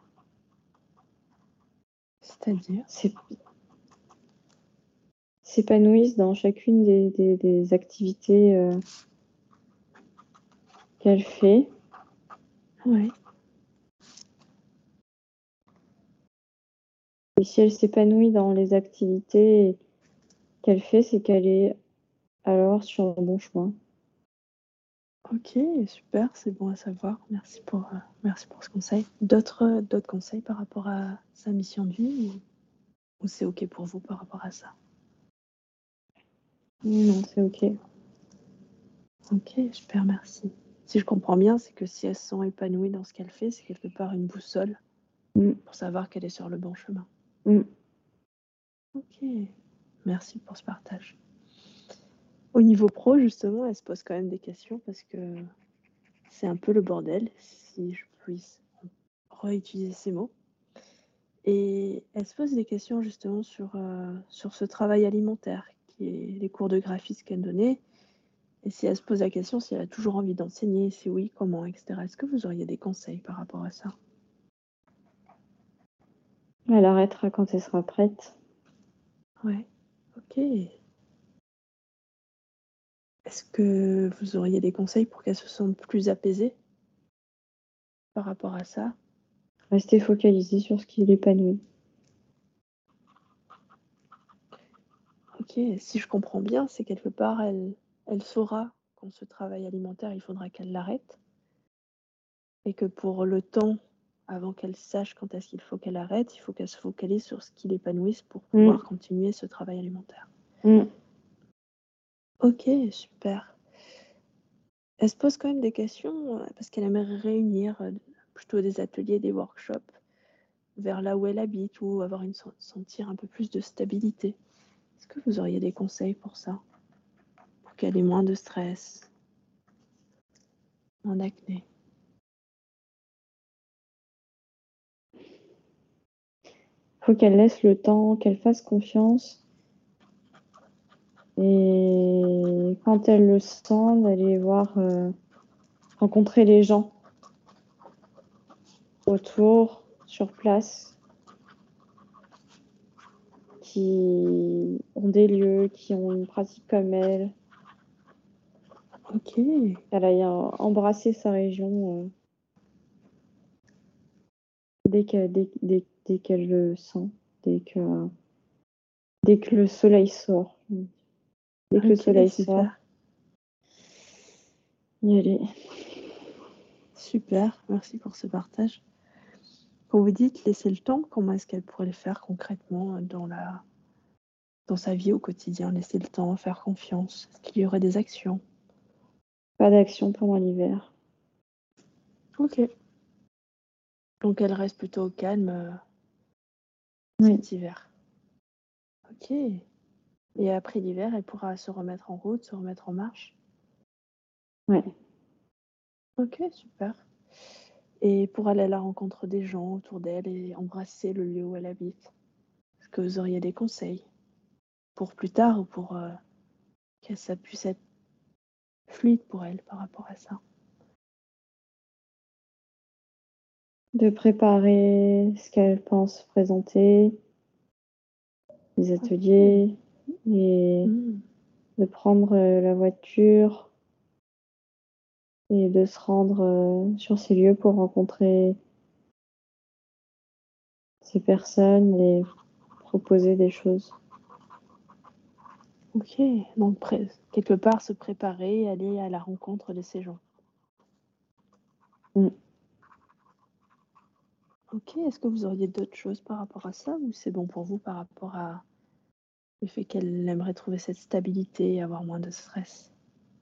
C'est-à-dire? s'é- s'épanouisse dans chacune des, des- des activités euh, qu'elle fait. Oui. Et si elle s'épanouit dans les activités qu'elle fait, c'est qu'elle est alors sur le bon chemin. Ok, super, c'est bon à savoir. Merci pour, euh, merci pour ce conseil. D'autres, euh, d'autres conseils par rapport à sa mission de vie ou, ou c'est ok pour vous par rapport à ça? Non, c'est ok. Ok, super, merci. Si je comprends bien, c'est que si elle se sent épanouie dans ce qu'elle fait, c'est quelque part une boussole Mm. pour savoir qu'elle est sur le bon chemin. Mm. Ok, merci pour ce partage. Au niveau pro, justement, elle se pose quand même des questions parce que c'est un peu le bordel, si je puisse réutiliser ces mots. Et elle se pose des questions justement sur, euh, sur ce travail alimentaire, qui est les cours de graphisme qu'elle donnait. Et si elle se pose la question si elle a toujours envie d'enseigner, si oui, comment, et cetera. Est-ce que vous auriez des conseils par rapport à ça? Elle arrêtera quand elle sera prête. Ouais, ok. Est-ce que vous auriez des conseils pour qu'elle se sente plus apaisée par rapport à ça? Rester focalisée sur ce qui l'épanouit. Ok, si je comprends bien, c'est quelque part, elle, elle saura quand ce travail alimentaire, il faudra qu'elle l'arrête et que pour le temps, avant qu'elle sache quand est-ce qu'il faut qu'elle arrête, il faut qu'elle se focalise sur ce qui l'épanouisse pour Mm. pouvoir continuer ce travail alimentaire. Mm. OK, super. Elle se pose quand même des questions, heu, parce qu'elle aimerait réunir, heu, plutôt des ateliers, des workshops vers là où elle habite ou avoir une sen sentir un peu plus de stabilité. Est-ce que vous auriez des conseils pour ça? Pour qu'elle ait moins de stress, moins d'acné? Faut qu'elle laisse le temps, qu'elle fasse confiance. Et quand elle le sent, d'aller voir, euh, rencontrer les gens autour, sur place, qui ont des lieux, qui ont une pratique comme elle. OK. Elle aille euh, embrasser sa région euh, dès qu'elle dès, dès, dès qu'elle le sent, dès que, dès que le soleil sort. Dès que le OK, soleil super. sort, y aller. Super, merci pour ce partage. Quand vous dites laisser le temps, comment est-ce qu'elle pourrait le faire concrètement, heu, dans la dans sa vie au quotidien? Laisser le temps, faire confiance? Est-ce qu'il y aurait des actions? Pas d'action pendant l'hiver. OK. Donc elle reste plutôt au calme, heu, Oui, cet hiver. OK et après l'hiver, elle pourra se remettre en route, se remettre en marche? ouais. OK, super et pour aller à la rencontre des gens autour d'elle et embrasser le lieu où elle habite, est-ce que vous auriez des conseils pour plus tard ou pour, heu, que ça puisse être fluide pour elle par rapport à ça? De préparer ce qu'elle pense présenter, les OK. ateliers, et Mmh. de prendre euh, la voiture et de se rendre euh, sur ces lieux pour rencontrer ces personnes et proposer des choses. OK, donc pré quelque part se préparer, aller à la rencontre de ces gens. Mm. OK, est-ce que vous auriez d'autres choses par rapport à ça ou c'est bon pour vous par rapport à le fait qu'elle aimerait trouver cette stabilité et avoir moins de stress?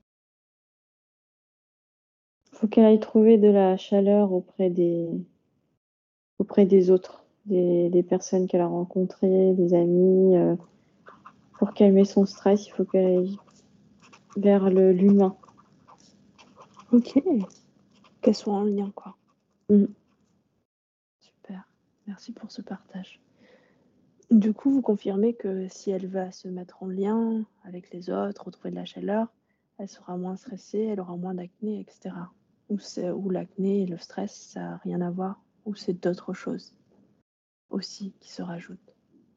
Faut qu'elle aille trouver de la chaleur auprès des, auprès des autres, des, des personnes qu'elle a rencontrées, des amis. euh, pour calmer son stress, il faut qu'elle aille vers le, l'humain. OK, qu'elles soient en lien, quoi. Mm. Super, merci pour ce partage. Du coup, vous confirmez que si elle va se mettre en lien avec les autres, retrouver de la chaleur, elle sera moins stressée, elle aura moins d'acné et cetera? Ou c'est ou l'acné et le stress, ça a rien à voir? Ou c'est d'autres choses aussi qui se rajoutent?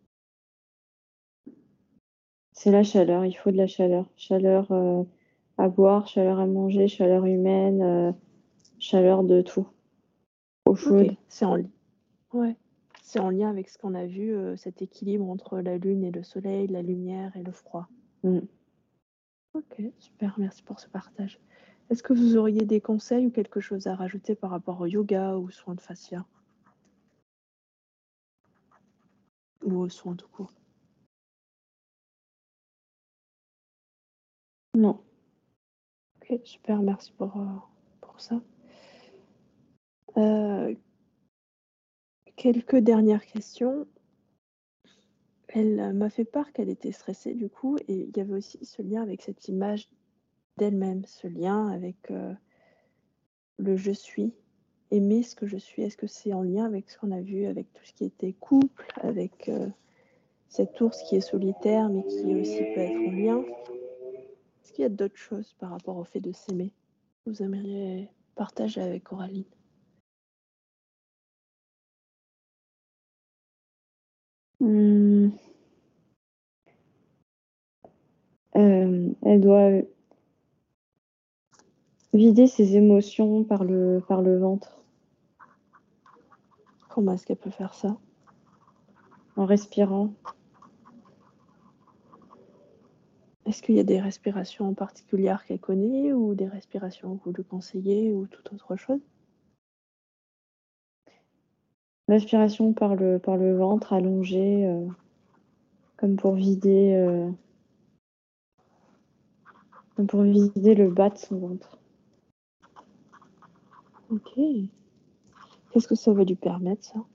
C'est la chaleur, il faut de la chaleur. Chaleur euh, à boire, chaleur à manger, chaleur humaine, euh, chaleur de tout. Eau OK, chaude. c'est en li ouais, c'est en lien avec ce qu'on a vu, heu, cet équilibre entre la lune et le soleil, la lumière et le froid. Mm. OK, super, merci pour ce partage. Est-ce que vous auriez des conseils ou quelque chose à rajouter par rapport au yoga ou aux soins de fascia? Ou aux soins tout court? Non. OK, super, merci pour, heu, pour ça. Heu, quelques dernières questions. Elle, heu, m'a fait part qu'elle était stressée du coup et il y avait aussi ce lien avec cette image d'elle-même, ce lien avec, heu, le «je suis», aimer ce que je suis. Est-ce que c'est en lien avec ce qu'on a vu avec tout ce qui était couple, avec, heu, cet ours qui est solitaire mais qui aussi peut être en lien? Est-ce qu'il y a d'autres choses par rapport au fait de s'aimer? Que vous aimeriez partager avec Coraline? Hmm. Euh, elle doit vider ses émotions par le, par le ventre, Comment est-ce qu'elle peut faire ça? en respirant. Est-ce qu'il y a des respirations particulières qu'elle connaît ou des respirations que vous lui conseillez ou toute autre chose? Respiration par le par le ventre allongé, heu, comme pour vider, heu comme pour vider le bas de son ventre. OK. Qu'est-ce que ça va lui permettre ça?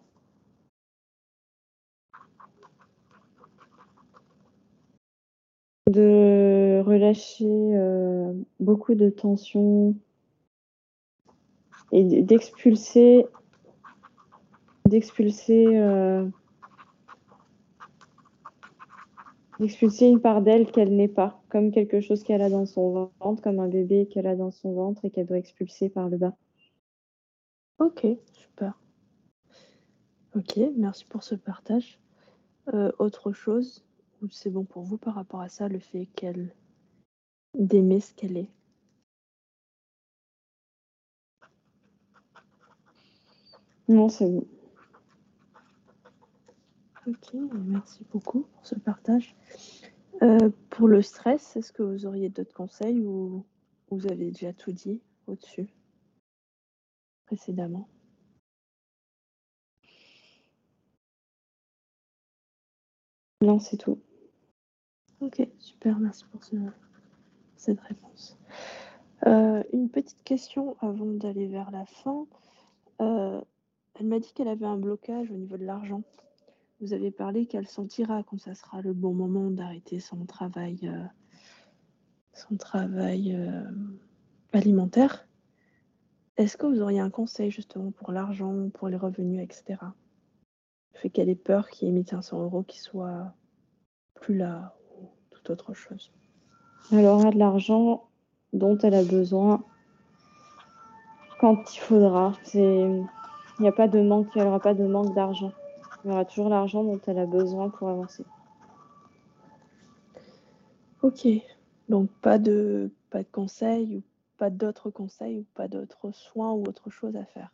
De relâcher, heu, beaucoup de tension et d d'expulser d'expulser, heu d'expulser une part d'elle qu'elle n'est pas, comme quelque chose qu'elle a dans son ventre, comme un bébé qu'elle a dans son ventre et qu'elle doit expulser par le bas. OK, super. OK, merci pour ce partage. Heu, autre chose ou c'est bon pour vous par rapport à ça, le fait qu'elle d'aimer ce qu'elle est? Non, c'est bon. OK, merci beaucoup pour ce partage. Heu, pour le stress, est-ce que vous auriez d'autres conseils ou vous avez déjà tout dit au-dessus, précédemment? Non, c'est tout. OK, super, merci pour ce cette réponse. Heu, une petite question avant d'aller vers la fin. Heu, elle m'a dit qu'elle avait un blocage au niveau de l'argent. Vous avez parlé qu'elle sentira quand ça sera le bon moment d'arrêter son travail, heu, son travail, hem, alimentaire. Est-ce que vous auriez un conseil justement pour l'argent, pour les revenus et cetera? Le fait qu'elle ait peur qu'il y ait mille cinq cents euros qui soient plus là ou toute autre chose. Elle aura de l'argent dont elle a besoin quand il faudra. C'est il y a pas de manque, il y aura pas de manque d'argent. Il y aura toujours l'argent dont elle a besoin pour avancer. OK, donc pas de pas de conseils ou pas d'autres conseils ou pas d'autres soins ou autre chose à faire?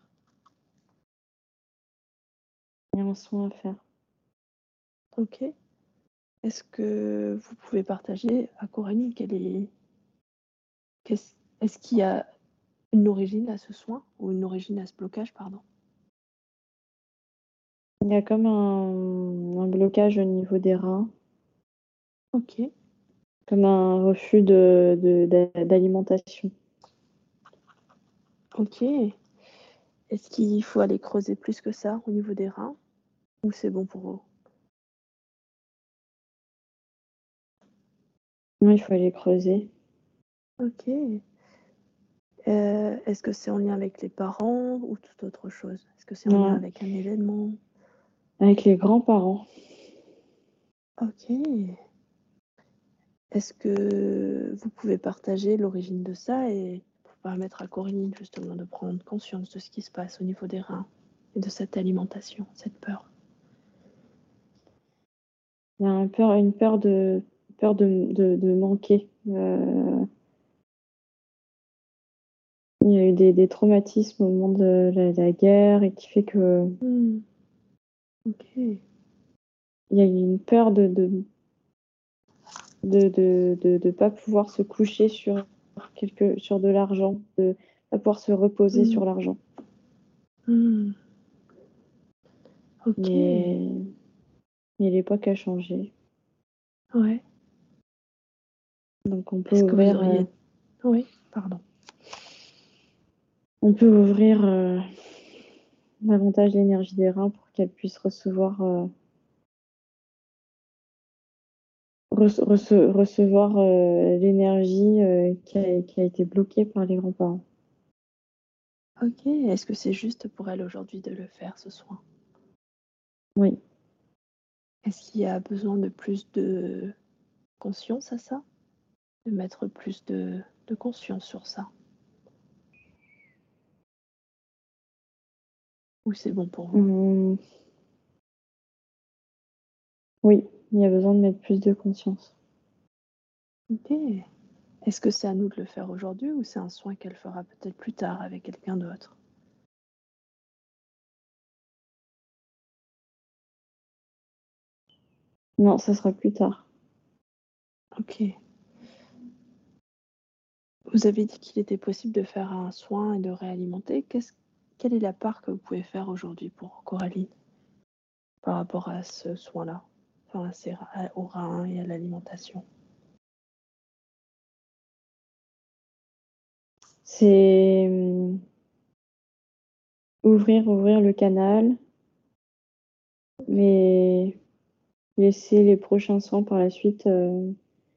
Il y a un soin à faire. OK. Est-ce que vous pouvez partager à Coralie quelle est qu'est-ce est-ce qu'il y a une origine à ce soin ou une origine à ce blocage, pardon? Il y a comme un un blocage au niveau des reins, OK, comme un refus de de d'a d'alimentation. OK. Est-ce qu'il faut aller creuser plus que ça au niveau des reins ou c'est bon pour vous? Non, il faut aller creuser. OK. Heu, est-ce que c'est en lien avec les parents ou toute autre chose? Est-ce que c'est en lien Non, avec un événement? avec les grands-parents. OK. Est-ce que vous pouvez partager l'origine de ça et pour permettre à Corinne justement de prendre conscience de ce qui se passe au niveau des reins et de cette alimentation, cette peur? Il y a un peur une peur de peur de de de manquer, heu, il y a eu des des traumatismes au moment de la la guerre et qui fait que Mmh. OK. il y a eu une peur de de de de de de pas pouvoir se coucher sur quelque sur de l'argent, de pas pouvoir se reposer Mmh. sur l'argent. Mmh. OK. Mais mais l'époque a changé, Ouais. donc on peut Est-ce que vous ouvrir, heu, auriez oui, pardon. on peut ouvrir, heu, davantage l'énergie des reins pour qu'elle puisse recevoir, heu, rece rece recevoir, heu, l'énergie, heu, qui a qui a été bloquée par les grands-parents. OK. Est-ce que c'est juste pour elle aujourd'hui de le faire, ce soin? Oui. Est-ce qu'il y a besoin de plus de conscience à ça? De mettre plus de de conscience sur ça? Ou c'est bon pour vous? Mmh, oui, il y a besoin de mettre plus de conscience. OK. Est-ce que c'est à nous de le faire aujourd'hui ou c'est un soin qu'elle fera peut-être plus tard avec quelqu'un d'autre? Non, ça sera plus tard. Ok. Vous avez dit qu'il était possible de faire un soin et de réalimenter. Qu'est-ce, quelle est la part que vous pouvez faire aujourd'hui pour Coraline par rapport à ce soin-là, enfin, à ses ra- à- au rein et à l'alimentation? C'est hum, ouvrir, ouvrir le canal, mais laisser les prochains soins par la suite euh,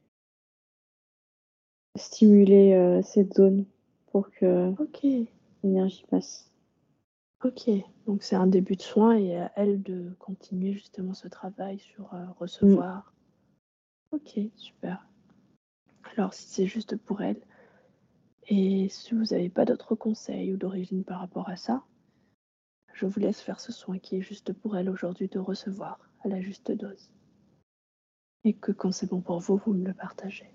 stimuler euh, cette zone pour que Ok, l'énergie passe. ok. Donc c'est un début de soin et à elle de continuer justement ce travail sur euh, Mm. recevoir. Ok, super. Alors si c'est juste pour elle, et si vous n'avez pas d'autres conseils ou d'origine par rapport à ça, je vous laisse faire ce soin qui est juste pour elle aujourd'hui de recevoir à la juste dose. Et que quand c'est bon pour vous, vous me le partagez.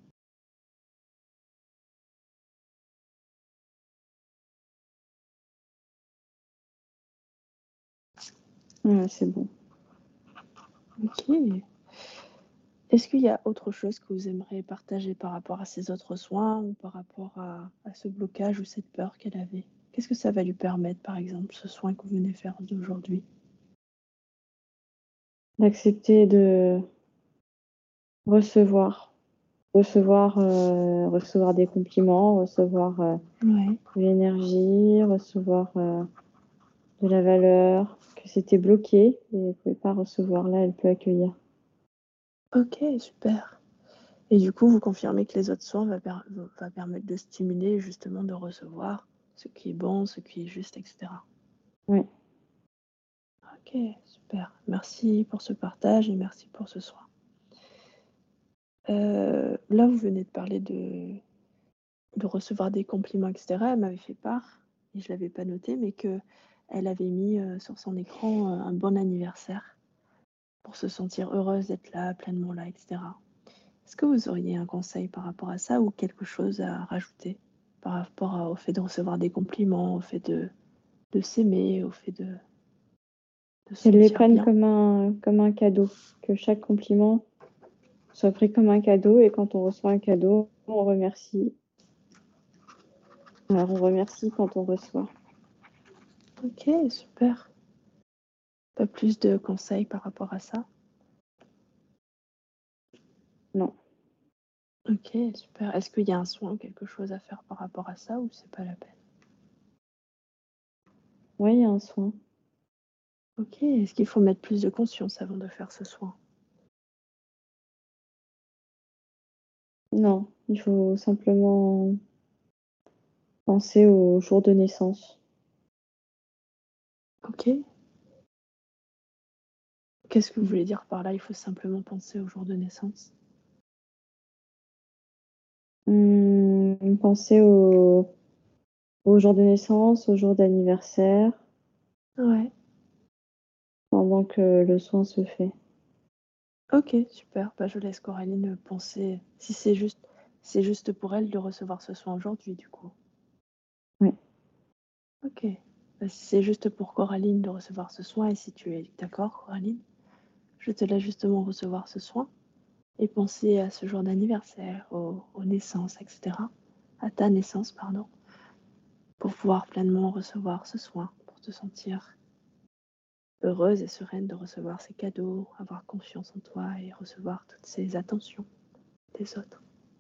Ouais, c'est bon. Ok. Est-ce qu'il y a autre chose que vous aimeriez partager par rapport à ces autres soins ou par rapport à, à ce blocage ou cette peur qu'elle avait? Qu'est-ce que ça va lui permettre, par exemple, ce soin que vous venez faire d'aujourd'hui? D'accepter de recevoir, recevoir, euh, recevoir des compliments, recevoir euh, Ouais. de l'énergie, recevoir euh, de la valeur, que c'était bloqué et elle ne pouvait pas recevoir. Là, elle peut accueillir. Ok, super. Et du coup, vous confirmez que les autres soins va, per- va permettre de stimuler, justement, de recevoir ce qui est bon, ce qui est juste, et cetera. Oui. Ok, super. Merci pour ce partage et merci pour ce soin. Euh, là, vous venez de parler de, de recevoir des compliments, et cetera. Elle m'avait fait part, et je ne l'avais pas noté, mais qu'elle avait mis euh, sur son écran euh, un bon anniversaire pour se sentir heureuse d'être là, pleinement là, et cetera. Est-ce que vous auriez un conseil par rapport à ça ou quelque chose à rajouter par rapport à- au fait de recevoir des compliments, au fait de, de s'aimer, au fait de, de se Qu'elle les sentir prenne bien? comme un, comme un cadeau, que chaque compliment soit pris comme un cadeau et quand on reçoit un cadeau, on remercie. Alors, on remercie quand on reçoit. Ok, super. Pas plus de conseils par rapport à ça? Non. Ok, super. Est-ce qu'il y a un soin ou quelque chose à faire par rapport à ça ou c'est pas la peine? Oui, il y a un soin. Ok, est-ce qu'il faut mettre plus de conscience avant de faire ce soin? Non, il faut simplement penser au jour de naissance. Ok. Qu'est-ce que vous Mm. voulez dire par là? Il faut simplement penser au jour de naissance. Hum, penser au, au jour de naissance, au jour d'anniversaire, Ouais. pendant que le soin se fait. Ok, super. Bah, je laisse Coraline penser si c'est juste, c'est juste pour elle de recevoir ce soin aujourd'hui, du coup. Oui. Ok. Bah, si c'est juste pour Coraline de recevoir ce soin et si tu es d'accord, Coraline, je te laisse justement recevoir ce soin et penser à ce jour d'anniversaire, aux, aux naissances, et cetera. À ta naissance, pardon, pour pouvoir pleinement recevoir ce soin, pour te sentir heureuse et sereine de recevoir ces cadeaux, avoir confiance en toi et recevoir toutes ces attentions des autres.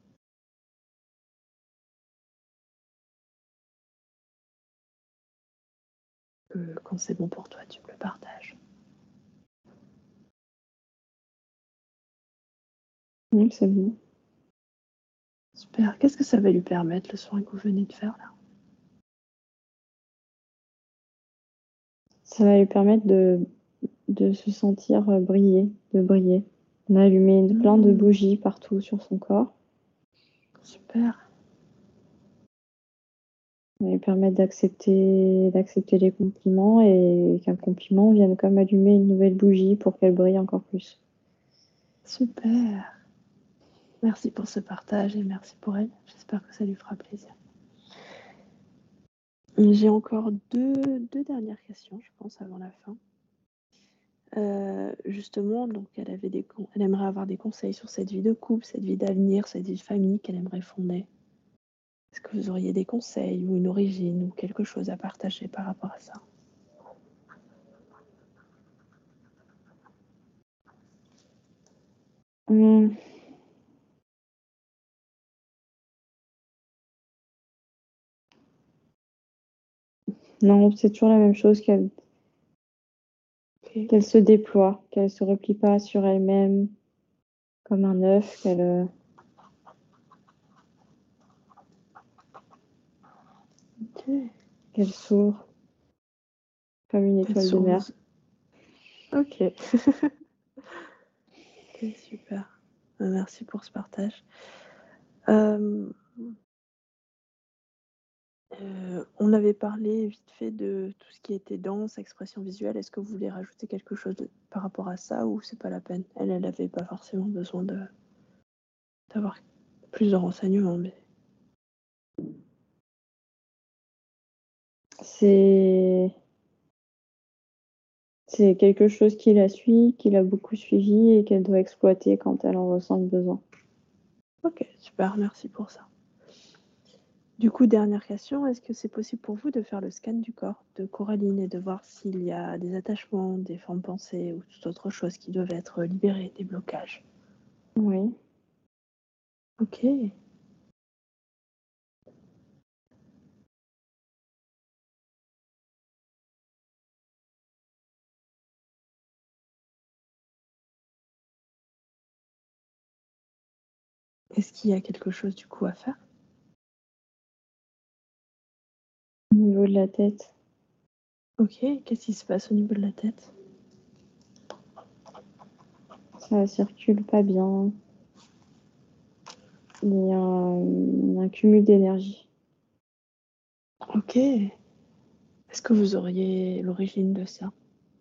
Que quand c'est bon pour toi, tu me le partages. Oui, c'est bon. Super. Qu'est-ce que ça va lui permettre, le soin que vous venez de faire là? Ça va lui permettre de, de se sentir euh, briller, de briller. On a allumé plein de Mmh, bougies partout sur son corps. super. Ça va lui permettre d'accepter, d'accepter les compliments et qu'un compliment vienne comme allumer une nouvelle bougie pour qu'elle brille encore plus. Super. Merci pour ce partage et merci pour elle. J'espère que ça lui fera plaisir. J'ai encore deux, deux dernières questions, je pense, avant la fin. Heu, justement, donc elle avait des con elle aimerait avoir des conseils sur cette vie de couple, cette vie d'avenir, cette vie de famille qu'elle aimerait fonder. Est-ce que vous auriez des conseils ou une origine ou quelque chose à partager par rapport à ça? Mmh. Non, c'est toujours la même chose, qu'elle OK. qu'elle se déploie, qu'elle se replie pas sur elle-même comme un œuf, qu'elle, heu OK. qu'elle s'ouvre comme une Elle étoile de mer. s'ouvre OK. OK, super. Bah, merci pour ce partage. Hem, heu, on avait parlé vite fait de tout ce qui était danse, expression visuelle. Est-ce que vous voulez rajouter quelque chose de par rapport à ça ou c'est pas la peine? Elle, elle avait pas forcément besoin de d'avoir plus de renseignements, mais C'est c'est quelque chose qui la suit, qui l'a beaucoup suivie et qu'elle doit exploiter quand elle en ressent le besoin. OK, super, merci pour ça. Du coup, dernière question, est-ce que c'est possible pour vous de faire le scan du corps de Coraline et de voir s'il y a des attachements, des formes pensées ou toute autre chose qui doivent être libérées, des blocages? Oui. OK. Est-ce qu'il y a quelque chose du coup à faire? Au niveau de la tête. OK, qu'est-ce qui se passe au niveau de la tête? Ça circule pas bien. Il y a un un cumul d'énergie. OK. Est-ce que vous auriez l'origine de ça?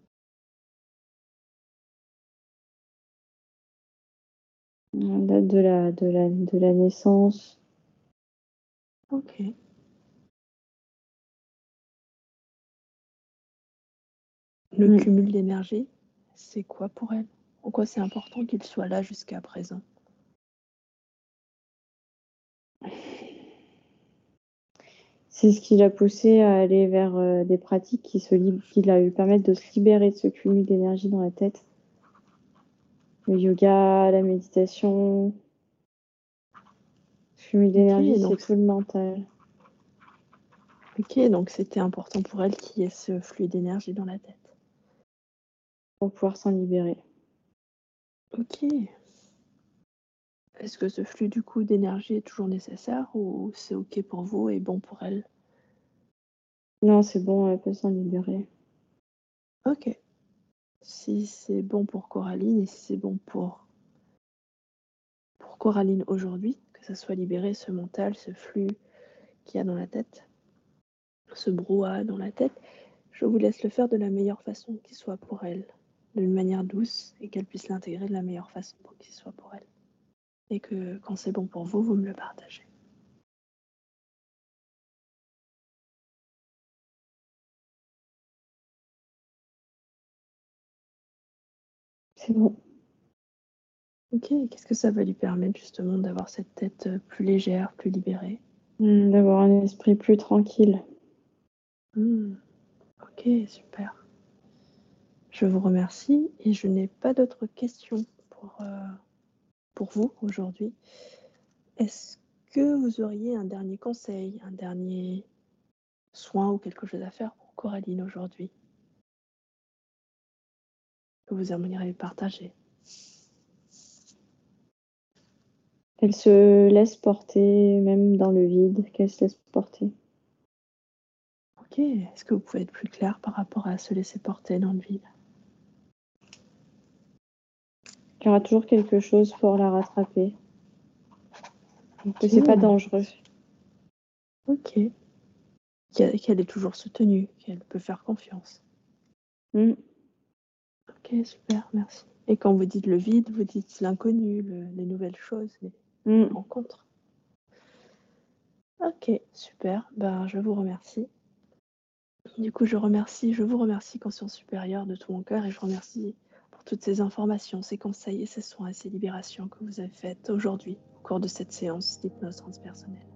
La date de la de la de la naissance. OK. Le Mmh. cumul d'énergie, c'est quoi pour elle? En quoi c'est important qu'il soit là jusqu'à présent? C'est ce qui l'a poussée à aller vers, heu, des pratiques qui se lib qui la lui permettent de se libérer de ce cumul d'énergie dans la tête. Le yoga, la méditation. Ce cumul d'énergie, OK, c'est donc tout le mental. OK, donc c'était important pour elle qu'il y ait ce flux d'énergie dans la tête. Pour pouvoir s'en libérer. OK. Est-ce que ce flux du coup d'énergie est toujours nécessaire ou c'est OK pour vous et bon pour elle? Non, c'est bon, elle peut s'en libérer. OK. Si c'est bon pour Coraline et si c'est bon pour pour Coraline aujourd'hui, que ça soit libéré ce mental, ce flux qu'il y a dans la tête, ce brouhaha dans la tête, je vous laisse le faire de la meilleure façon qui soit pour elle, d'une manière douce et qu'elle puisse l'intégrer de la meilleure façon pour qu'il soit pour elle. Et que quand c'est bon pour vous, vous me le partagez. C'est bon. OK, qu'est-ce que ça va lui permettre justement d'avoir cette tête, heu, plus légère, plus libérée? Mmh, d'avoir un esprit plus tranquille. Mmh. OK, super. Je vous remercie et je n'ai pas d'autres questions pour, heu, pour vous aujourd'hui. Est-ce que vous auriez un dernier conseil, un dernier soin ou quelque chose à faire pour Coraline aujourd'hui? Que vous aimeriez partager? Qu'elle se laisse porter, même dans le vide, qu'elle se laisse porter. OK. Est-ce que vous pouvez être plus clair par rapport à se laisser porter dans le vide? Il y aura toujours quelque chose pour la rattraper. Que c'est pas OK. dangereux. OK. Qu'elle qu'elle est toujours soutenue, qu'elle peut faire confiance. Mmh. OK, super, merci. Et quand vous dites le vide, vous dites l'inconnu, le les nouvelles choses, les Mmh. rencontres? OK, super, ben, je vous remercie. Du coup, je remercie, je vous remercie, conscience supérieure, de tout mon cœur, et je remercie pour toutes ces informations, ces conseils et ces soins et ces libérations que vous avez faites aujourd'hui au cours de cette séance d'hypnose transpersonnelle.